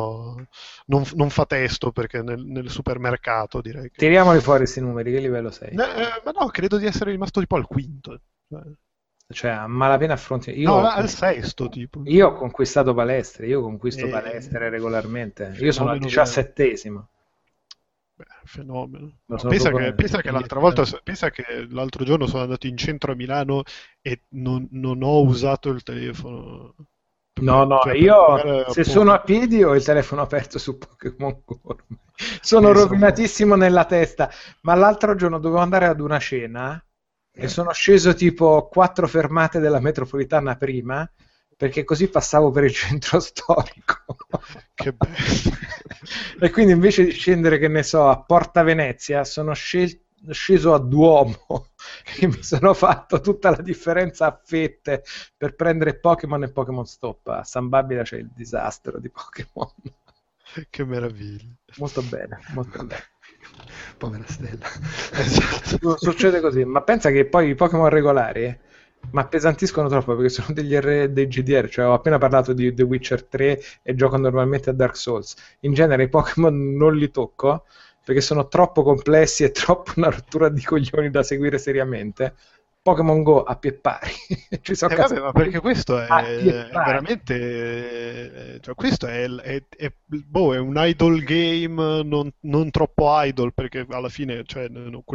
non fa testo, perché nel supermercato direi che... Tiriamoli fuori questi numeri, che livello sei? Ma no, credo di essere rimasto tipo al quinto. Cioè a malapena affronti... No, al sesto tipo. Io ho conquistato palestre, io conquisto palestre regolarmente. Io sono al 17°. Beh, fenomeno. Pensa che l'altra volta, pensa che l'altro giorno sono andato in centro a Milano e non ho usato il telefono. No, cioè, io se sono a piedi ho il telefono aperto su Pokémon Go. Sono rovinatissimo nella testa. Ma l'altro giorno dovevo andare ad una cena e sono sceso tipo 4 fermate della metropolitana prima, perché così passavo per il centro storico. Che bello. E quindi invece di scendere, che ne so, a Porta Venezia, sono sceso a Duomo e mi sono fatto tutta la differenza a fette per prendere Pokémon e Pokémon Stop. A San Babila c'è il disastro di Pokémon. Che meraviglia. Molto bene, molto bene. Povera Stella. Esatto. Succede così, ma pensa che poi i Pokémon regolari ma appesantiscono troppo perché sono dei GDR, cioè ho appena parlato di The Witcher 3 e gioco normalmente a Dark Souls. In genere i Pokémon non li tocco perché sono troppo complessi e troppo una rottura di coglioni da seguire seriamente. Pokémon Go a pie pari. Ci sono Vabbè, ma perché questo a pie è pari. veramente, cioè questo boh, è un idle game non troppo idle, perché alla fine, cioè,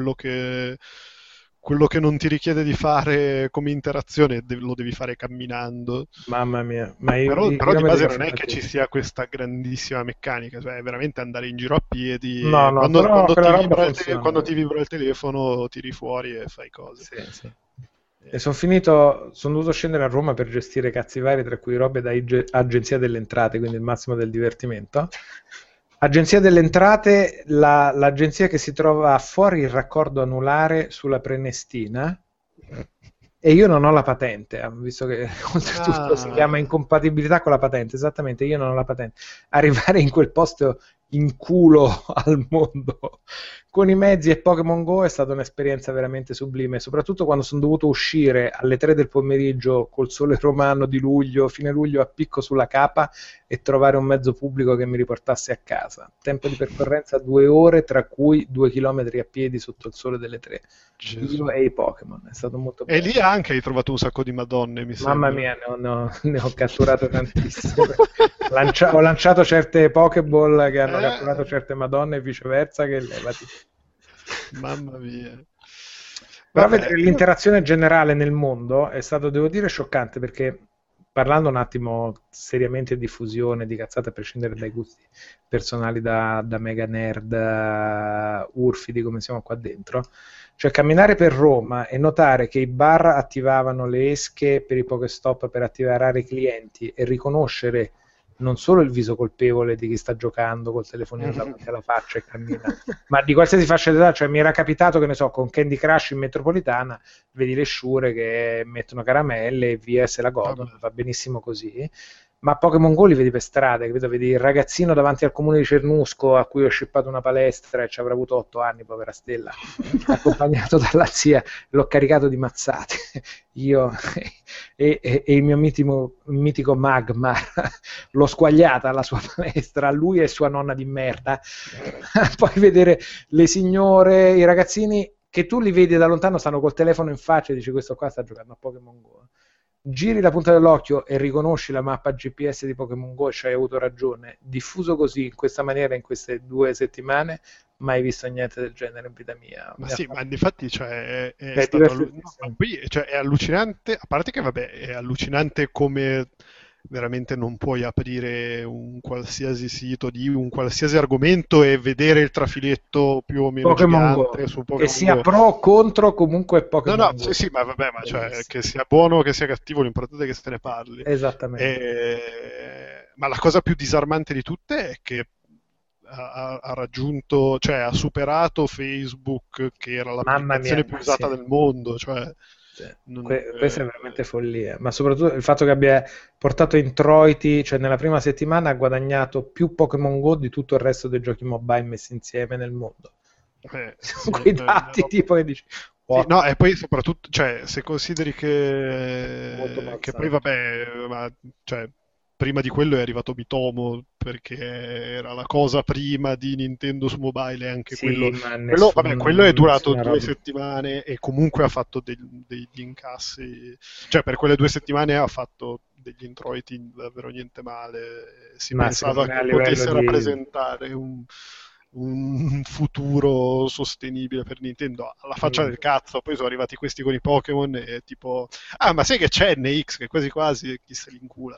quello che non ti richiede di fare come interazione lo devi fare camminando. Mamma mia, ma Però io di mi base devo non è che ci fare sia questa grandissima meccanica, cioè è veramente andare in giro a piedi no, e no, però quella roba funziona. quando ti vibra il telefono tiri fuori e fai cose. Sì, sì. E sono dovuto scendere a Roma per gestire cazzi vari, tra cui robe da Agenzia delle Entrate, quindi il massimo del divertimento. Agenzia delle Entrate, l'agenzia che si trova fuori il raccordo anulare sulla Prenestina, e io non ho la patente, visto che oltretutto si chiama incompatibilità con la patente, esattamente, io non ho la patente. Arrivare in quel posto in culo al mondo con i mezzi e Pokémon Go è stata un'esperienza veramente sublime, soprattutto quando sono dovuto uscire alle 3 del pomeriggio col sole romano di luglio, fine luglio, a picco sulla capa e trovare un mezzo pubblico che mi riportasse a casa. Tempo di percorrenza 2 ore, tra cui 2 chilometri a piedi sotto il sole delle 3. Io e i Pokémon, è stato molto bello. E lì anche hai trovato un sacco di madonne, mi Mamma sembra. mia, ne ho catturate tantissime. Ho lanciato certe Pokéball che hanno catturato certe madonne e viceversa, che levati. Mamma mia. Però vedere l'interazione generale nel mondo è stato, devo dire, scioccante, perché parlando un attimo seriamente di diffusione, di cazzate, a prescindere dai gusti personali da mega nerd, urfidi come siamo qua dentro, cioè camminare per Roma e notare che i bar attivavano le esche per i Pokestop per attivare i clienti e riconoscere non solo il viso colpevole di chi sta giocando col telefonino davanti alla faccia e cammina, ma di qualsiasi fascia d'età. Cioè mi era capitato, che ne so, con Candy Crush in metropolitana, vedi le sciure che mettono caramelle e via, se la godono, va benissimo così. Ma Pokémon Go li vedi per strada, capito? Vedi il ragazzino davanti al comune di Cernusco a cui ho shippato una palestra e ci avrà avuto 8 anni, povera Stella, accompagnato dalla zia, l'ho caricato di mazzate io e il mio mitico Magmar l'ho squagliata alla sua palestra, a lui e sua nonna di merda. Poi vedere le signore, i ragazzini che tu li vedi da lontano, stanno col telefono in faccia e dici questo qua sta giocando a Pokémon Go. Giri la punta dell'occhio e riconosci la mappa GPS di Pokémon Go, ci hai avuto ragione. Diffuso così, in questa maniera, in queste 2 settimane, mai visto niente del genere in vita mia. Ma sì, ma infatti cioè, È stato qui, cioè, è allucinante, a parte che vabbè, è allucinante come veramente non puoi aprire un qualsiasi sito di un qualsiasi argomento e vedere il trafiletto più o meno Pokémon gigante Go. su Pokémon Che sia Go. pro o contro, comunque è Pokémon No, Go. sì, ma vabbè, ma cioè, che sia buono o che sia cattivo, l'importante è che se ne parli. Esattamente. Ma la cosa più disarmante di tutte è che ha raggiunto, cioè ha superato Facebook, che era l'applicazione più usata del mondo, cioè questa è veramente follia, ma soprattutto il fatto che abbia portato introiti, cioè nella prima settimana ha guadagnato più Pokémon Go di tutto il resto dei giochi mobile messi insieme nel mondo. Quei dati tipo che dici sì, no, e poi soprattutto, cioè, se consideri che poi vabbè, ma, cioè, prima di quello è arrivato Bitomo, perché era la cosa prima di Nintendo su mobile, e anche sì, quello è durato 2 settimane e comunque ha fatto degli incassi, cioè per quelle 2 settimane ha fatto degli introiti davvero niente male, si pensava che potesse rappresentare un futuro sostenibile per Nintendo. Alla faccia del cazzo, poi sono arrivati questi con i Pokémon e tipo, ma sai che c'è NX, che quasi quasi chi se li incula.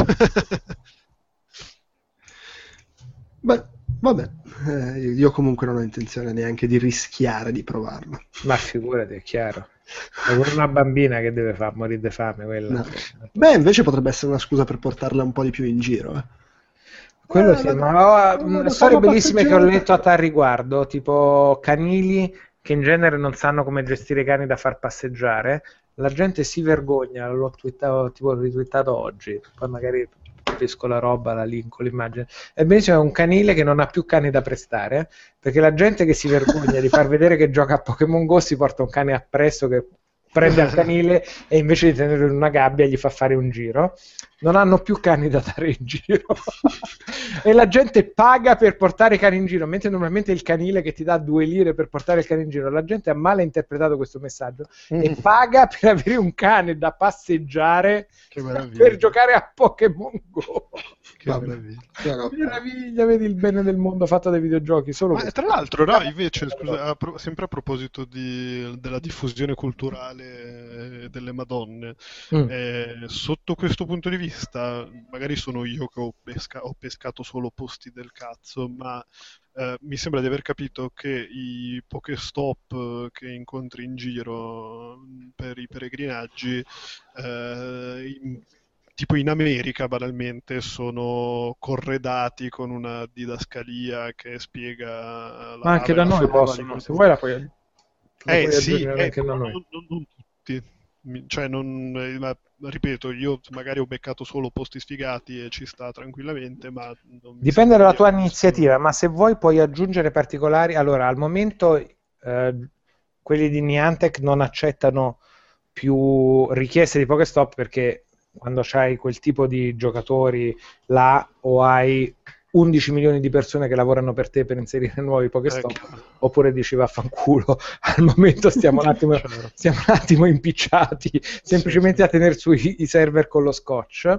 Beh, vabbè, io comunque non ho intenzione neanche di rischiare di provarlo. Ma figurati, è chiaro. È come una bambina che deve far morire di fame quella. No. Beh, invece potrebbe essere una scusa per portarla un po' di più in giro, Quello sì, ma storie bellissime che ho letto a tal riguardo, tipo canili che in genere non sanno come gestire i cani da far passeggiare. La gente si vergogna, l'ho ritwittato oggi, poi magari capisco la roba, la linko, l'immagine. E benissimo, è un canile che non ha più cani da prestare, perché la gente che si vergogna di far vedere che gioca a Pokémon Go si porta un cane appresso che prende al canile e invece di tenerlo in una gabbia gli fa fare un giro. Non hanno più cani da dare in giro e la gente paga per portare i cani in giro, mentre normalmente è il canile che ti dà 2 lire per portare il cane in giro. La gente ha male interpretato questo messaggio e paga per avere un cane da passeggiare per giocare a Pokémon Go. Che meraviglia. Meraviglia, vedi il bene del mondo fatto dai videogiochi. Solo tra l'altro, no, invece, scusa, sempre a proposito della diffusione culturale delle Madonne, sotto questo punto di vista, magari sono io che ho pescato solo posti del cazzo, ma mi sembra di aver capito che i Pokéstop che incontri in giro per i peregrinaggi, tipo in America banalmente, sono corredati con una didascalia che spiega ma anche da noi possono, se vuoi la puoi sì, anche da noi. non tutti, cioè ma, ripeto, io magari ho beccato solo posti sfigati e ci sta tranquillamente, ma non dipende dalla tua iniziativa, ma se vuoi puoi aggiungere particolari. Allora, al momento quelli di Niantic non accettano più richieste di Pokéstop, perché quando c'hai quel tipo di giocatori là, o hai 11 milioni di persone che lavorano per te per inserire nuovi Pokéstop, oppure dici vaffanculo. Al momento stiamo un attimo impicciati semplicemente a tenere su i server con lo scotch,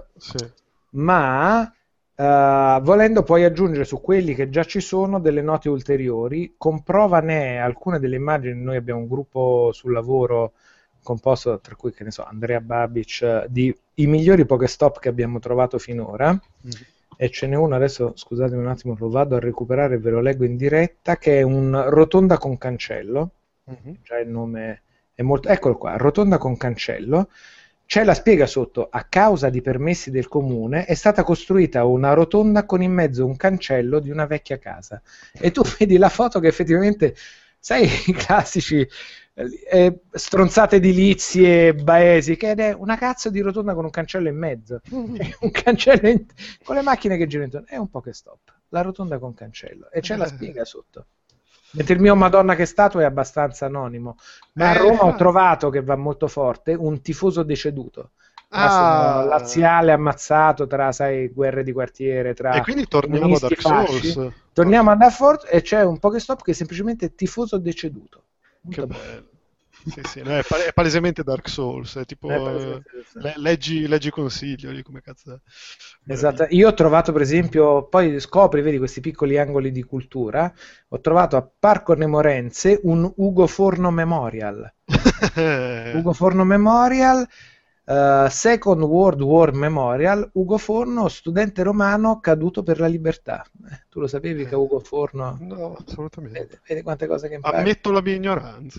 ma volendo puoi aggiungere su quelli che già ci sono delle note ulteriori. Comprova alcune delle immagini. Noi abbiamo un gruppo sul lavoro composto, tra cui, che ne so, Andrea Babic, di i migliori Pokéstop che abbiamo trovato finora, e ce n'è uno adesso, scusatemi un attimo, lo vado a recuperare e ve lo leggo in diretta, che è un rotonda con cancello. Già il nome è molto... Eccolo qua, rotonda con cancello. C'è la spiega sotto: a causa di permessi del comune è stata costruita una rotonda con in mezzo un cancello di una vecchia casa, e tu vedi la foto che effettivamente, sai, i classici stronzate edilizie baesiche, ed è una cazzo di rotonda con un cancello in mezzo. Un cancello con le macchine che girano intorno. È un Pokéstop, la rotonda con cancello, e c'è la spiega sotto. Mentre il mio Madonna che statua è abbastanza anonimo, ma a Roma ho trovato, che va molto forte, un tifoso deceduto. Laziale ammazzato tra, sai, guerre di quartiere, tra... E quindi torniamo a Dark Souls. Torniamo a Dark Souls e c'è un Pokéstop che è semplicemente tifoso deceduto. Che bello. Sì, no, è palesemente Dark Souls, è tipo leggi consiglio lì, come cazzo è. Esatto. Io ho trovato, per esempio, poi scopri, vedi, questi piccoli angoli di cultura. Ho trovato a Parco Nemorense un Ugo Forno Memorial. Ugo Forno Memorial, Second World War Memorial, Ugo Forno, studente romano caduto per la libertà. Tu lo sapevi che Ugo Forno... No, assolutamente. Vedi quante cose che impari. Ammetto la mia ignoranza.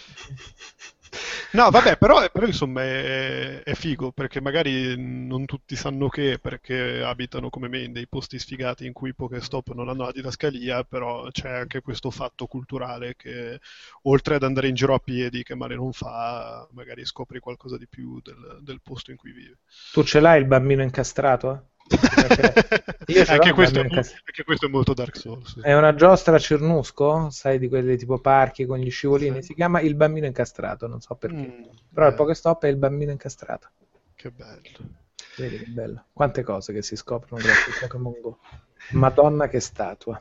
No, vabbè, però insomma è figo, perché magari non tutti sanno perché abitano come me in dei posti sfigati in cui i Pokéstop non hanno la didascalia, però c'è anche questo fatto culturale che, oltre ad andare in giro a piedi, che male non fa, magari scopri qualcosa di più del posto in cui vivi. Tu ce l'hai il bambino incastrato? Io anche questo è molto Dark Souls. È una giostra a Cernusco, sai, di quelle tipo parchi con gli scivolini. Si chiama il bambino incastrato, non so perché, però il Pokéstop è il bambino incastrato. Che bello. Vedi che bello, quante cose che si scoprono grazie a Pokémon Go. Madonna che statua.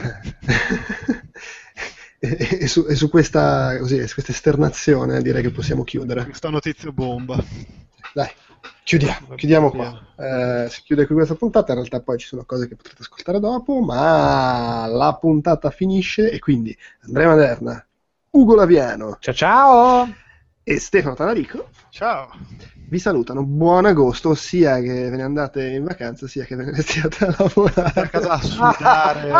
E su questa esternazione direi che possiamo chiudere. Questa notizia bomba. Dai, chiudiamo qua. Si chiude qui questa puntata. In realtà poi ci sono cose che potrete ascoltare dopo, ma la puntata finisce, e quindi Andrea Maderna, Ugo Laviano, ciao, e Stefano Talarico, ciao, vi salutano. Buon agosto, sia che ve ne andate in vacanza sia che ve ne stiate a lavorare a casa a sudare.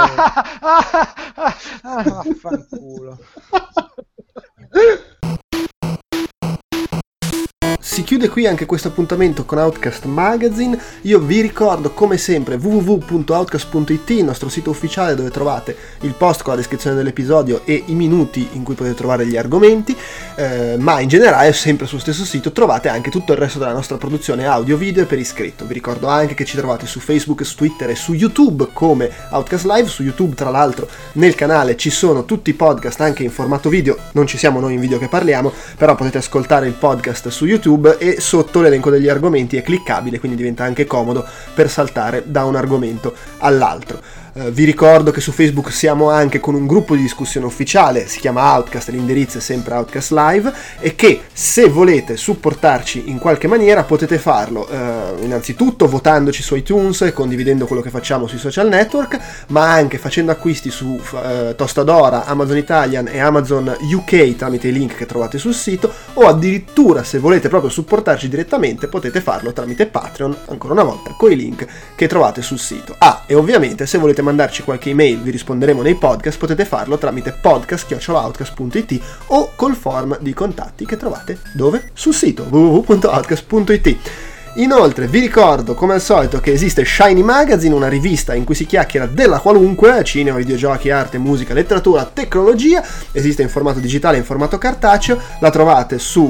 Vaffanculo. Si chiude chiude qui anche questo appuntamento con Outcast Magazine. Io vi ricordo come sempre www.outcast.it, il nostro sito ufficiale dove trovate il post con la descrizione dell'episodio e i minuti in cui potete trovare gli argomenti, ma in generale sempre sullo stesso sito trovate anche tutto il resto della nostra produzione audio, video e per iscritto. Vi ricordo anche che ci trovate su Facebook, su Twitter e su YouTube come Outcast Live. Su YouTube, tra l'altro, nel canale ci sono tutti i podcast anche in formato video, non ci siamo noi in video che parliamo, però potete ascoltare il podcast su YouTube e sotto l'elenco degli argomenti è cliccabile, quindi diventa anche comodo per saltare da un argomento all'altro. Vi ricordo che su Facebook siamo anche con un gruppo di discussione ufficiale, si chiama Outcast, l'indirizzo è sempre Outcast Live, e che se volete supportarci in qualche maniera potete farlo innanzitutto votandoci su iTunes e condividendo quello che facciamo sui social network, ma anche facendo acquisti su Tostadora, Amazon Italian e Amazon UK tramite i link che trovate sul sito, o addirittura se volete proprio supportarci direttamente potete farlo tramite Patreon, ancora una volta con i link che trovate sul sito. E ovviamente se volete mandarci qualche email, vi risponderemo nei podcast, potete farlo tramite podcast@outcast.it o col form di contatti che trovate dove? Sul sito www.outcast.it. Inoltre vi ricordo come al solito che esiste Shiny Magazine, una rivista in cui si chiacchiera della qualunque, cinema, videogiochi, arte, musica, letteratura, tecnologia. Esiste in formato digitale e in formato cartaceo, la trovate su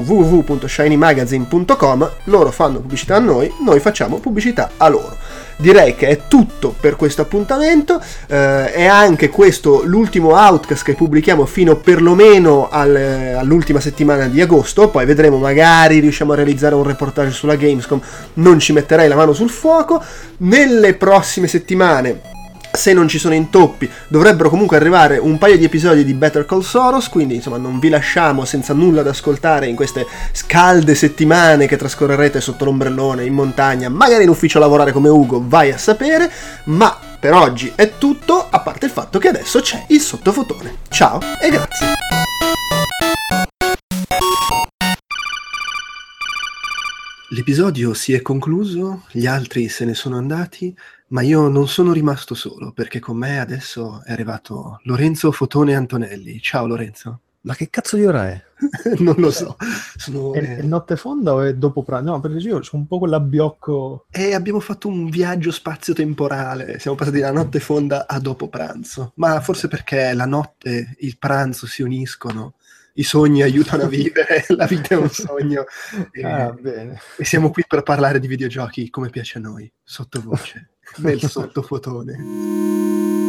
www.shinymagazine.com. Loro fanno pubblicità a noi facciamo pubblicità a loro. Direi che è tutto per questo appuntamento, è anche questo l'ultimo Outcast che pubblichiamo fino perlomeno all'ultima settimana di agosto, poi vedremo, magari riusciamo a realizzare un reportage sulla Gamescom, non ci metterei la mano sul fuoco. Nelle prossime settimane, se non ci sono intoppi, dovrebbero comunque arrivare un paio di episodi di Better Call Saul, quindi insomma non vi lasciamo senza nulla da ascoltare in queste scalde settimane che trascorrerete sotto l'ombrellone, in montagna, magari in ufficio a lavorare come Ugo, vai a sapere. Ma per oggi è tutto, a parte il fatto che adesso c'è il sottofotone. Ciao e grazie. L'episodio si è concluso, gli altri se ne sono andati, ma io non sono rimasto solo, perché con me adesso è arrivato Lorenzo Fotone Antonelli. Ciao Lorenzo. Ma che cazzo di ora è? Non lo so. È notte fonda o è dopo pranzo? No, perché io c'ho un po' quell'abbiocco. Abbiamo fatto un viaggio spazio-temporale, siamo passati da notte fonda a dopo pranzo, ma forse perché la notte e il pranzo si uniscono. I sogni aiutano a vivere, la vita è un sogno. Bene. E siamo qui per parlare di videogiochi come piace a noi, sottovoce, nel sottofotone.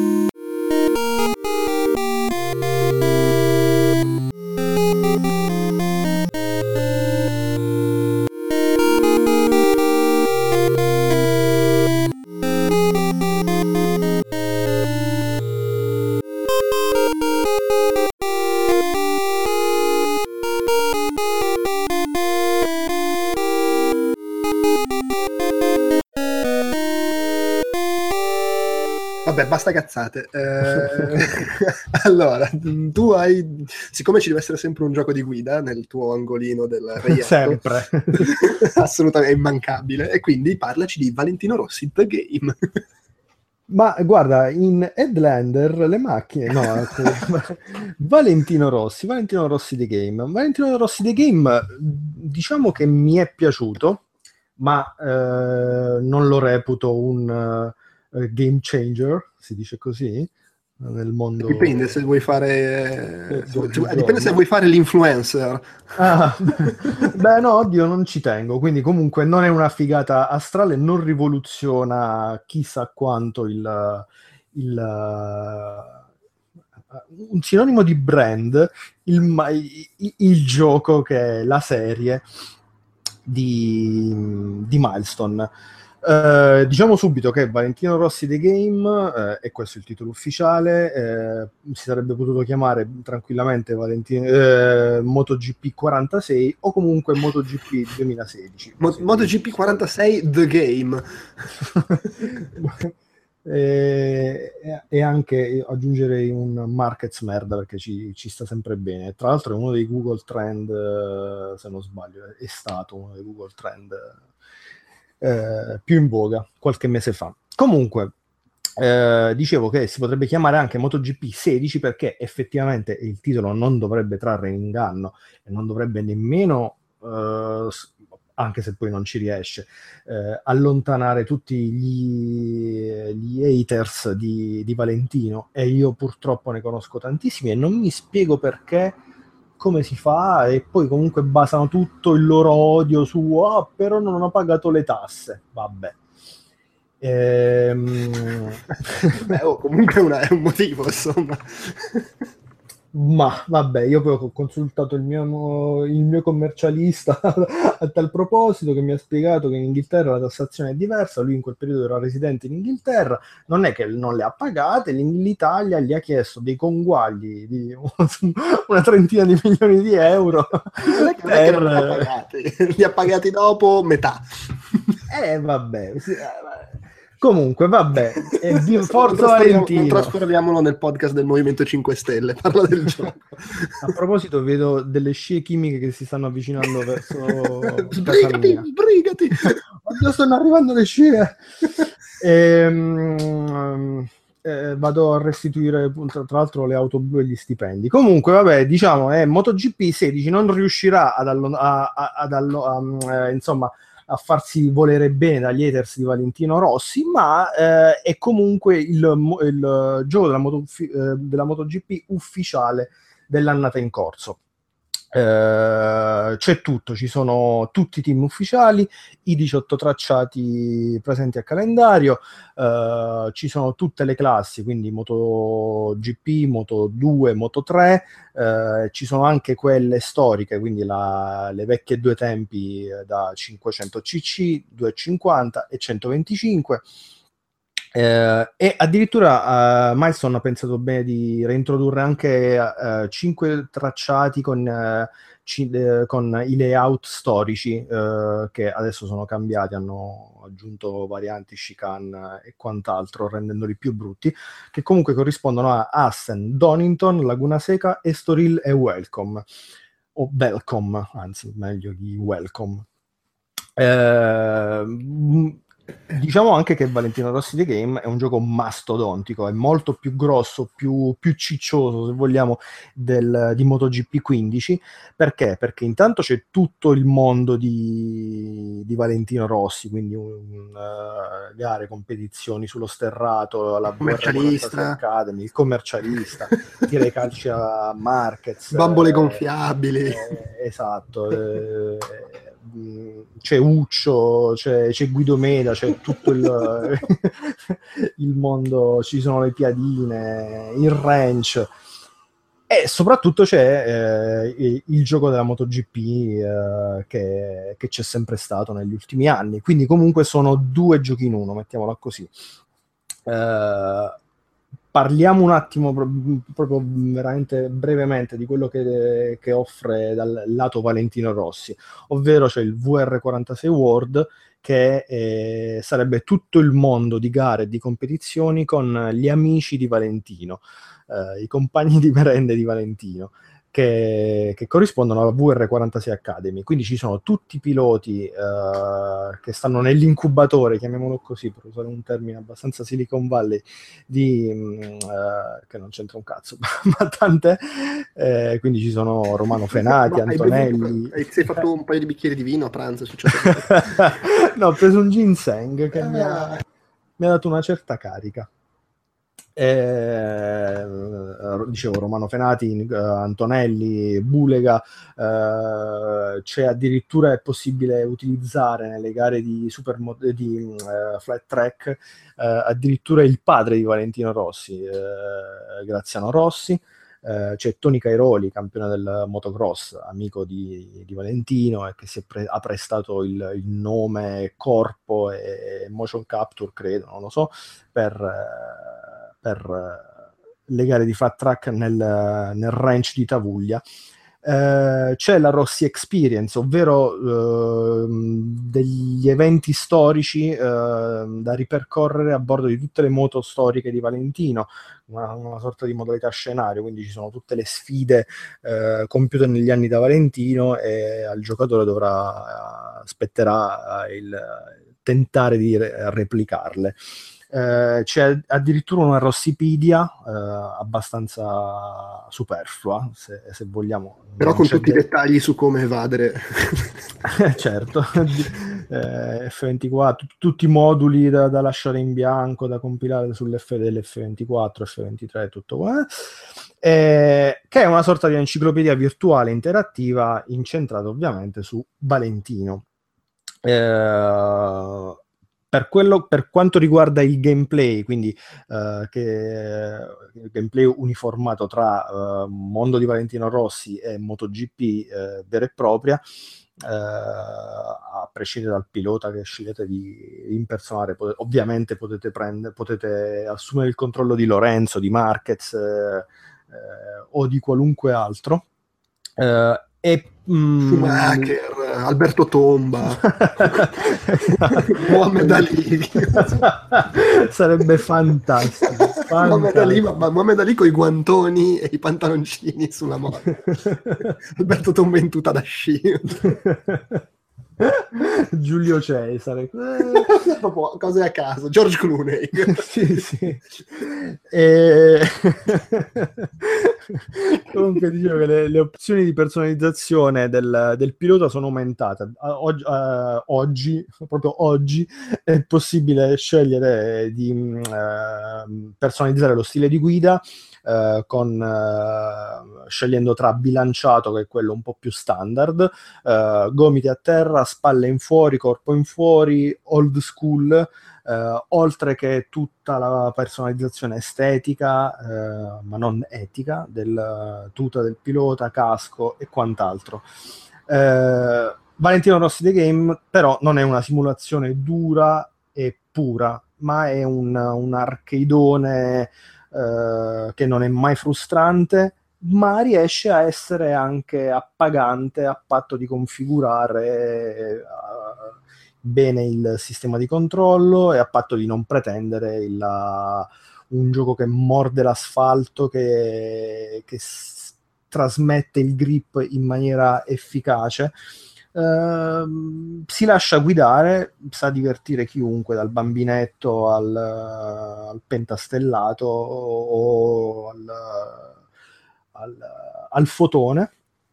Vabbè, basta cazzate. Allora, tu hai, siccome ci deve essere sempre un gioco di guida nel tuo angolino del reietto, sempre, assolutamente immancabile, e quindi parlaci di Valentino Rossi The Game. Ma guarda, in Headlander le macchine, no, Valentino Rossi The Game. Valentino Rossi The Game, diciamo che mi è piaciuto, ma non lo reputo un game changer, si dice così nel mondo. Dipende se vuoi fare dipende se vuoi fare l'influencer. Beh no, oddio, non ci tengo, quindi comunque non è una figata astrale, non rivoluziona chissà quanto un sinonimo di brand, il gioco che è la serie di Milestone. Diciamo subito che Valentino Rossi The Game, è questo il titolo ufficiale, si sarebbe potuto chiamare tranquillamente MotoGP 46 o comunque MotoGP 2016. MotoGP 46 The Game. E anche aggiungerei un markets merda, perché ci sta sempre bene. Tra l'altro è uno dei Google Trend, se non sbaglio, è stato uno dei Google Trend più in voga qualche mese fa. Comunque dicevo che si potrebbe chiamare anche MotoGP 16 perché effettivamente il titolo non dovrebbe trarre in inganno e non dovrebbe nemmeno anche se poi non ci riesce, allontanare tutti gli haters di Valentino, e io purtroppo ne conosco tantissimi e non mi spiego perché, come si fa, e poi comunque basano tutto il loro odio su però non ho pagato le tasse, vabbè. Beh, comunque è un motivo, insomma. Ma vabbè, io poi ho consultato il mio commercialista a tal proposito, che mi ha spiegato che in Inghilterra la tassazione è diversa. Lui in quel periodo era residente in Inghilterra, non è che non le ha pagate, l'Italia gli ha chiesto dei conguagli di una trentina di milioni di euro. Non è che non li ha pagati, li ha pagati dopo metà. Vabbè, sì, comunque, vabbè, forza Valentino. Non trasformiamolo nel podcast del Movimento 5 Stelle, parla del gioco. A proposito, vedo delle scie chimiche che si stanno avvicinando verso sbrigati! Oddio, stanno arrivando le scie! Vado a restituire, tra l'altro, le auto blu e gli stipendi. Comunque, vabbè, diciamo, MotoGP 16 non riuscirà insomma, a farsi volere bene dagli haters di Valentino Rossi, ma è comunque il gioco della MotoGP ufficiale dell'annata in corso. C'è tutto, ci sono tutti i team ufficiali, i 18 tracciati presenti a calendario, ci sono tutte le classi, quindi MotoGP, Moto2, Moto3, ci sono anche quelle storiche, quindi le vecchie due tempi da 500 cc, 250 e 125. E addirittura Milestone ha pensato bene di reintrodurre anche 5 tracciati con i layout storici, che adesso sono cambiati, hanno aggiunto varianti, chicane e quant'altro, rendendoli più brutti, che comunque corrispondono a Assen, Donington, Laguna Seca, Estoril e Welcome, o Welcome, anzi meglio di Welcome. Diciamo anche che Valentino Rossi The Game è un gioco mastodontico, è molto più grosso, più ciccioso, se vogliamo, di MotoGP 15. Perché? Perché intanto c'è tutto il mondo di Valentino Rossi, quindi gare, competizioni sullo sterrato, la commercialista, Academy, il commercialista, tira i calci a Marquez, bambole gonfiabili, esatto, c'è Uccio, c'è Guido Meda, c'è tutto il mondo, ci sono le piadine, il ranch, e soprattutto c'è il gioco della MotoGP che c'è sempre stato negli ultimi anni, quindi comunque sono due giochi in uno, mettiamola così. Parliamo un attimo proprio veramente brevemente di quello che offre dal lato Valentino Rossi, ovvero c'è il VR46 World, che sarebbe tutto il mondo di gare e di competizioni con gli amici di Valentino, i compagni di merende di Valentino, che corrispondono alla VR46 Academy. Quindi ci sono tutti i piloti che stanno nell'incubatore, chiamiamolo così, per usare un termine abbastanza Silicon Valley, che non c'entra un cazzo, ma tant'è. Quindi ci sono Romano Fenati, Antonelli. Ti sei fatto un paio di bicchieri di vino a pranzo? No, ho preso un ginseng che mi ha dato una certa carica. Dicevo, Romano Fenati, Antonelli, Bulega, c'è addirittura, è possibile utilizzare nelle gare di flat track addirittura il padre di Valentino Rossi, Graziano Rossi. C'è Tony Cairoli, campione del motocross, amico di Valentino, e che ha prestato il nome, corpo e motion capture, credo, non lo so, per le gare di flat track nel ranch di Tavuglia. C'è la Rossi Experience, ovvero degli eventi storici da ripercorrere a bordo di tutte le moto storiche di Valentino, una sorta di modalità scenario, quindi ci sono tutte le sfide compiute negli anni da Valentino, e al giocatore spetterà il tentare di replicarle. C'è addirittura una Rossipedia abbastanza superflua, se vogliamo. Però Non con c'è tutti i dettagli su come evadere. certo, F24, tutti i moduli da lasciare in bianco, da compilare dell'F24, F23, tutto qua. Che è una sorta di enciclopedia virtuale interattiva incentrata ovviamente su Valentino. Per quanto riguarda il gameplay, quindi il gameplay uniformato tra mondo di Valentino Rossi e MotoGP vera e propria, a prescindere dal pilota che scegliete di impersonare, ovviamente potete assumere il controllo di Lorenzo, di Marquez o di qualunque altro. Schumacher, Alberto Tomba, Mohamed Ali. Sarebbe fantastico. Mohamed Ali con i guantoni e i pantaloncini sulla moto. Alberto Tomba in tuta da sci. Giulio Cesare. Proprio cose a caso. George Clooney. sì. Comunque dicevo che le opzioni di personalizzazione del pilota sono aumentate. Oggi, proprio oggi, è possibile scegliere di personalizzare lo stile di guida scegliendo tra bilanciato, che è quello un po' più standard, gomiti a terra, spalle in fuori, corpo in fuori, old school, oltre che tutta la personalizzazione estetica, ma non etica, del tuta del pilota, casco e quant'altro. Valentino Rossi The Game però non è una simulazione dura e pura, ma è un arcadeone che non è mai frustrante, ma riesce a essere anche appagante a patto di configurare bene il sistema di controllo e a patto di non pretendere un gioco che morde l'asfalto, che trasmette il grip in maniera efficace. Si lascia guidare, sa divertire chiunque, dal bambinetto al pentastellato o al fotone.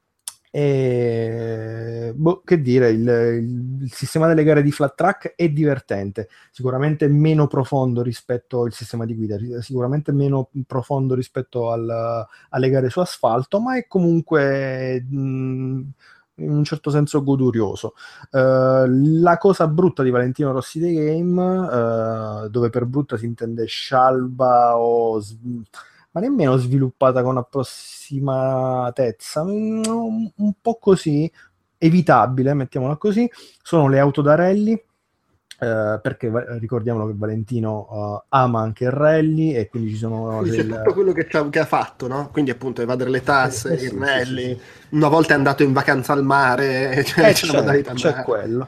E che dire, il sistema delle gare di flat track è divertente, sicuramente meno profondo rispetto al sistema di guida, sicuramente meno profondo rispetto alle gare su asfalto, ma è comunque in un certo senso godurioso. La cosa brutta di Valentino Rossi The Game, dove per brutta si intende scialba ma nemmeno sviluppata con approssimatezza, un po' così, evitabile, mettiamola così, sono le auto da rally, perché ricordiamolo che Valentino ama anche il rally e quindi ci sono c'è tutto quello che ha fatto, no? Quindi appunto evadere le tasse, sì, il rally, sì. Una volta è andato in vacanza al mare, c'è quello.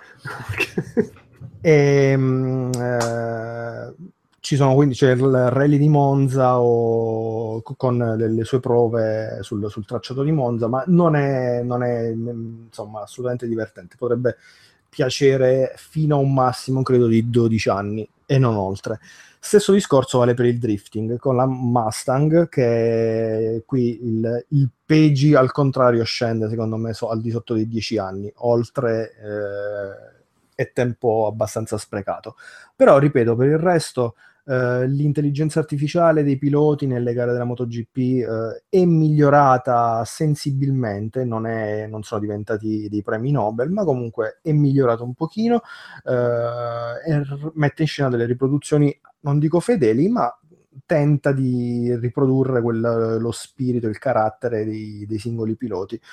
Ci sono, quindi c'è il rally di Monza con le sue prove sul tracciato di Monza, ma non è insomma assolutamente divertente. Potrebbe piacere fino a un massimo, credo, di 12 anni e non oltre. Stesso discorso vale per il drifting con la Mustang, che qui il PEGI al contrario scende, secondo me, al di sotto dei 10 anni, oltre è tempo abbastanza sprecato. Però, ripeto, per il resto l'intelligenza artificiale dei piloti nelle gare della MotoGP è migliorata sensibilmente, non sono diventati dei premi Nobel, ma comunque è migliorato un pochino, e mette in scena delle riproduzioni, non dico fedeli, ma tenta di riprodurre lo spirito, il carattere dei singoli piloti.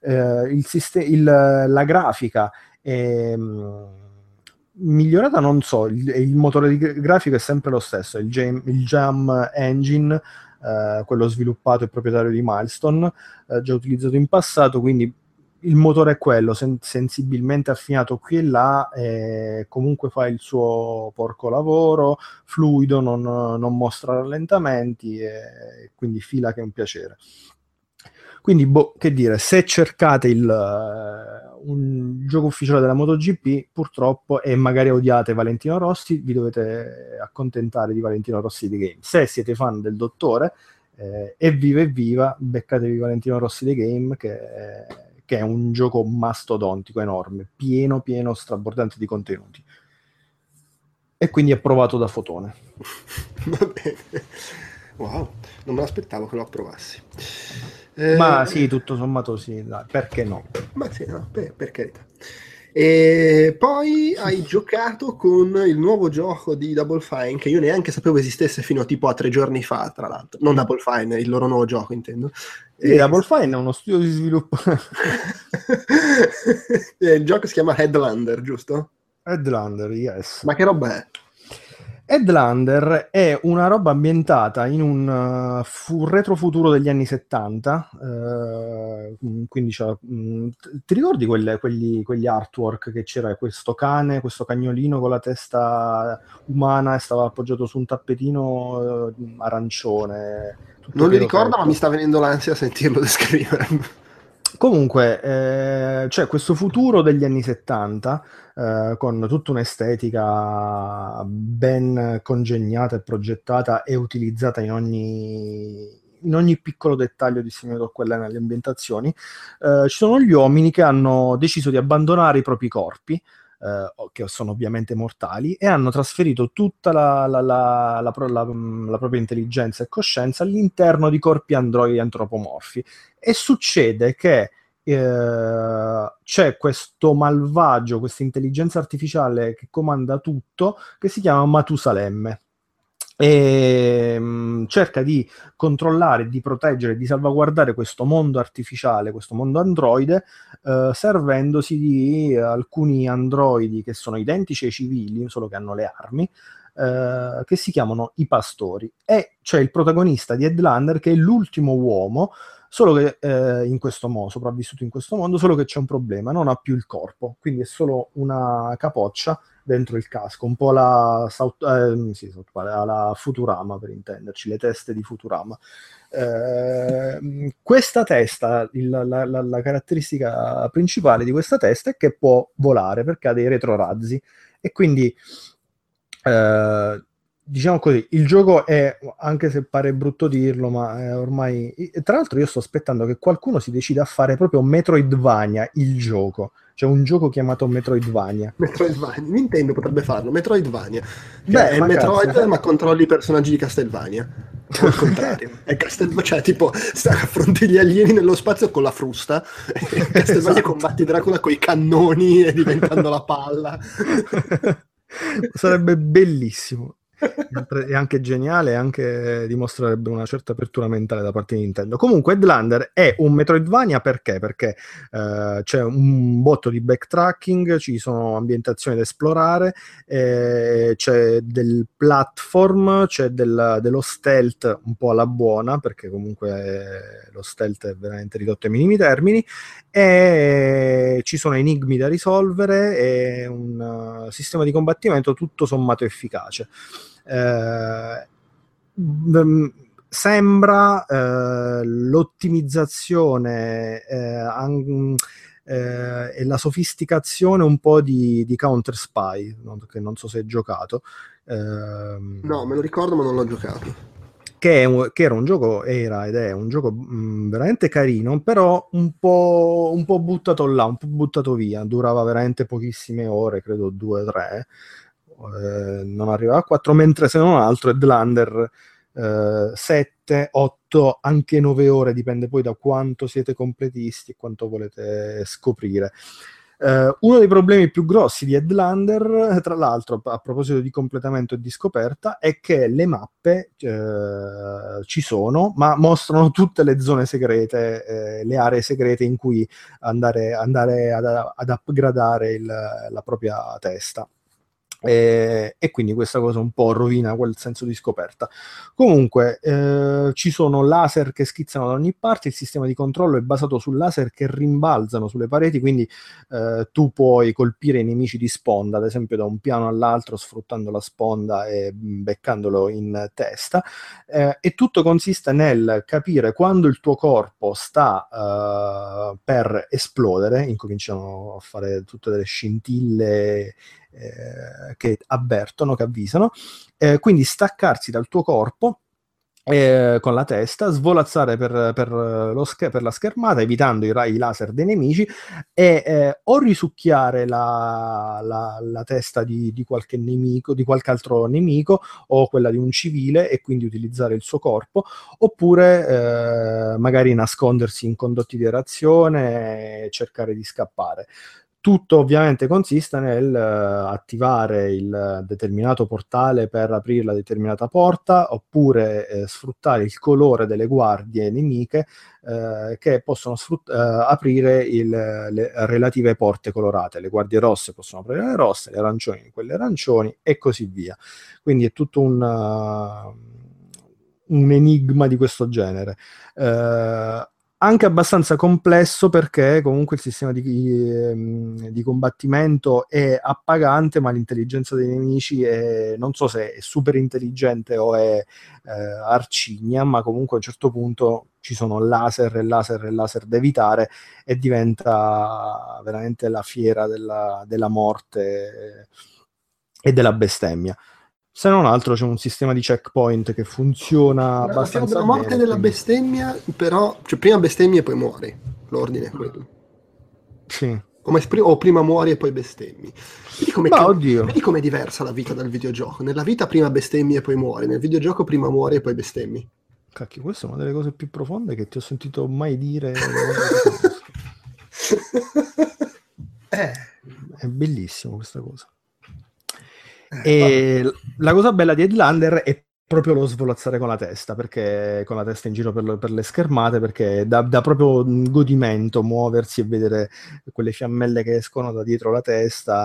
La grafica è migliorata, non so, il motore grafico è sempre lo stesso, il Jam Engine, quello sviluppato e proprietario di Milestone, già utilizzato in passato, quindi il motore è quello, sensibilmente affinato qui e là, comunque fa il suo porco lavoro, fluido, non mostra rallentamenti, e quindi fila che è un piacere. Quindi, che dire, se cercate un gioco ufficiale della MotoGP, purtroppo, e magari odiate Valentino Rossi, vi dovete accontentare di Valentino Rossi The Game. Se siete fan del dottore, evviva, beccatevi Valentino Rossi The Game, che è un gioco mastodontico, enorme, pieno, strabordante di contenuti. E quindi approvato da Fotone. Va bene. Wow, non me l'aspettavo che lo approvassi. Ma sì, tutto sommato sì, dai, perché no? Ma sì, no, per carità. E poi hai giocato con il nuovo gioco di Double Fine, che io neanche sapevo esistesse fino a tipo a 3 giorni fa, tra l'altro. Non Double Fine, il loro nuovo gioco, intendo. Sì, Double Fine è uno studio di sviluppo. Il gioco si chiama Headlander, giusto? Headlander, yes. Ma che roba è? Headlander è una roba ambientata in un retrofuturo degli anni 70, quindi ti ricordi quegli artwork che c'era questo cane, questo cagnolino con la testa umana e stava appoggiato su un tappetino arancione? Non li ricordo, ma mi sta venendo l'ansia a sentirlo descrivere. Comunque, c'è questo futuro degli anni 70 con tutta un'estetica ben congegnata e progettata e utilizzata in ogni piccolo dettaglio disegnato quella nelle ambientazioni. Ci sono gli uomini che hanno deciso di abbandonare i propri corpi, che sono ovviamente mortali, e hanno trasferito tutta la propria intelligenza e coscienza all'interno di corpi androidi antropomorfi. E succede che c'è questo malvagio, questa intelligenza artificiale che comanda tutto, che si chiama Matusalemme, e cerca di controllare, di proteggere, di salvaguardare questo mondo artificiale, questo mondo androide, servendosi di alcuni androidi che sono identici ai civili, solo che hanno le armi, che si chiamano i pastori. E c'è il protagonista di Headlander, che è l'ultimo uomo, solo che in questo modo, sopravvissuto in questo mondo, solo che c'è un problema: non ha più il corpo, quindi è solo una capoccia dentro il casco, un po' la Futurama, per intenderci, le teste di Futurama. Questa testa, la caratteristica principale di questa testa è che può volare, perché ha dei retrorazzi, e quindi diciamo così, il gioco è, anche se pare brutto dirlo, ma è ormai... Tra l'altro io sto aspettando che qualcuno si decida a fare proprio Metroidvania, il gioco. C'è un gioco chiamato Metroidvania. Nintendo potrebbe farlo, Metroidvania. Beh, è Metroid, ma controlli i personaggi di Castlevania. O al contrario. È cioè, tipo, affronti gli alieni nello spazio con la frusta, e Castlevania Esatto. Combatti Dracula con i cannoni e diventando la palla. Sarebbe bellissimo. È anche geniale, e anche dimostrerebbe una certa apertura mentale da parte di Nintendo. Comunque Headlander è un Metroidvania perché c'è un botto di backtracking, ci sono ambientazioni da esplorare, c'è del platform, c'è dello stealth un po' alla buona, perché comunque lo stealth è veramente ridotto ai minimi termini, e ci sono enigmi da risolvere e un sistema di combattimento tutto sommato efficace. Sembra l'ottimizzazione e la sofisticazione un po' di Counter Spy, che non so se hai giocato. No, me lo ricordo, ma non l'ho giocato. Che era un gioco, era ed è un gioco veramente carino, però un po' buttato là, un po' buttato via. Durava veramente pochissime ore, credo 2 o 3. Non arrivava a 4, mentre se non altro Headlander 7, 8, anche 9 ore, dipende poi da quanto siete completisti e quanto volete scoprire. Uno dei problemi più grossi di Headlander, tra l'altro, a proposito di completamento e di scoperta, è che le mappe ci sono, ma mostrano tutte le zone segrete, le aree segrete in cui andare ad upgradare la propria testa. E quindi questa cosa un po' rovina quel senso di scoperta. Comunque ci sono laser che schizzano da ogni parte, il sistema di controllo è basato su laser che rimbalzano sulle pareti, quindi tu puoi colpire i nemici di sponda, ad esempio da un piano all'altro sfruttando la sponda e beccandolo in testa, e tutto consiste nel capire quando il tuo corpo sta per esplodere, incominciano a fare tutte delle scintille che avvertono, che avvisano, quindi staccarsi dal tuo corpo con la testa, svolazzare per la schermata, evitando i rai laser dei nemici, e o risucchiare la testa di qualche nemico, di qualche altro nemico, o quella di un civile, e quindi utilizzare il suo corpo, oppure magari nascondersi in condotti di aerazione e cercare di scappare. Tutto ovviamente consiste nel attivare il determinato portale per aprire la determinata porta, oppure sfruttare il colore delle guardie nemiche che possono aprire le relative porte colorate. Le guardie rosse possono aprire le rosse, le arancioni quelle arancioni, e così via. Quindi è tutto un enigma di questo genere. Anche abbastanza complesso, perché comunque il sistema di combattimento è appagante, ma l'intelligenza dei nemici non so se è super intelligente o è arcigna, ma comunque a un certo punto ci sono laser e laser e laser da evitare, e diventa veramente la fiera della morte e della bestemmia. Se non altro c'è un sistema di checkpoint che funziona abbastanza della morte bene, della quindi... bestemmia, però, cioè prima bestemmia e poi muori, l'ordine è quello. Sì. O prima muori e poi bestemmi. Oddio. Vedi com'è diversa la vita dal videogioco. Nella vita prima bestemmi e poi muori, nel videogioco prima muori e poi bestemmi. Cacchio, questa è una delle cose più profonde che ti ho sentito mai dire. È bellissimo questa cosa. E la cosa bella di Headlander è proprio lo svolazzare con la testa, perché con la testa in giro per le schermate, perché dà proprio un godimento muoversi e vedere quelle fiammelle che escono da dietro la testa,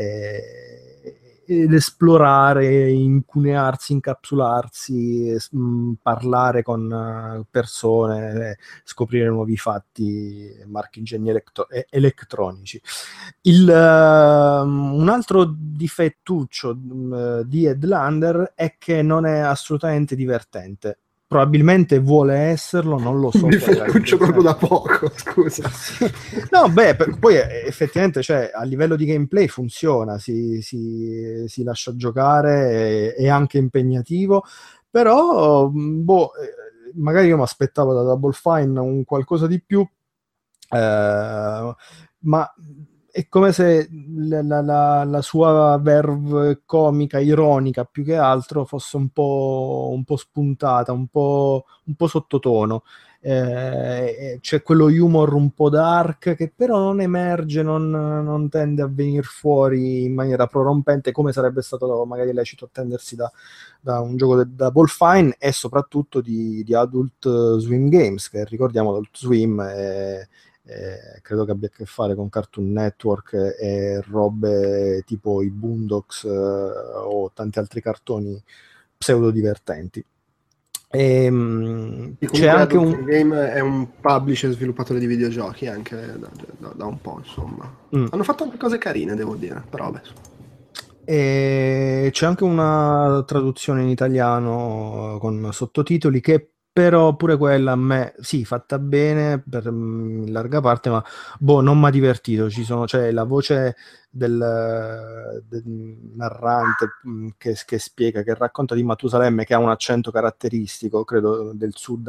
ed esplorare, incunearsi, incapsularsi, parlare con persone, scoprire nuovi fatti, marchingegni elettronici. Un altro difettuccio di Headlander è che non è assolutamente divertente. Probabilmente vuole esserlo, non lo so. Difettuccio proprio da poco, scusa. No, poi effettivamente, cioè, a livello di gameplay funziona, si lascia giocare, è anche impegnativo, però magari io mi aspettavo da Double Fine un qualcosa di più, ma è come se la sua verve comica, ironica più che altro, fosse un po' spuntata, un po' sottotono. C'è quello humor un po' dark che però non emerge, non tende a venire fuori in maniera prorompente, come sarebbe stato magari lecito attendersi da un gioco da Double Fine, e soprattutto di Adult Swim Games, che ricordiamo Adult Swim credo che abbia a che fare con Cartoon Network e robe tipo i Boondocks o tanti altri cartoni pseudo divertenti. C'è anche un game, è un publisher sviluppatore di videogiochi anche da un po', insomma. Hanno fatto anche cose carine, devo dire, però vabbè. E c'è anche una traduzione in italiano con sottotitoli, che però pure quella a me, sì, fatta bene in larga parte, ma non mi ha divertito. C'è la voce del narrante che spiega, che racconta di Matusalemme, che ha un accento caratteristico, credo del sud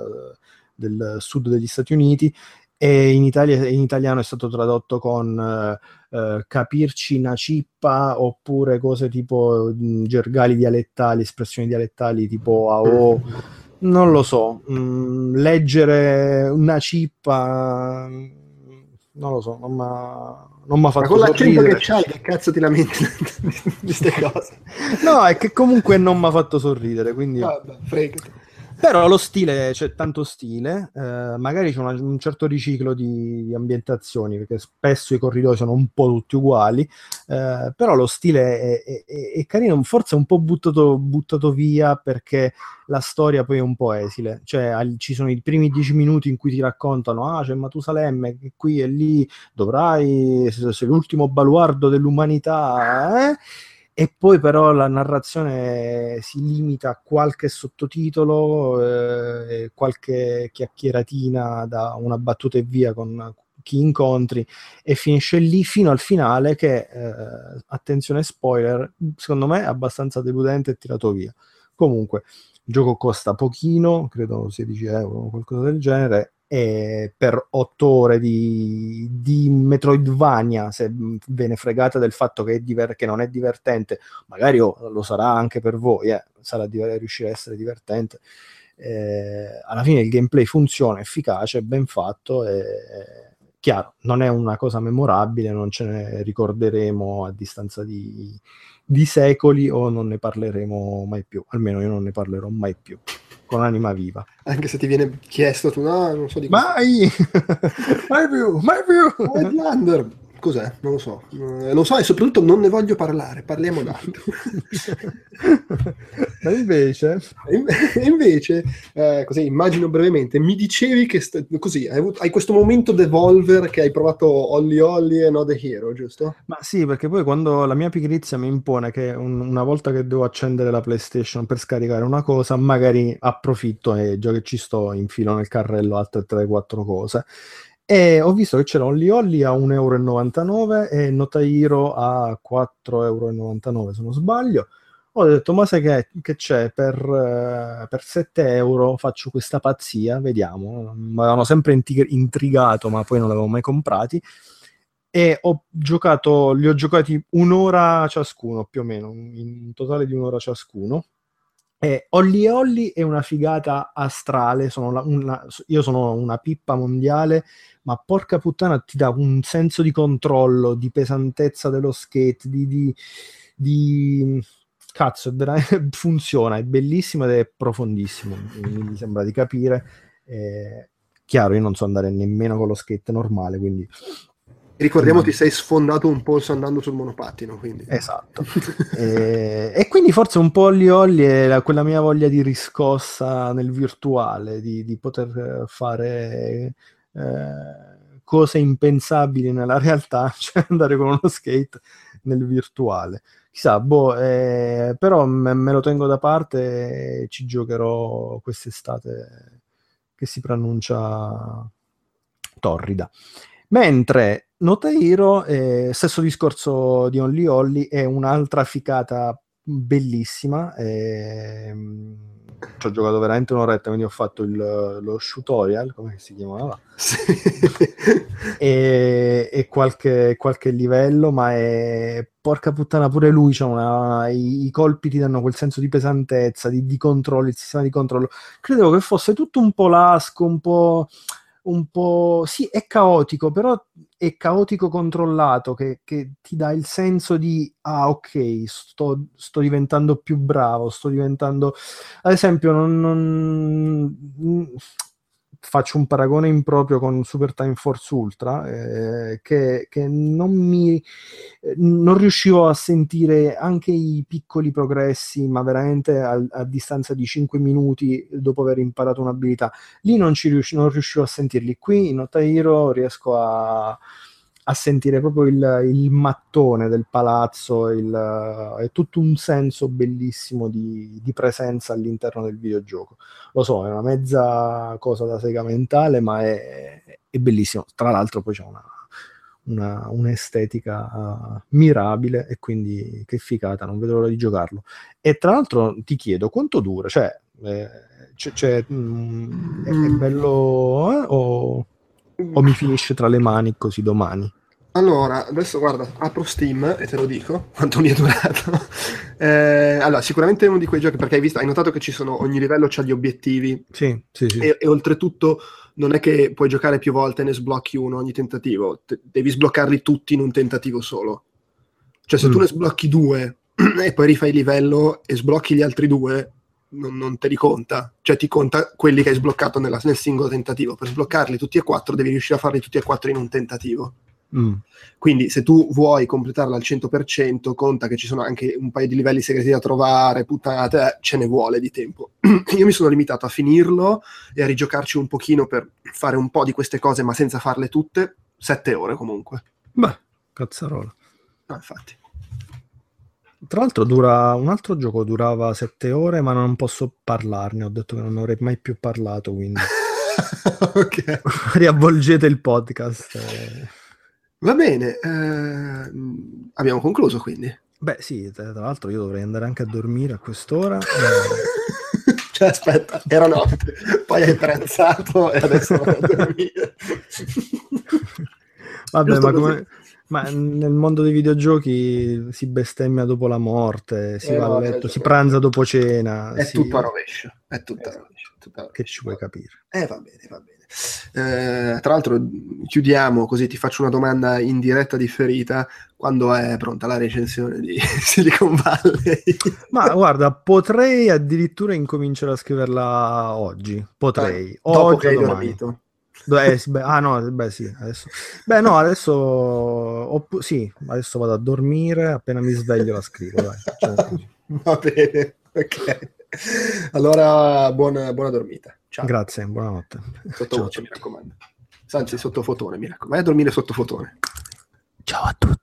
degli Stati Uniti, e in italiano è stato tradotto con capirci una cippa, oppure cose tipo gergali dialettali, espressioni dialettali tipo AO. Non lo so, leggere una cippa, non lo so, non mi ha fatto sorridere. Ma con l'accento che c'hai, che cazzo ti lamenti di queste cose? No, è che comunque non mi ha fatto sorridere, quindi... Vabbè, fregati. Però lo stile, c'è tanto stile, magari c'è un certo riciclo di ambientazioni, perché spesso i corridoi sono un po' tutti uguali, però lo stile è carino, forse un po' buttato via perché la storia poi è un po' esile, cioè ci sono i primi 10 minuti in cui ti raccontano c'è Matusalemme che qui e lì dovrai, sei l'ultimo baluardo dell'umanità, e poi però la narrazione si limita a qualche sottotitolo, qualche chiacchieratina da una battuta e via con chi incontri, e finisce lì fino al finale che, attenzione spoiler, secondo me è abbastanza deludente e tirato via. Comunque, il gioco costa pochino, credo 16 euro o qualcosa del genere, e per 8 ore di Metroidvania, se ve ne fregate del fatto che non è divertente, magari lo sarà anche per voi, riuscirà a essere divertente, alla fine il gameplay funziona, è efficace, è ben fatto, chiaro, non è una cosa memorabile, non ce ne ricorderemo a distanza di secoli, o non ne parleremo mai più, almeno io non ne parlerò mai più con anima viva, anche se ti viene chiesto tu, no, non so di mai mai più Headlander, cos'è? Non lo so, e soprattutto non ne voglio parlare, parliamo d'altro. Ma invece così immagino brevemente, mi dicevi che così hai questo momento Devolver che hai provato Olli Olli e Not the Hero, giusto? Ma sì, perché poi quando la mia pigrizia mi impone che una volta che devo accendere la PlayStation per scaricare una cosa, magari approfitto e già che ci sto infilo nel carrello altre 3-4 cose. E ho visto che c'era Olli Olli a 1,99 € e Not Hero a 4,99 € se non sbaglio. Ho detto, ma sai che c'è per 7 euro faccio questa pazzia, vediamo. Mi avevano sempre intrigato, ma poi non l'avevo mai comprati. E li ho giocati un'ora ciascuno, più o meno, in totale di un'ora ciascuno. E Olli Olli è una figata astrale, io sono una pippa mondiale, ma porca puttana ti dà un senso di controllo, di pesantezza dello skate, cazzo, funziona, è bellissimo ed è profondissimo, mi sembra di capire. Chiaro, io non so andare nemmeno con lo skate normale, quindi... Ricordiamo, ti sei sfondato un polso andando sul monopattino, quindi. Esatto. E quindi forse un po' Olli Olli è quella mia voglia di riscossa nel virtuale, di poter fare cose impensabili nella realtà, cioè andare con uno skate nel virtuale. Chissà, però me lo tengo da parte e ci giocherò quest'estate, che si preannuncia torrida. Mentre Not Hero, stesso discorso di Olli Olli, è un'altra ficata bellissima. Ci ho giocato veramente un'oretta, quindi ho fatto lo tutorial, come si chiamava? Sì. e qualche livello, ma porca puttana, pure lui i colpi ti danno quel senso di pesantezza, di controllo, il sistema di controllo. Credevo che fosse tutto un po' lasco, un po' sì, è caotico, però è caotico controllato, che ti dà il senso di ok, sto diventando più bravo, sto diventando, ad esempio, faccio un paragone improprio con Super Time Force Ultra, che non riuscivo a sentire anche i piccoli progressi, ma veramente a distanza di 5 minuti dopo aver imparato un'abilità. Lì non riuscivo a sentirli. Qui in Not Hero riesco a sentire proprio il mattone del palazzo, è tutto un senso bellissimo di presenza all'interno del videogioco. Lo so, è una mezza cosa da sega mentale, ma è bellissimo. Tra l'altro poi c'è un'estetica mirabile, e quindi che figata, non vedo l'ora di giocarlo. E tra l'altro ti chiedo, quanto dura? Cioè, è bello, o mi finisce tra le mani così domani? Allora, adesso guarda, apro Steam e te lo dico quanto mi è durato. Allora, sicuramente è uno di quei giochi, perché hai notato che ogni livello c'ha gli obiettivi. Sì. E oltretutto non è che puoi giocare più volte e ne sblocchi uno ogni tentativo, devi sbloccarli tutti in un tentativo solo. Cioè, se tu ne sblocchi 2 e poi rifai il livello e sblocchi gli altri 2, non te li conta, cioè ti conta quelli che hai sbloccato nel singolo tentativo. Per sbloccarli tutti e 4 devi riuscire a farli tutti e 4 in un tentativo. Quindi se tu vuoi completarla al 100%, conta che ci sono anche un paio di livelli segreti da trovare, puttanate, ce ne vuole di tempo. Io mi sono limitato a finirlo e a rigiocarci un pochino per fare un po' di queste cose, ma senza farle tutte, 7 ore comunque. Beh, cazzarola. No, infatti. Tra l'altro un altro gioco durava 7 ore, ma non posso parlarne, ho detto che non avrei mai più parlato, quindi Ok. riavvolgete il podcast. Va bene, abbiamo concluso quindi. Beh sì, tra l'altro io dovrei andare anche a dormire a quest'ora. Cioè aspetta, era notte, poi hai pranzato e adesso vai a dormire. Vabbè, Giusto ma nel mondo dei videogiochi si bestemmia dopo la morte, si va no, a letto, si pranza dopo cena. È tutto a rovescio, è tutto a rovescio. Che ci puoi capire? Va bene, va bene. Tra l'altro chiudiamo così, ti faccio una domanda in diretta differita: quando è pronta la recensione di Silicon Valley? Ma guarda, potrei addirittura incominciare a scriverla oggi, potrei, dopo oggi che hai o domani. dormito. Sì, adesso vado a dormire, appena mi sveglio la scrivo, dai. Va bene, ok. Allora buona dormita. Ciao. Grazie, buonanotte. Sottovoce, mi raccomando. Anzi, sottofotone, mi raccomando. Vai a dormire sottofotone. Ciao a tutti.